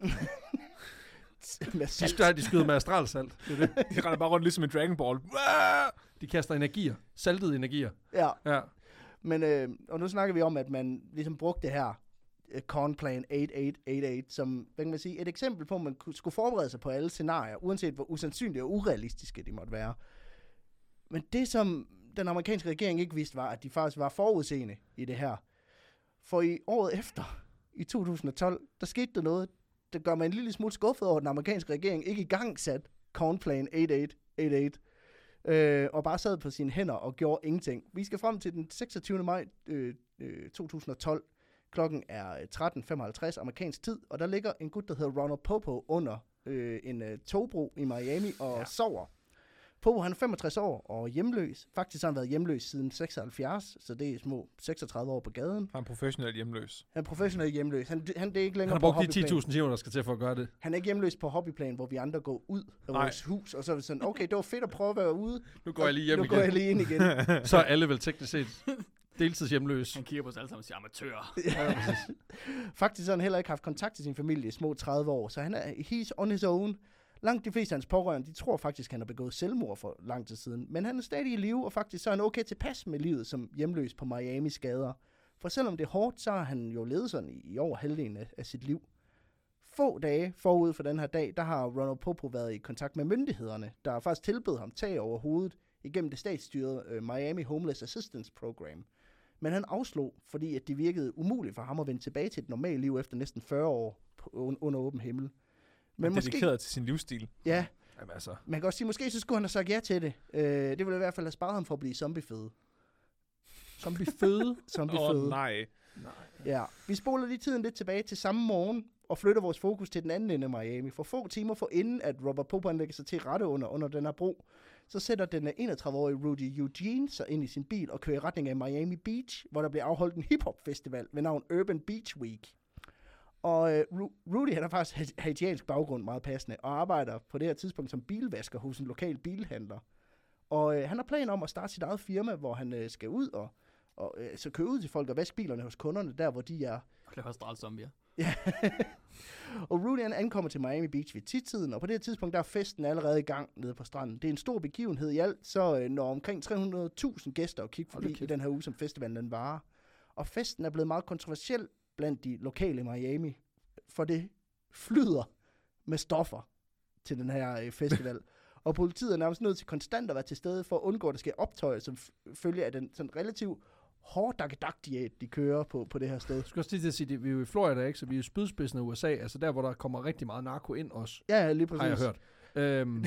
Med De, salt. skyder, de skyder med astralsalt. Det er det. De render bare rundt ligesom en Dragon Ball. De kaster energier. Saltede energier. Ja, Ja. men øh, og nu snakker vi om, at man ligesom brugte det her uh, Cornplan otte otte otte otte som, hvad kan man sige, et eksempel på, at man kunne, skulle forberede sig på alle scenarier, uanset hvor usandsynlige og urealistiske de måtte være. Men det, som den amerikanske regering ikke vidste, var, at de faktisk var forudseende i det her. For i året efter, i to tusind og tolv, der skete der noget, der gør mig en lille smule skuffet over, at den amerikanske regering ikke i gang satte Cornplan otte otte otte otte. Øh, og bare sad på sine hænder og gjorde ingenting. Vi skal frem til den seksogtyvende maj øh, øh, to tusind og tolv. Klokken er tretten femoghalvtreds amerikansk tid, og der ligger en gut, der hedder Ronald Popo under øh, en øh, togbro i Miami og ja. sover. Popo, han er femogtres år og hjemløs. Faktisk har han været hjemløs siden seksoghalvfjerds, så det er små seksogtredive år på gaden. Han er professionel hjemløs. Han er professionel hjemløs. Han, han det er ikke Han længere har på brugt de hobbyplan. ti tusind timer, der skal til for at gøre det. Han er ikke hjemløs på hobbyplan, hvor vi andre går ud af Nej. vores hus, og så er vi sådan, okay, det var fedt at prøve at være ude. Nu går jeg lige hjem nu igen. går jeg lige ind igen. Så er alle vel teknisk set deltidshjemløs. Han kigger på os alle sammen og siger, amatører. Faktisk har han heller ikke haft kontakt til sin familie i små tredive år, så han er he's on his own. Langt de fleste af hans pårørende, de tror faktisk, at han har begået selvmord for lang tid siden. Men han er stadig i live, og faktisk så er han okay tilpas med livet som hjemløs på Miamis gader. For selvom det er hårdt, så har han jo levet sådan i, i over halvdelen af, af sit liv. Få dage forud for den her dag, der har Ronald Popo været i kontakt med myndighederne, der har faktisk tilbudt ham tag over hovedet igennem det statsstyrede øh, Miami Homeless Assistance Program. Men han afslog, fordi at det virkede umuligt for ham at vende tilbage til et normalt liv efter næsten fyrre år på, under åben himmel. Men måske dedikeret til sin livsstil. Ja. Jamen, altså. Man kan også sige, måske så skulle han have sagt ja til det. Øh, det ville i hvert fald have sparet ham for at blive zombieføde. Zombieføde? Zombieføde. Åh, oh, nej. Nej. Ja, vi spoler lige tiden lidt tilbage til samme morgen, og flytter vores fokus til den anden ende af Miami. For få timer for inden, at Robert Popo lægger sig til rette under, under den her bro, så sætter den enogtredive-årige Rudy Eugene sig ind i sin bil og kører i retning af Miami Beach, hvor der bliver afholdt en hiphop-festival ved navn Urban Beach Week. Og øh, Ru- Rudy han har faktisk haitiansk baggrund meget passende, og arbejder på det her tidspunkt som bilvasker hos en lokal bilhandler. Og øh, han har planer om at starte sit eget firma, hvor han øh, skal ud og, og øh, så køre ud til folk og vaske bilerne hos kunderne, der hvor de er. Det var stralt zombier. Ja. Og Rudy han ankommer til Miami Beach ved ti-tiden, og på det her tidspunkt der er festen allerede i gang nede på stranden. Det er en stor begivenhed i alt, så øh, når omkring tre hundrede tusind gæster og kigger forbi i den her uge, som festivalen den varer. Og festen er blevet meget kontroversiel blandt de lokale i Miami, for det flyder med stoffer til den her øh, festival. Og politiet er nærmest nødt til konstant at være til stede for at undgå, at der sker optøjer, som f- følge af den sådan relativt hårddakkedak-diæt, de kører på, på det her sted. Jeg skal også lige til at sige, at vi er jo i Florida, ikke? Så vi er jo spydspidsen af U S A, altså der, hvor der kommer rigtig meget narko ind også, Ja, ja, lige præcis. har jeg hørt. Øhm,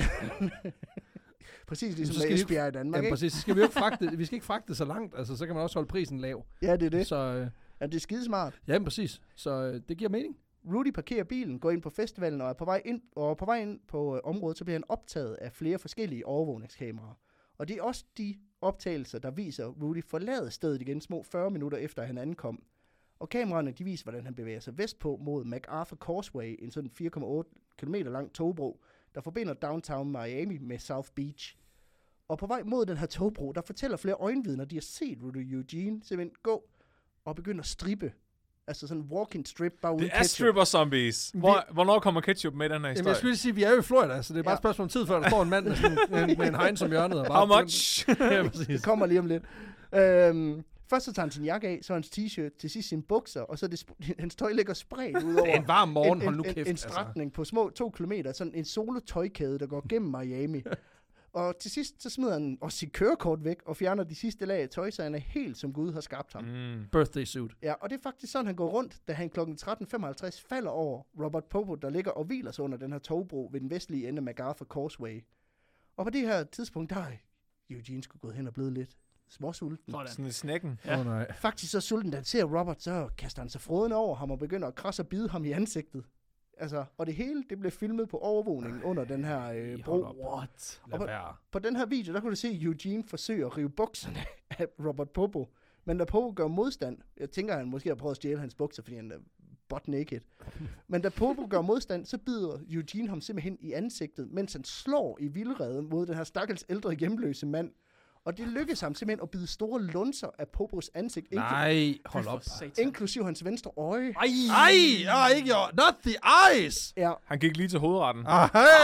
Præcis Så ligesom skal med vi S B I i Danmark, jamen, ikke? præcis, så skal vi jo ikke fragte, vi skal ikke fragte så langt, altså så kan man også holde prisen lav. Ja, det er det. Så øh, Ja, det er skidesmart. ja, men præcis. Så øh, det giver mening. Rudy parkerer bilen, går ind på festivalen og er på vej ind, og på vej ind på øh, området, så bliver han optaget af flere forskellige overvågningskameraer. Og det er også de optagelser, der viser Rudy forlade stedet igen små fyrre minutter efter han ankom. Og kameraerne, de viser, hvordan han bevæger sig vestpå mod MacArthur Causeway, en sådan fire komma otte kilometer lang togbro, der forbinder downtown Miami med South Beach. Og på vej mod den her togbro, der fortæller flere øjenvidner, de har set Rudy Eugene simpelthen gå og begynde at strippe. Altså sådan en walk-in strip, bare uden Det er ketchup. stripper zombies. Hvor, hvornår kommer ketchup med i den her Jamen, historie? jeg skulle lige sige, at vi er jo i Florida, så det er bare Ja. et spørgsmål om tid, før der står en mand med, sådan, en, med en hegn som hjørnet. Og bare How much? ja, præcis. Det kommer lige om lidt. Øhm, først så tager han sin jakke af, så hans t-shirt, til sidst sin bukser, og så er det sp- hans tøj ligger spredt ud over Det er en varm morgen, en, hold nu en, kæft. en, en strækning på små to kilometer, sådan en solo-tøjkæde, der går gennem Miami. Og til sidst, så smider han også sit kørekort væk, og fjerner de sidste lag af tøj, så han er helt som Gud har skabt ham. Mm. Birthday suit. Ja, og det er faktisk sådan, han går rundt, da han klokken tretten femoghalvtreds falder over Robert Popo, der ligger og hviler sig under den her togbro ved den vestlige ende af MacArthur Causeway. Og på det her tidspunkt, der er Eugene skulle gået hen og blevet lidt småsulten. Sådan. Sådan en snacken. Åh Ja. oh, nej. Faktisk så sulten, da han ser Robert, så kaster han sig frådende over ham og begynder at krasse og bide ham i ansigtet. Altså, og det hele, det blev filmet på overvågningen under den her øh, Hold bro. op. What? Lad Og- være. På den her video, der kunne du se Eugene forsøge at rive bukserne af Robert Popo. Men da Popo gør modstand, jeg tænker, han måske har prøvet at stjæle hans bukser, fordi han er butt naked. Men da Popo gør modstand, så bider Eugene ham simpelthen i ansigtet, mens han slår i vildrede mod den her stakkels ældre hjemløse mand. Og det lykkedes ham simpelthen at bide store lunser af Popos ansigt, inkl- Nej, hold For op. satan. inklusiv hans venstre øje. Ej! Ej, oh, ikke jo. Not the eyes. Ja, Han gik lige til hovedretten. Ah,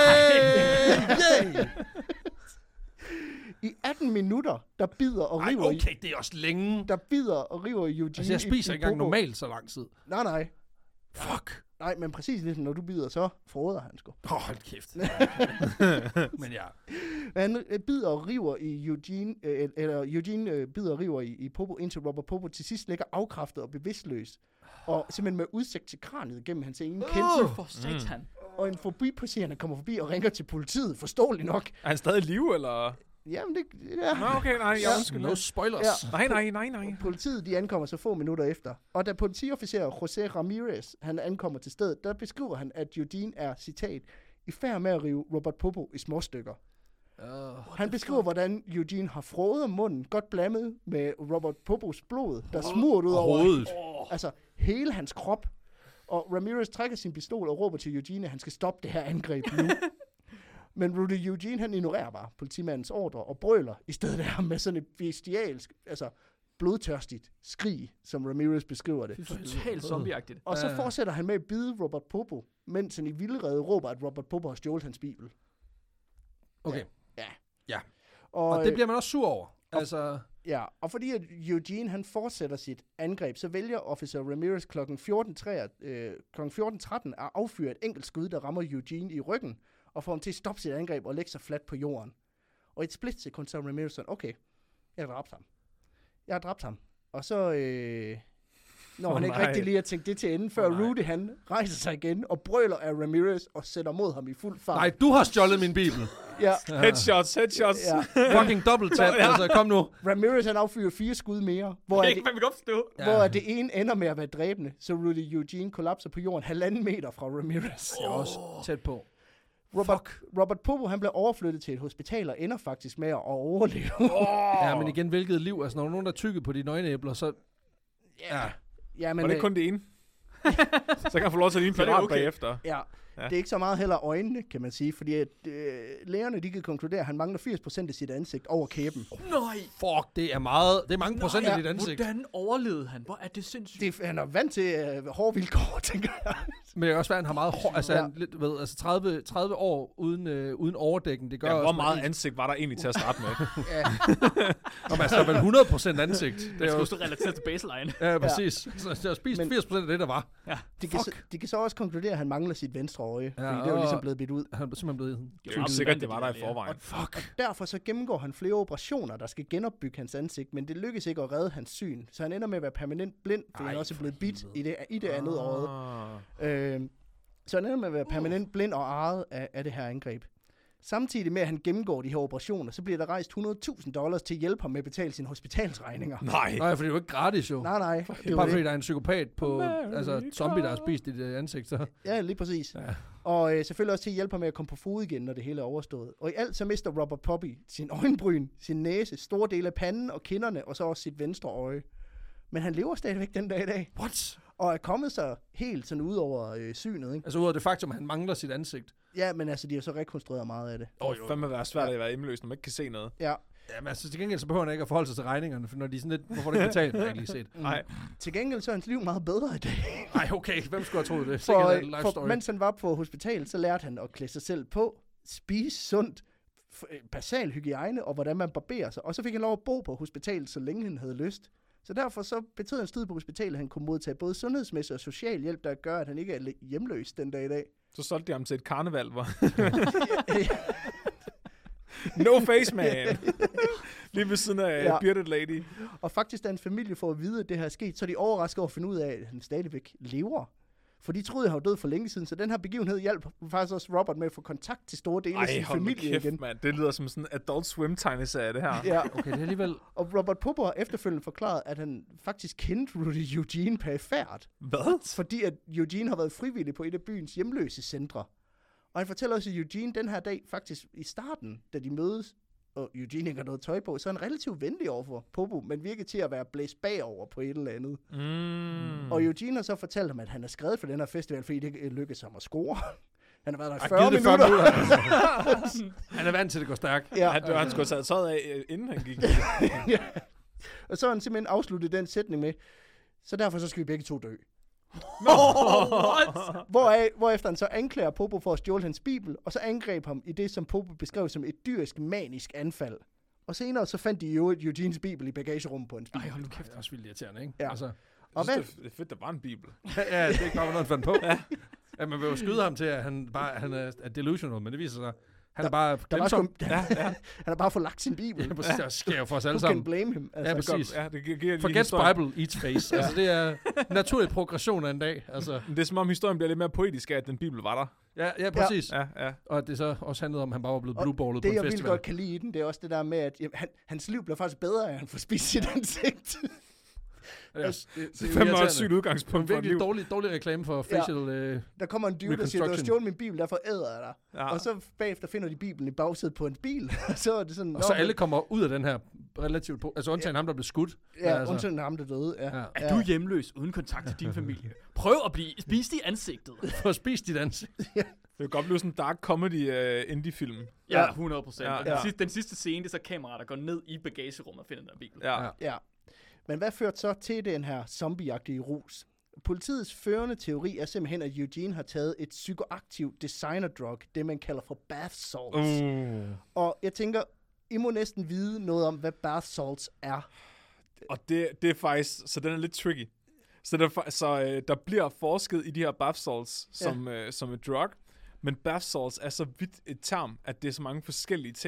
hey, yeah. i atten minutter, der bider og Ej, river, okay, det er også længe. der bider og river Eugene Altså, jeg spiser i, i ikke engang Popo. normalt så lang tid. Nej, nej. Fuck. Nej, men præcis ligesom når du bider, så froder han sgu. Åh, oh, hold kæft. Men ja. Han øh, bider og river i Eugene, øh, eller Eugene øh, bider og river i, i Popo, indtil Robert Popo til sidst ligger afkræftet og bevidstløs. Og simpelthen med udsigt til kraniet gennem hans ene kendte. For satan. Og en forbipasserende kommer forbi og ringer til politiet, forståeligt nok. Er han stadig i live, eller? Jamen, det... Ja. Nå, okay, nej, jeg Ja. undskyld. No spoilers. Ja. Nej, nej, nej, nej. Politiet, de ankommer så få minutter efter. Og da politiofficer José Ramirez, han ankommer til stedet, der beskriver han, at Eugene er, citat, i færd med at rive Robert Popo i små stykker. Uh, Han beskriver, hvordan Eugene har frået munden, godt blandet med Robert Popos blod, der smurt ud over hovedet. altså hele hans krop. Og Ramirez trækker sin pistol og råber til Eugene, at han skal stoppe det her angreb nu. Men Rudy Eugene, han ignorerer bare politimandens ordre og brøler i stedet af med sådan et bestialsk, altså blodtørstigt skrig, som Ramirez beskriver det. Totalt zombieagtigt. Og så Ja. fortsætter han med at bide Robert Popo, mens han i vildrede råber, at Robert Popo har stjålet hans bibel. Okay. Og, Og det bliver man også sur over. Altså, Ja, og fordi at Eugene han fortsætter sit angreb, så vælger officer Ramirez klokken fjorten tretten at affyre et enkelt skud, der rammer Eugene i ryggen, og får ham til at stoppe sit angreb og lægge sig fladt på jorden. Og i et splitsekund, så er Ramirez sådan, okay, jeg har dræbt ham. Jeg har dræbt ham. Og så... Øh, når oh, han ikke nej. rigtig lige har tænkt det til enden, før oh, Rudy han rejser sig igen og brøler af Ramirez og sætter mod ham i fuld fart. Nej, du har stjålet min bibel. Ja. Headshots, headshots. Ja. Fucking double tap, Ja. altså kom nu. Ramirez han affyrer fire skud mere, hvor, Det er er ikke, det, hvad vi godt forstå. ja. hvor det ene ender med at være dræbende, så Rudy Eugene kollapser på jorden halvanden meter fra Ramirez. Det er også tæt på. Robert, Robert Popo, han blev overflyttet til et hospital og ender faktisk med at overleve. Oh. Ja, men igen, hvilket liv? Altså, når der er nogen, der tykker på de nøgenæbler, så... Ja. Ja, men, Var det øh, kun det ene? Så kan han få lov til at ligne en Så er det pirat okay. bagefter. ja, Ja. det er ikke så meget heller øjnene, kan man sige, fordi at, øh, lægerne de kan konkludere, at han mangler firs procent af sit ansigt over kæben. Nej. Fuck, det er meget... Det er mange procent ja. af dit ansigt. Hvordan overlevede han? Hvor er det sindssygt? Det, han er vant til øh, hårde vilkår, tænker jeg. Men det kan også være, at han har meget hår... Altså, Ja. han, lidt, ved, altså tredive, tredive år uden, øh, uden overdækken, det gør Ja, også... hvor med meget en- ansigt var der egentlig til at starte med? Ja. Nå, men altså, der er vel hundrede procent ansigt. Det Jeg er jo... skulle relateret til baseline. Ja, præcis. Så jeg har spist Men- firs procent af det, der var. Ja. De, kan så, de kan så også konkludere, at han mangler sit venstre øje, Ja, fordi det er jo og- ligesom blevet bidt ud. Han er simpelthen blevet... Det er jo ikke sikkert, det var der i forvejen. Fuck. Derfor så gennemgår han flere operationer, der skal genopbygge hans ansigt, men det lykkes ikke at redde hans syn. Så han ender med at være permanent blind, fordi Ej, han også er for blevet bidt i helvede. det, i det andet øje. Ah. Øh, så han ender med at være permanent blind og ejet af, af det her angreb. Samtidig med, at han gennemgår de her operationer, så bliver der rejst hundrede tusind dollars til at hjælpe ham med at betale sine hospitalsregninger. Nej. Nej, for det er jo ikke gratis, jo. Nej, nej. Det Det er var bare fordi, det. der er en psykopat på... America. Altså, zombie, der har spist dit øh, ansigt, så... Ja, lige præcis. Ja. Og øh, selvfølgelig også til at hjælpe ham med at komme på fod igen, når det hele er overstået. Og i alt så mister Robert Poppy sin øjenbryn, sin næse, store dele af panden og kinderne, og så også sit venstre øje. Men han lever stadigvæk den dag i dag, What? og er kommet sig helt sådan ud over øh, synet, ikke? Altså, ud af det faktum, at han mangler sit ansigt. Ja, men altså, de har så rekonstrueret meget af det. Det må fandme være svært at være hjemløs, når man ikke kan se noget. Ja. Jamen, altså, til gengæld så behøver han ikke at forholde sig til regningerne, for når de er sådan lidt... Hvorfor er det ikke betalt? Det har jeg ikke lige set. Nej. Til gengæld så er hans liv meget bedre i dag. Nej, okay. Hvem skulle have troet det? For, Sikkert en øh, life for story. mens han var på hospital, så lærte han at klæde sig selv på, spise sundt, f- øh, basal hygiejne og hvordan man barberer sig. Og så fik han lov at bo på hospitalet, så længe han havde lyst. Så derfor så betød hans tid på hospitalet, at han kunne modtage både sundhedsmæssig og social hjælp, der gør, at han ikke er le- hjemløs den dag i dag. Så solgte de ham til et karneval, hvor... No face, man. Lige ved siden af Ja. ja. Bearded Lady. Og faktisk, da hans familie får at vide, at det her er sket, så er de overrasket over at finde ud af, at han stadigvæk lever. For de troede, at han var død for længe siden, så den her begivenhed hjalp faktisk også Robert med at få kontakt til store dele af Ej, sin hold nu familie kæft, igen. mand. Det lyder som sådan en Adult Swim-tegneserie, det her. Ja, Okay, det er alligevel... og Robert Popo har efterfølgende forklaret, at han faktisk kendte Rudy Eugene perifært, Hvad? fordi at Eugene har været frivillig på et af byens hjemløse centre. Og han fortæller også, at Eugene den her dag, faktisk i starten, da de mødes, og Eugene ikke har noget tøj på, så er han relativt venlig overfor Popo, men virker til at være blæst bagover på et eller andet. Mm. Og Eugene har så fortalt ham, at han er skrevet for den her festival, fordi det ikke lykkedes ham at score. Han har været der i Ej, fyrre givet det fyrre minutter. Han er vant til, at det går stærkt. Ja. Han, han skulle have taget tøjet af, øh, inden han gik. Ja. Og så har han simpelthen afsluttet den sætning med, så derfor så skal vi begge to dø. Hvoraf, hvorefter han så anklager Popo for at stjåle hans bibel, og så angreb ham i det, som Popo beskrev som et dyrisk, manisk anfald. Og senere så fandt de jo Eugenes bibel i bagagerummet på hans bil. Ej, hold nu kæft, det er også vildt irriterende, ikke? Ja. Altså, Jeg Og synes, hvad? det, er, det er fedt, der var en bibel. ja, det er ikke bare noget, han fandt på. Ja. Ja, man vil jo skyde ham til, at han bare han er, er delusional, men det viser sig, han Der- er bare Der var glemsom. sgu, ja, ja. Han har bare forlagt sin bibel. Ja, præcis, det sker jo for os alle Who can sammen. blame him? Ja, præcis. Ja, det giver, giver lige Forget historien. Bible, eats face. Altså, det er naturlig progression af en dag. Altså, Men det er som om historien bliver lidt mere poetisk af, at den bibel var der. ja, ja, præcis. Ja. Ja, ja. Og at det så også handlede om, at han bare var blevet Og blueballet på Det, en jeg vildt festival. godt kan lide i den, det er også det der med, at jamen, han, hans liv blev faktisk bedre, at han får spist sit ansigt. Ja, det, det, det, Det er er fandme også et irriterende. sygt udgangspunkt Det er for et virkelig liv. dårlig, dårlig reklame for facial... Ja. Øh, Der kommer en dude, der siger, du har Reconstruction. stjålet min bibel, derfor æder jeg dig. Ja. Og så bagefter finder de bibelen i bagsædet på en bil. Og så er det sådan... og så alle kommer ud af den her relativt... Po- altså undtagen ham, der blev skudt. Ja, altså. undtagen ham, der døde. Ja. Ja. Er du hjemløs uden kontakt til din familie? Prøv at blive spist i ansigtet. For at spise dit ansigt. Det kan godt blive sådan en dark comedy uh, indie-film. Ja, hundrede procent. Ja, Og ja. Den, sidste, den sidste scene, det er så kameraet, der går ned i bagagerummet og finder den der bil. Ja. Ja. Ja. Men hvad førte så til den her zombieagtige rus? Politiets førende teori er simpelthen, at Eugene har taget et psykoaktivt designer-drug, det man kalder for bath salts. Uh. Og jeg tænker, I må næsten vide noget om, hvad bath salts er. Og det, det er faktisk, så den er lidt tricky. Så, der, så øh, der bliver forsket i de her bath salts som, ja. øh, som et drug, men bath salts er så vidt et term, at det er så mange forskellige ting,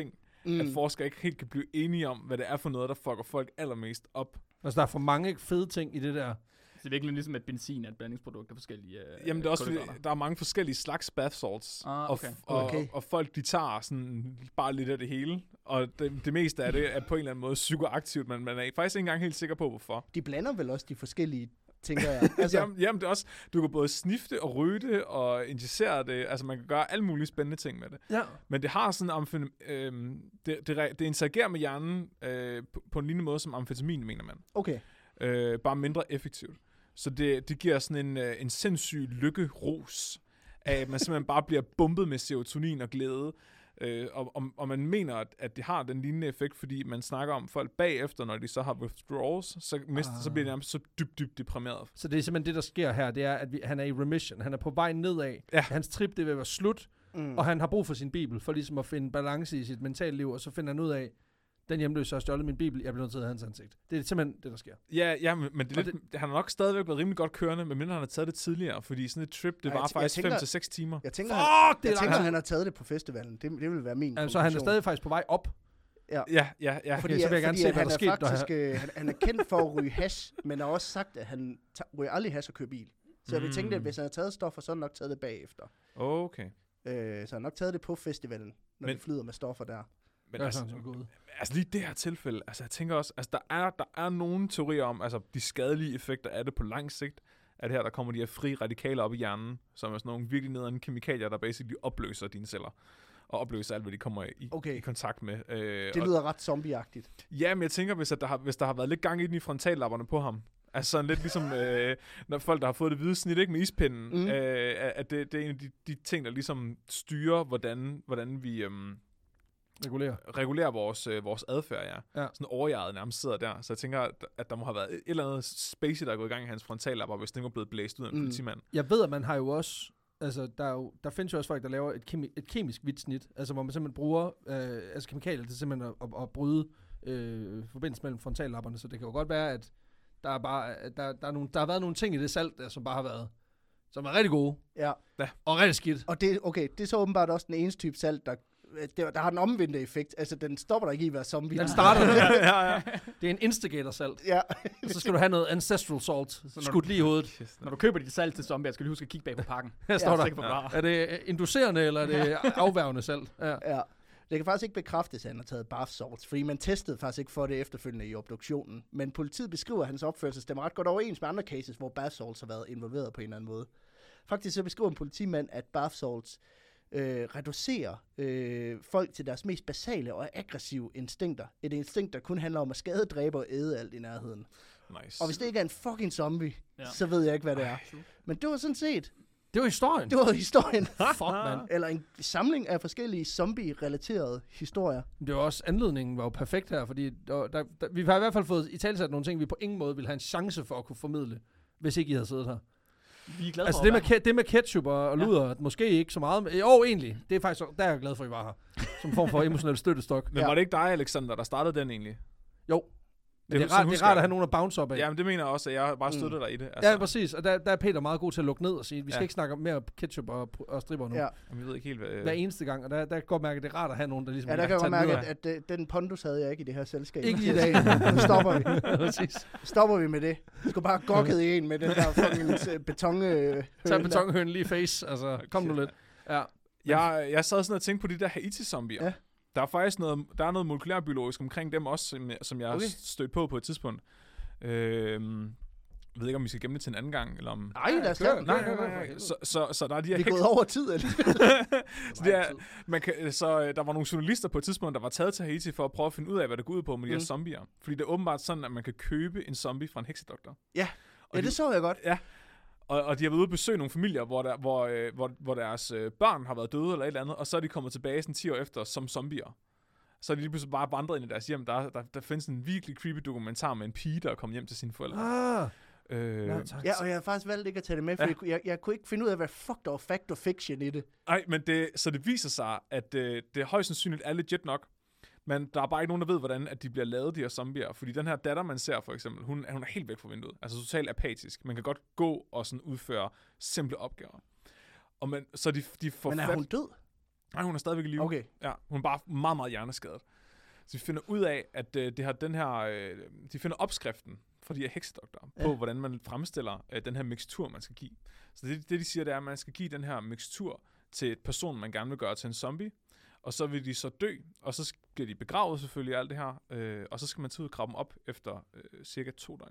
mm. at forskere ikke helt kan blive enige om, hvad det er for noget, der fucker folk allermest op. Altså, der er for mange fede ting i det der. Så det er virkelig ligesom, at benzin er et blandingsprodukt af forskellige øh, Jamen, det er også fordi, kulhydrater. der er mange forskellige slags bath salts. Ah, okay. Og, og, Okay. og folk, de tager sådan bare lidt af det hele. Og det, det meste af det er på en eller anden måde psykoaktivt, men man er faktisk ikke engang helt sikker på, hvorfor. De blander vel også de forskellige, tænker jeg. Altså, Jamen, jamen, det er også, du kan både snifte og ryge det og injicere det. Altså, man kan gøre alle mulige spændende ting med det. Ja. Men det har sådan amfetamine, øh, det, det, det interagerer med hjernen øh, på, på en lignende måde som amfetamin, mener man. okay. Øh, bare mindre effektivt. Så det, det giver sådan en, øh, en sindssyg lykkerus af, at man simpelthen bare bliver bumpet med serotonin og glæde. Øh, og, og, og man mener, at, at det har den lignende effekt, fordi man snakker om folk bagefter, når de så har withdrawals, så, mister, ah. så bliver de nærmest så dybt, dybt deprimeret. Så det er simpelthen det, der sker her, det er, at vi, han er i remission. Han er på vej nedad. Ja. Hans trip, det vil være slut, Mm. og han har brug for sin bibel, for ligesom at finde balance i sit mentale liv, og så finder han ud af, den hjemløse har stjålet min bibel, jeg bliver nødt til at have hans ansigt. Det er simpelthen det, der sker. Ja, ja, men men det er Og lidt, det, han har nok stadigvæk været rimelig godt kørende, medmindre han har taget det tidligere, fordi sådan et trip, det Ja, jeg var t- faktisk jeg tænker- fem til seks timer. Jeg tænker, Fuck, han, det er jeg tænker langt. han har taget det på festivalen. Det, det vil være min Altså, han er konklusion. stadig faktisk på vej op. Ja, ja, ja. Okay, Fordi, så vil jeg gerne fordi se, at hvad han der er skete, når faktisk, øh, han, han er kendt for at ryge hash, men har også sagt, at han ta- ryger aldrig hash og kører bil. Så jeg vil tænke, at Mm. hvis han har taget stoffer, så har han nok taget det bagefter. Okay. Øh, så han har nok taget det på festivalen, når Men- det flyder med stoffer der. Men Ja, altså, sådan, så gået. altså lige det her tilfælde, altså jeg tænker også, altså der er, der er nogle teorier om, altså de skadelige effekter af det på lang sigt, at her der kommer de her fri radikaler op i hjernen, som er sådan nogle virkelig nederen kemikalier, der basically opløser dine celler. Og opløser alt, hvad de kommer i, Okay. i kontakt med. Øh, Det og, lyder ret zombieagtigt. ja, men jeg tænker, hvis, at der har, hvis der har været lidt gang i den i frontallapperne på ham, altså sådan lidt ligesom, øh, når folk, der har fået det hvide snit, ikke med ispinden, Mm. øh, at det, det er en af de, de ting, der ligesom styrer, hvordan, hvordan vi øhm, Regulere. regulerer vores, øh, vores adfærd, ja. Ja. Sådan overjeget nærmest sidder der. Så jeg tænker, at, at der må have været et eller andet spacey, der er gået i gang i hans frontallapper, hvis den var blevet blæst ud af en Mm. politimand. Jeg ved, at man har jo også, altså der, er jo, der findes jo også folk, der laver et, kemi, et kemisk hvidt snit, altså hvor man simpelthen bruger øh, altså kemikalier til simpelthen at, at, at bryde øh, forbindelsen mellem frontallapperne, så det kan jo godt være, at der, er bare, at der, der, er nogle, der har været nogle ting i det salt, der, som bare har været, som er rigtig gode, Ja. og rigtig skidt. Og det, okay, det er så åbenbart også den eneste type salt, der, der, der har den omvendte effekt. Altså, den stopper der ikke i at være zombie. Den starter, ja, ja. det er en instigator-salt, Ja. og så skal du have noget ancestral salt, når skudt lige i hovedet. Når du køber dit salt til zombier, skal du huske at kigge bag på pakken. Her står Ja, der, Sikker på, hvad der er. er det inducerende, eller er det afværgende salt? Ja. Ja. Det kan faktisk ikke bekræftes, at han har taget bath salts, fordi man testede faktisk ikke for det efterfølgende i obduktionen. Men politiet beskriver, at hans opførsel stemmer ret godt overens med andre cases, hvor bath salts har været involveret på en eller anden måde. Faktisk så beskriver en politimand, at bath salts øh, reducerer øh, folk til deres mest basale og aggressive instinkter. Et instinkt, der kun handler om at skade, dræbe og æde alt i nærheden. Nice. Og hvis det ikke er en fucking zombie, Ja. ja. så ved jeg ikke, hvad det er. Men det var sådan set, Det var historien. det var historien. Fuck, mand. Eller en samling af forskellige zombie-relaterede historier. Det var også, anledningen var jo perfekt her, fordi der, der, der, vi har i hvert fald fået i talsat nogle ting, vi på ingen måde ville have en chance for at kunne formidle, hvis ikke I havde siddet her. Vi er glade Altså for det at med, ke- det med ketchup og, og Ja. luder, måske ikke så meget. Men, jo, egentlig. Det er faktisk, der er jeg glad for, at I var her. Som form for emotionel støttestok. Men var det ikke dig, Alexander, der startede den egentlig? Jo. Men det, er sådan rart, det husker er rart at jeg. have nogen at bounce op af. Jamen, det mener jeg også, at jeg bare støtter Mm. dig i det. Altså, Ja, præcis. Og der, der er Peter meget god til at lukke ned og sige, vi skal Ja. ikke snakke om mere ketchup og, og stripper nu. Ja, Jamen, jeg ved ikke helt, hvad... Hver eneste gang. Og der, der kan jeg godt mærke, at det er rart at have nogen, der ligesom ja der kan jeg tage godt den mærke, videre. at, at, at den pondus havde jeg ikke i det her selskab. Ikke lige i dag. Nu stopper vi. Præcis. Stopper vi med det. Du skulle bare gokket i en med den der fucking øh, beton øh, Tag betonhønen lige i face. Altså, kom nu lidt. Ja. Jeg, jeg sad sådan og tænkte på de der Haiti-zombier. Ja. Der er faktisk noget, der er noget molekylærbiologisk omkring dem også, som, jeg- som jeg Okay. okay. stødt på på et tidspunkt. Øhm, jeg ved ikke, om vi skal gemme det til en anden gang, eller om... Ej, lad os Kør. tage den. Nej, Ja, nej, ja, nej, for nej. helvede. Så, så, så der er de her Vi er heks... gået over tid, eller? så, det er, man kan, så øh, der var nogle journalister på et tidspunkt, der var taget til Haiti for at prøve at finde ud af, hvad det går ud på med de her Mm. zombier. Fordi det er åbenbart sådan, at man kan købe en zombie fra en heksedoktor. Ja. Og Ja, de- det så jeg godt. Og, og de har været ude at besøge nogle familier, hvor, der, hvor, øh, hvor, hvor deres øh, børn har været døde eller et eller andet, og så er de kommet tilbage sådan ti år efter som zombier. Så er de lige pludselig bare vandret ind i deres hjem. Der, der, der findes en virkelig creepy dokumentar med en pige, der er kommet hjem til sine forældre. Ah. Øh, Ja, tak. Ja, og jeg har faktisk valgt ikke at tage det med, for Ja. ja. jeg, jeg, jeg kunne ikke finde ud af, hvad fuck der var fact og fiction i det. Ej, men det, så det viser sig, at øh, det højst sandsynligt er legit nok. Men der er bare ikke nogen, der ved, hvordan at de bliver lavet, de her zombier. Fordi den her datter, man ser for eksempel, hun, hun er helt væk fra vinduet. Altså totalt apatisk. Man kan godt gå og sådan udføre simple opgaver. Og man, så de, de får Men er fat... hun død? Nej, hun er stadigvæk i live. Okay. Ja, hun er bare meget, meget hjerneskadet. Så de finder ud af, at øh, det har den her, øh, de finder opskriften fra de her heksedoktorer Ja. på, hvordan man fremstiller øh, den her mixtur, man skal give. Så det, det, de siger, det er, at man skal give den her mixtur til et person, man gerne vil gøre til en zombie, og så vil de så dø, og så bliver de begravet selvfølgelig alt det her, øh, og så skal man tage ud og grave dem op efter øh, cirka to døgn.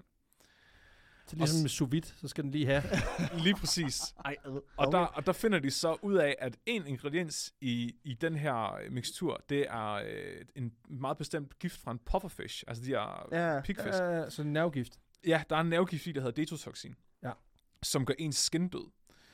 Så ligesom med sous vide, så skal den lige have. Lige præcis. Ej, øh, Og okay. der, og der finder de så ud af, at en ingrediens i, i den her mixtur, det er øh, en meget bestemt gift fra en pufferfish, altså de her Ja. pigfisk. Uh, så en nervegift. Ja, der er en nervegift i, der hedder detotoxin, Ja. som gør ens skin død.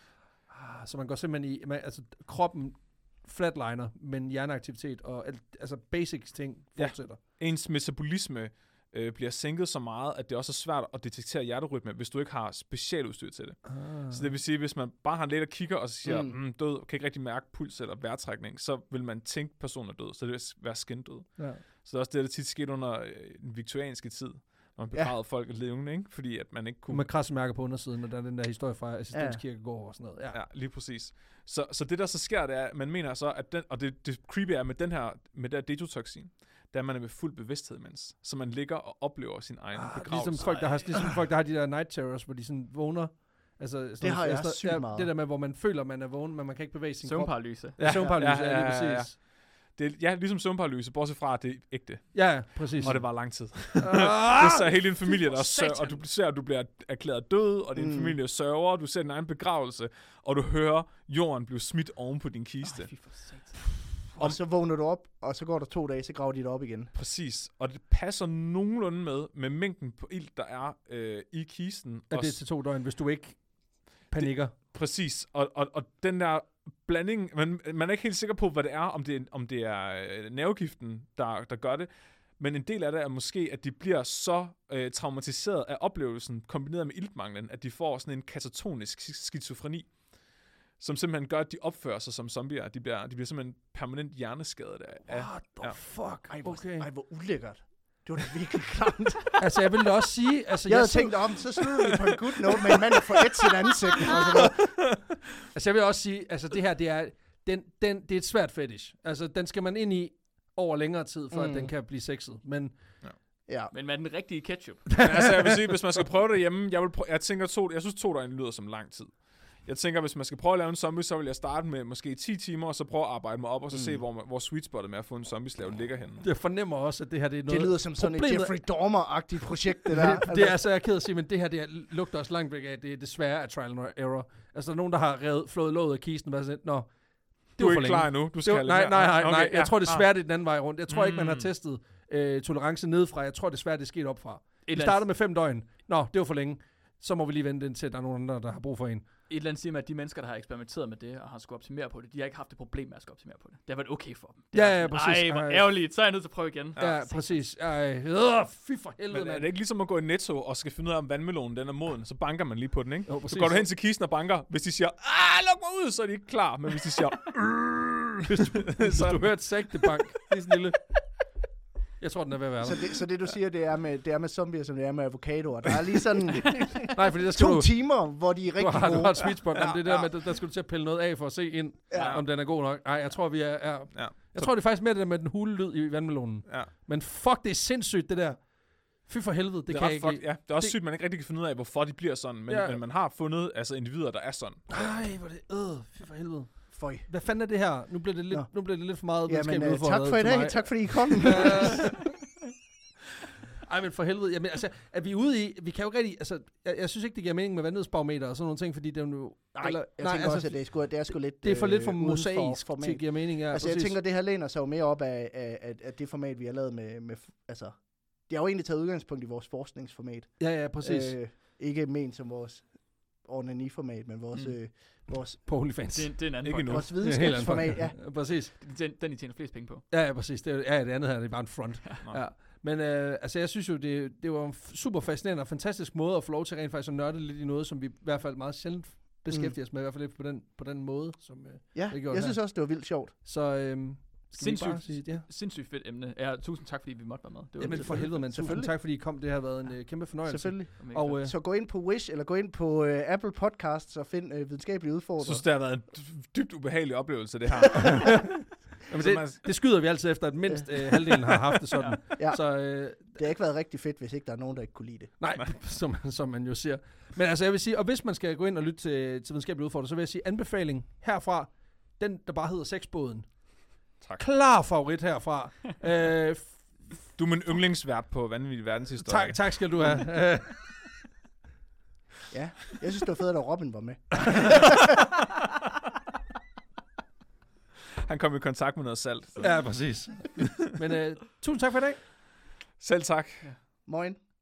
Ah, så man går simpelthen i, man, altså kroppen flatliner, men hjerneaktivitet og alt, altså basics ting Ja. fortsætter. Ens metabolisme øh, bliver sænket så meget, at det også er svært at detektere hjerterytme, hvis du ikke har specialudstyr til det. Ah. Så det vil sige, hvis man bare har en læge, der kigger og så siger, Mm. mm. død, kan ikke rigtig mærke puls eller vejrtrækning, så vil man tænke, personen er død, så det vil være skindød. Ja. Så det er også det, der tit skete under øh, den viktorianske tid, når man begravede ja. folk levende, ikke? Fordi at man ikke kunne... Med krassemærker på undersiden, og der er den der historie fra assistenskirkegård og sådan noget. Ja. Ja, lige præcis. Så, så det, der så sker, det er, at man mener så, at den, og det, det creepy er med den her, med det her detotoxin, der er man er ved fuld bevidsthed imens. Så man ligger og oplever sin egen Ah, begravelse. ligesom folk, der har, ligesom folk, der har de der night terrors, hvor de sådan vågner. Altså, sådan, Det har jeg altså, sygt ja, meget. Det der med, hvor man føler, man er vågen, men man kan ikke bevæge sin krop. Søvnparalyse. Ja, søvnparalyse, ja, ja, ja, lige ja, ja. præcis. Det er, ja, ligesom søvnparalyse, bortset fra, at det er ægte. Ja, ja, præcis. Og det var lang tid. Ah! Det er så hele din familie, der for sørger, og du ser, at du bliver erklæret død, og din Mm. mm. familie sørger, du ser din egen begravelse, og du hører jorden blive smidt oven på din kiste. Ej, fy for satan. Og så vågner du op, og så går der to dage, så graver de det op igen. Præcis, og det passer nogenlunde med, med mængden på ilt, der er øh, i kisten. Er Og det til to døgn, hvis du ikke panikker? Præcis, og, og, og den der blanding, man, man er ikke helt sikker på, hvad det er, om det, om det er øh, nervegiften, der, der gør det, men en del af det er måske, at de bliver så øh, traumatiseret af oplevelsen, kombineret med iltmanglen, at de får sådan en katatonisk skizofreni, som simpelthen gør, at de opfører sig som zombier. De bliver, de bliver simpelthen permanent hjerneskadet af. af What the ja. fuck? Ej, hvor, Okay. ej, hvor ulækkert. Det var da virkelig klamt. Altså, jeg ville da også sige... Altså, Jeg havde så- tænkt om, så slutter vi på en good note med en mand, der får et sit ansigt. Og sådan noget. Altså, jeg vil også sige, altså det her, det er, den, den, det er et svært fetish. Altså, den skal man ind i over længere tid, for mm. Mm. at den kan blive sexet. Men Ja. Men med den rigtige ketchup. Men altså, jeg vil sige, hvis man skal prøve det hjemme, jeg, vil prøve, jeg tænker to, jeg synes to døgn lyder som lang tid. Jeg tænker, hvis man skal prøve at lave en zombie, så vil jeg starte med måske ti timer, og så prøve at arbejde mig op, og så mm. se, hvor, man, hvor sweet spotet med at få en zombie-slave ligger henne. jeg fornemmer også, at det her det er noget... Det lyder som sådan et Problemet- Jeffrey Dahmer-agtigt projekt, det der. det, det er så jeg er ked at sige, men det her det er, lugter også langt væk af, det er desværre af trial and error. Altså, der er nogen, der har revet, flået låget af kisten, og været sådan, nå, det Du var er for ikke længe. klar endnu, du Det skal var, have nej, lidt nej, mere. nej, Okay, nej. ja, Jeg tror ah. desværre, det er den anden vej rundt. Jeg tror ikke, man har Mm. testet øh, tolerance nedefra. Jeg tror desværre, det er sket opfra. Vi eller starter med fem døgn. Nå, det var for længe. Så må vi lige vente indtil, der er nogen andre, der har brug for en. Et eller andet siger mig, at de mennesker, der har eksperimenteret med det, og har skulle optimere på det, de har ikke haft et problem med at skulle optimere på det. Det har været okay for dem. Det Ja, har ja, været sådan, præcis. Ej, hvor Ej. ærgerligt. Så er jeg nødt til at prøve igen. Ja, ja præcis. Ej, øh, fy for helvede, Men er mand. det ikke ligesom at gå i Netto og skal finde ud af, om vandmelonen den er moden, så banker man lige på den, ikke? Jo, præcis. Så går du hen til kisten og banker. Hvis de siger, ah, luk mig ud, så er de ikke klar. Men hvis de siger, Hvis du, hvis så- du hører et sægtebank, det er sådan en lille... Jeg tror, den er ved at være Så der. det, så det, du siger, det er med, det er med zombier, som det er med avocadoer. Der er lige sådan Nej, fordi der skal to du... timer, hvor de er Du rigtig har, du har et gode. sweet spot. Jamen, Ja, det der ja. med, der, der skal du til at pille noget af for at se ind, Ja. om den er god nok. Nej, jeg tror, vi er... er ja. jeg tror, det er faktisk mere det der med den hule lyd i vandmelonen. Ja. Men fuck, det er sindssygt, det der. Fy for helvede, det, Det, kan er jeg ret ikke fuck, lide. ja. Det er også Det- sygt, at man ikke rigtig kan finde ud af, hvorfor de bliver sådan. Men, Ja. men man har fundet altså, individer, der er sådan. Ej, hvor er det... Øh, fy for helvede. Føj. Hvad fanden er det her? Nu bliver det lidt, Nå. nu bliver det lidt for meget Jamen, videnskabeligt uh, udfordret tak for i til dag. mig. Tak fordi I kom. Ej, men for helvede. Jamen, altså, er vi ude i... Vi kan jo ikke rigtig... Altså, jeg, jeg synes ikke, det giver mening med vanvidsbarometer og sådan nogle ting, fordi det er jo... Nej, jeg tænker også, altså, at det er sgu, det er sgu lidt det er for lidt for øh, uden mosaisk format. til at give mening. Ja, Altså, jeg præcis. tænker, det her læner sig jo mere op af, af, af, af det format, vi har lavet med... med altså, det har jo egentlig taget udgangspunkt i vores forskningsformat. Ja, ja, præcis. Øh, ikke ment som vores onani-format, men vores, Mm. øh, vores, På OnlyFans. Det, er- det er en anden Ikke podcast. endnu. vores Det er en helt anden videnskabsformat. Ja. Ja, præcis. Den, den, I tjener flest penge på. Ja, ja, præcis. Det, er- ja, det andet her, det er bare en front. Nå. Ja. Men øh, altså, jeg synes jo, det, det var en f- super fascinerende og fantastisk måde at få lov til rent faktisk at nørde lidt i noget, som vi i hvert fald meget sjældent beskæftiger os med, i hvert fald ikke på den, på den måde. Som, øh. Ja, Det gjorde jeg det synes også, det var vildt sjovt. Så øh, skal vi bare Sindssygt, sige, ja. sindssygt fedt emne. Ja, tusind tak, fordi vi måtte være med. Det var Jamen virkelig for helvede, mand. Tusind Selvfølgelig. tak, fordi I kom. Det har været en øh, kæmpe fornøjelse. Selvfølgelig. fedt. Og øh, Så gå ind på Wish, eller gå ind på øh, Apple Podcasts og find øh, videnskabelige Jeg udfordringer. synes, det har været en dybt ubehagelig oplevelse, det her. Jamen, det, det skyder vi altid efter, at mindst øh, halvdelen har haft det sådan. Ja. Så, øh, Det har ikke været rigtig fedt, hvis ikke der er nogen, der ikke kunne lide det. nej, som, som man jo siger. Men altså, jeg vil sige, og hvis man skal gå ind og lytte til, til videnskabelige udfordringer, så vil jeg sige, anbefaling herfra, den, der bare hedder Sexbåden. Tak. Klar favorit herfra. øh, Du er min yndlingsvært på Vanvittig Verdenshistorie. tak, tak skal du have. Øh, Ja, jeg synes, det var fedt, at Robin var med. Han kom i kontakt med noget salt. ja, præcis. Men øh, tusind tak for i dag. Selv tak. Moin.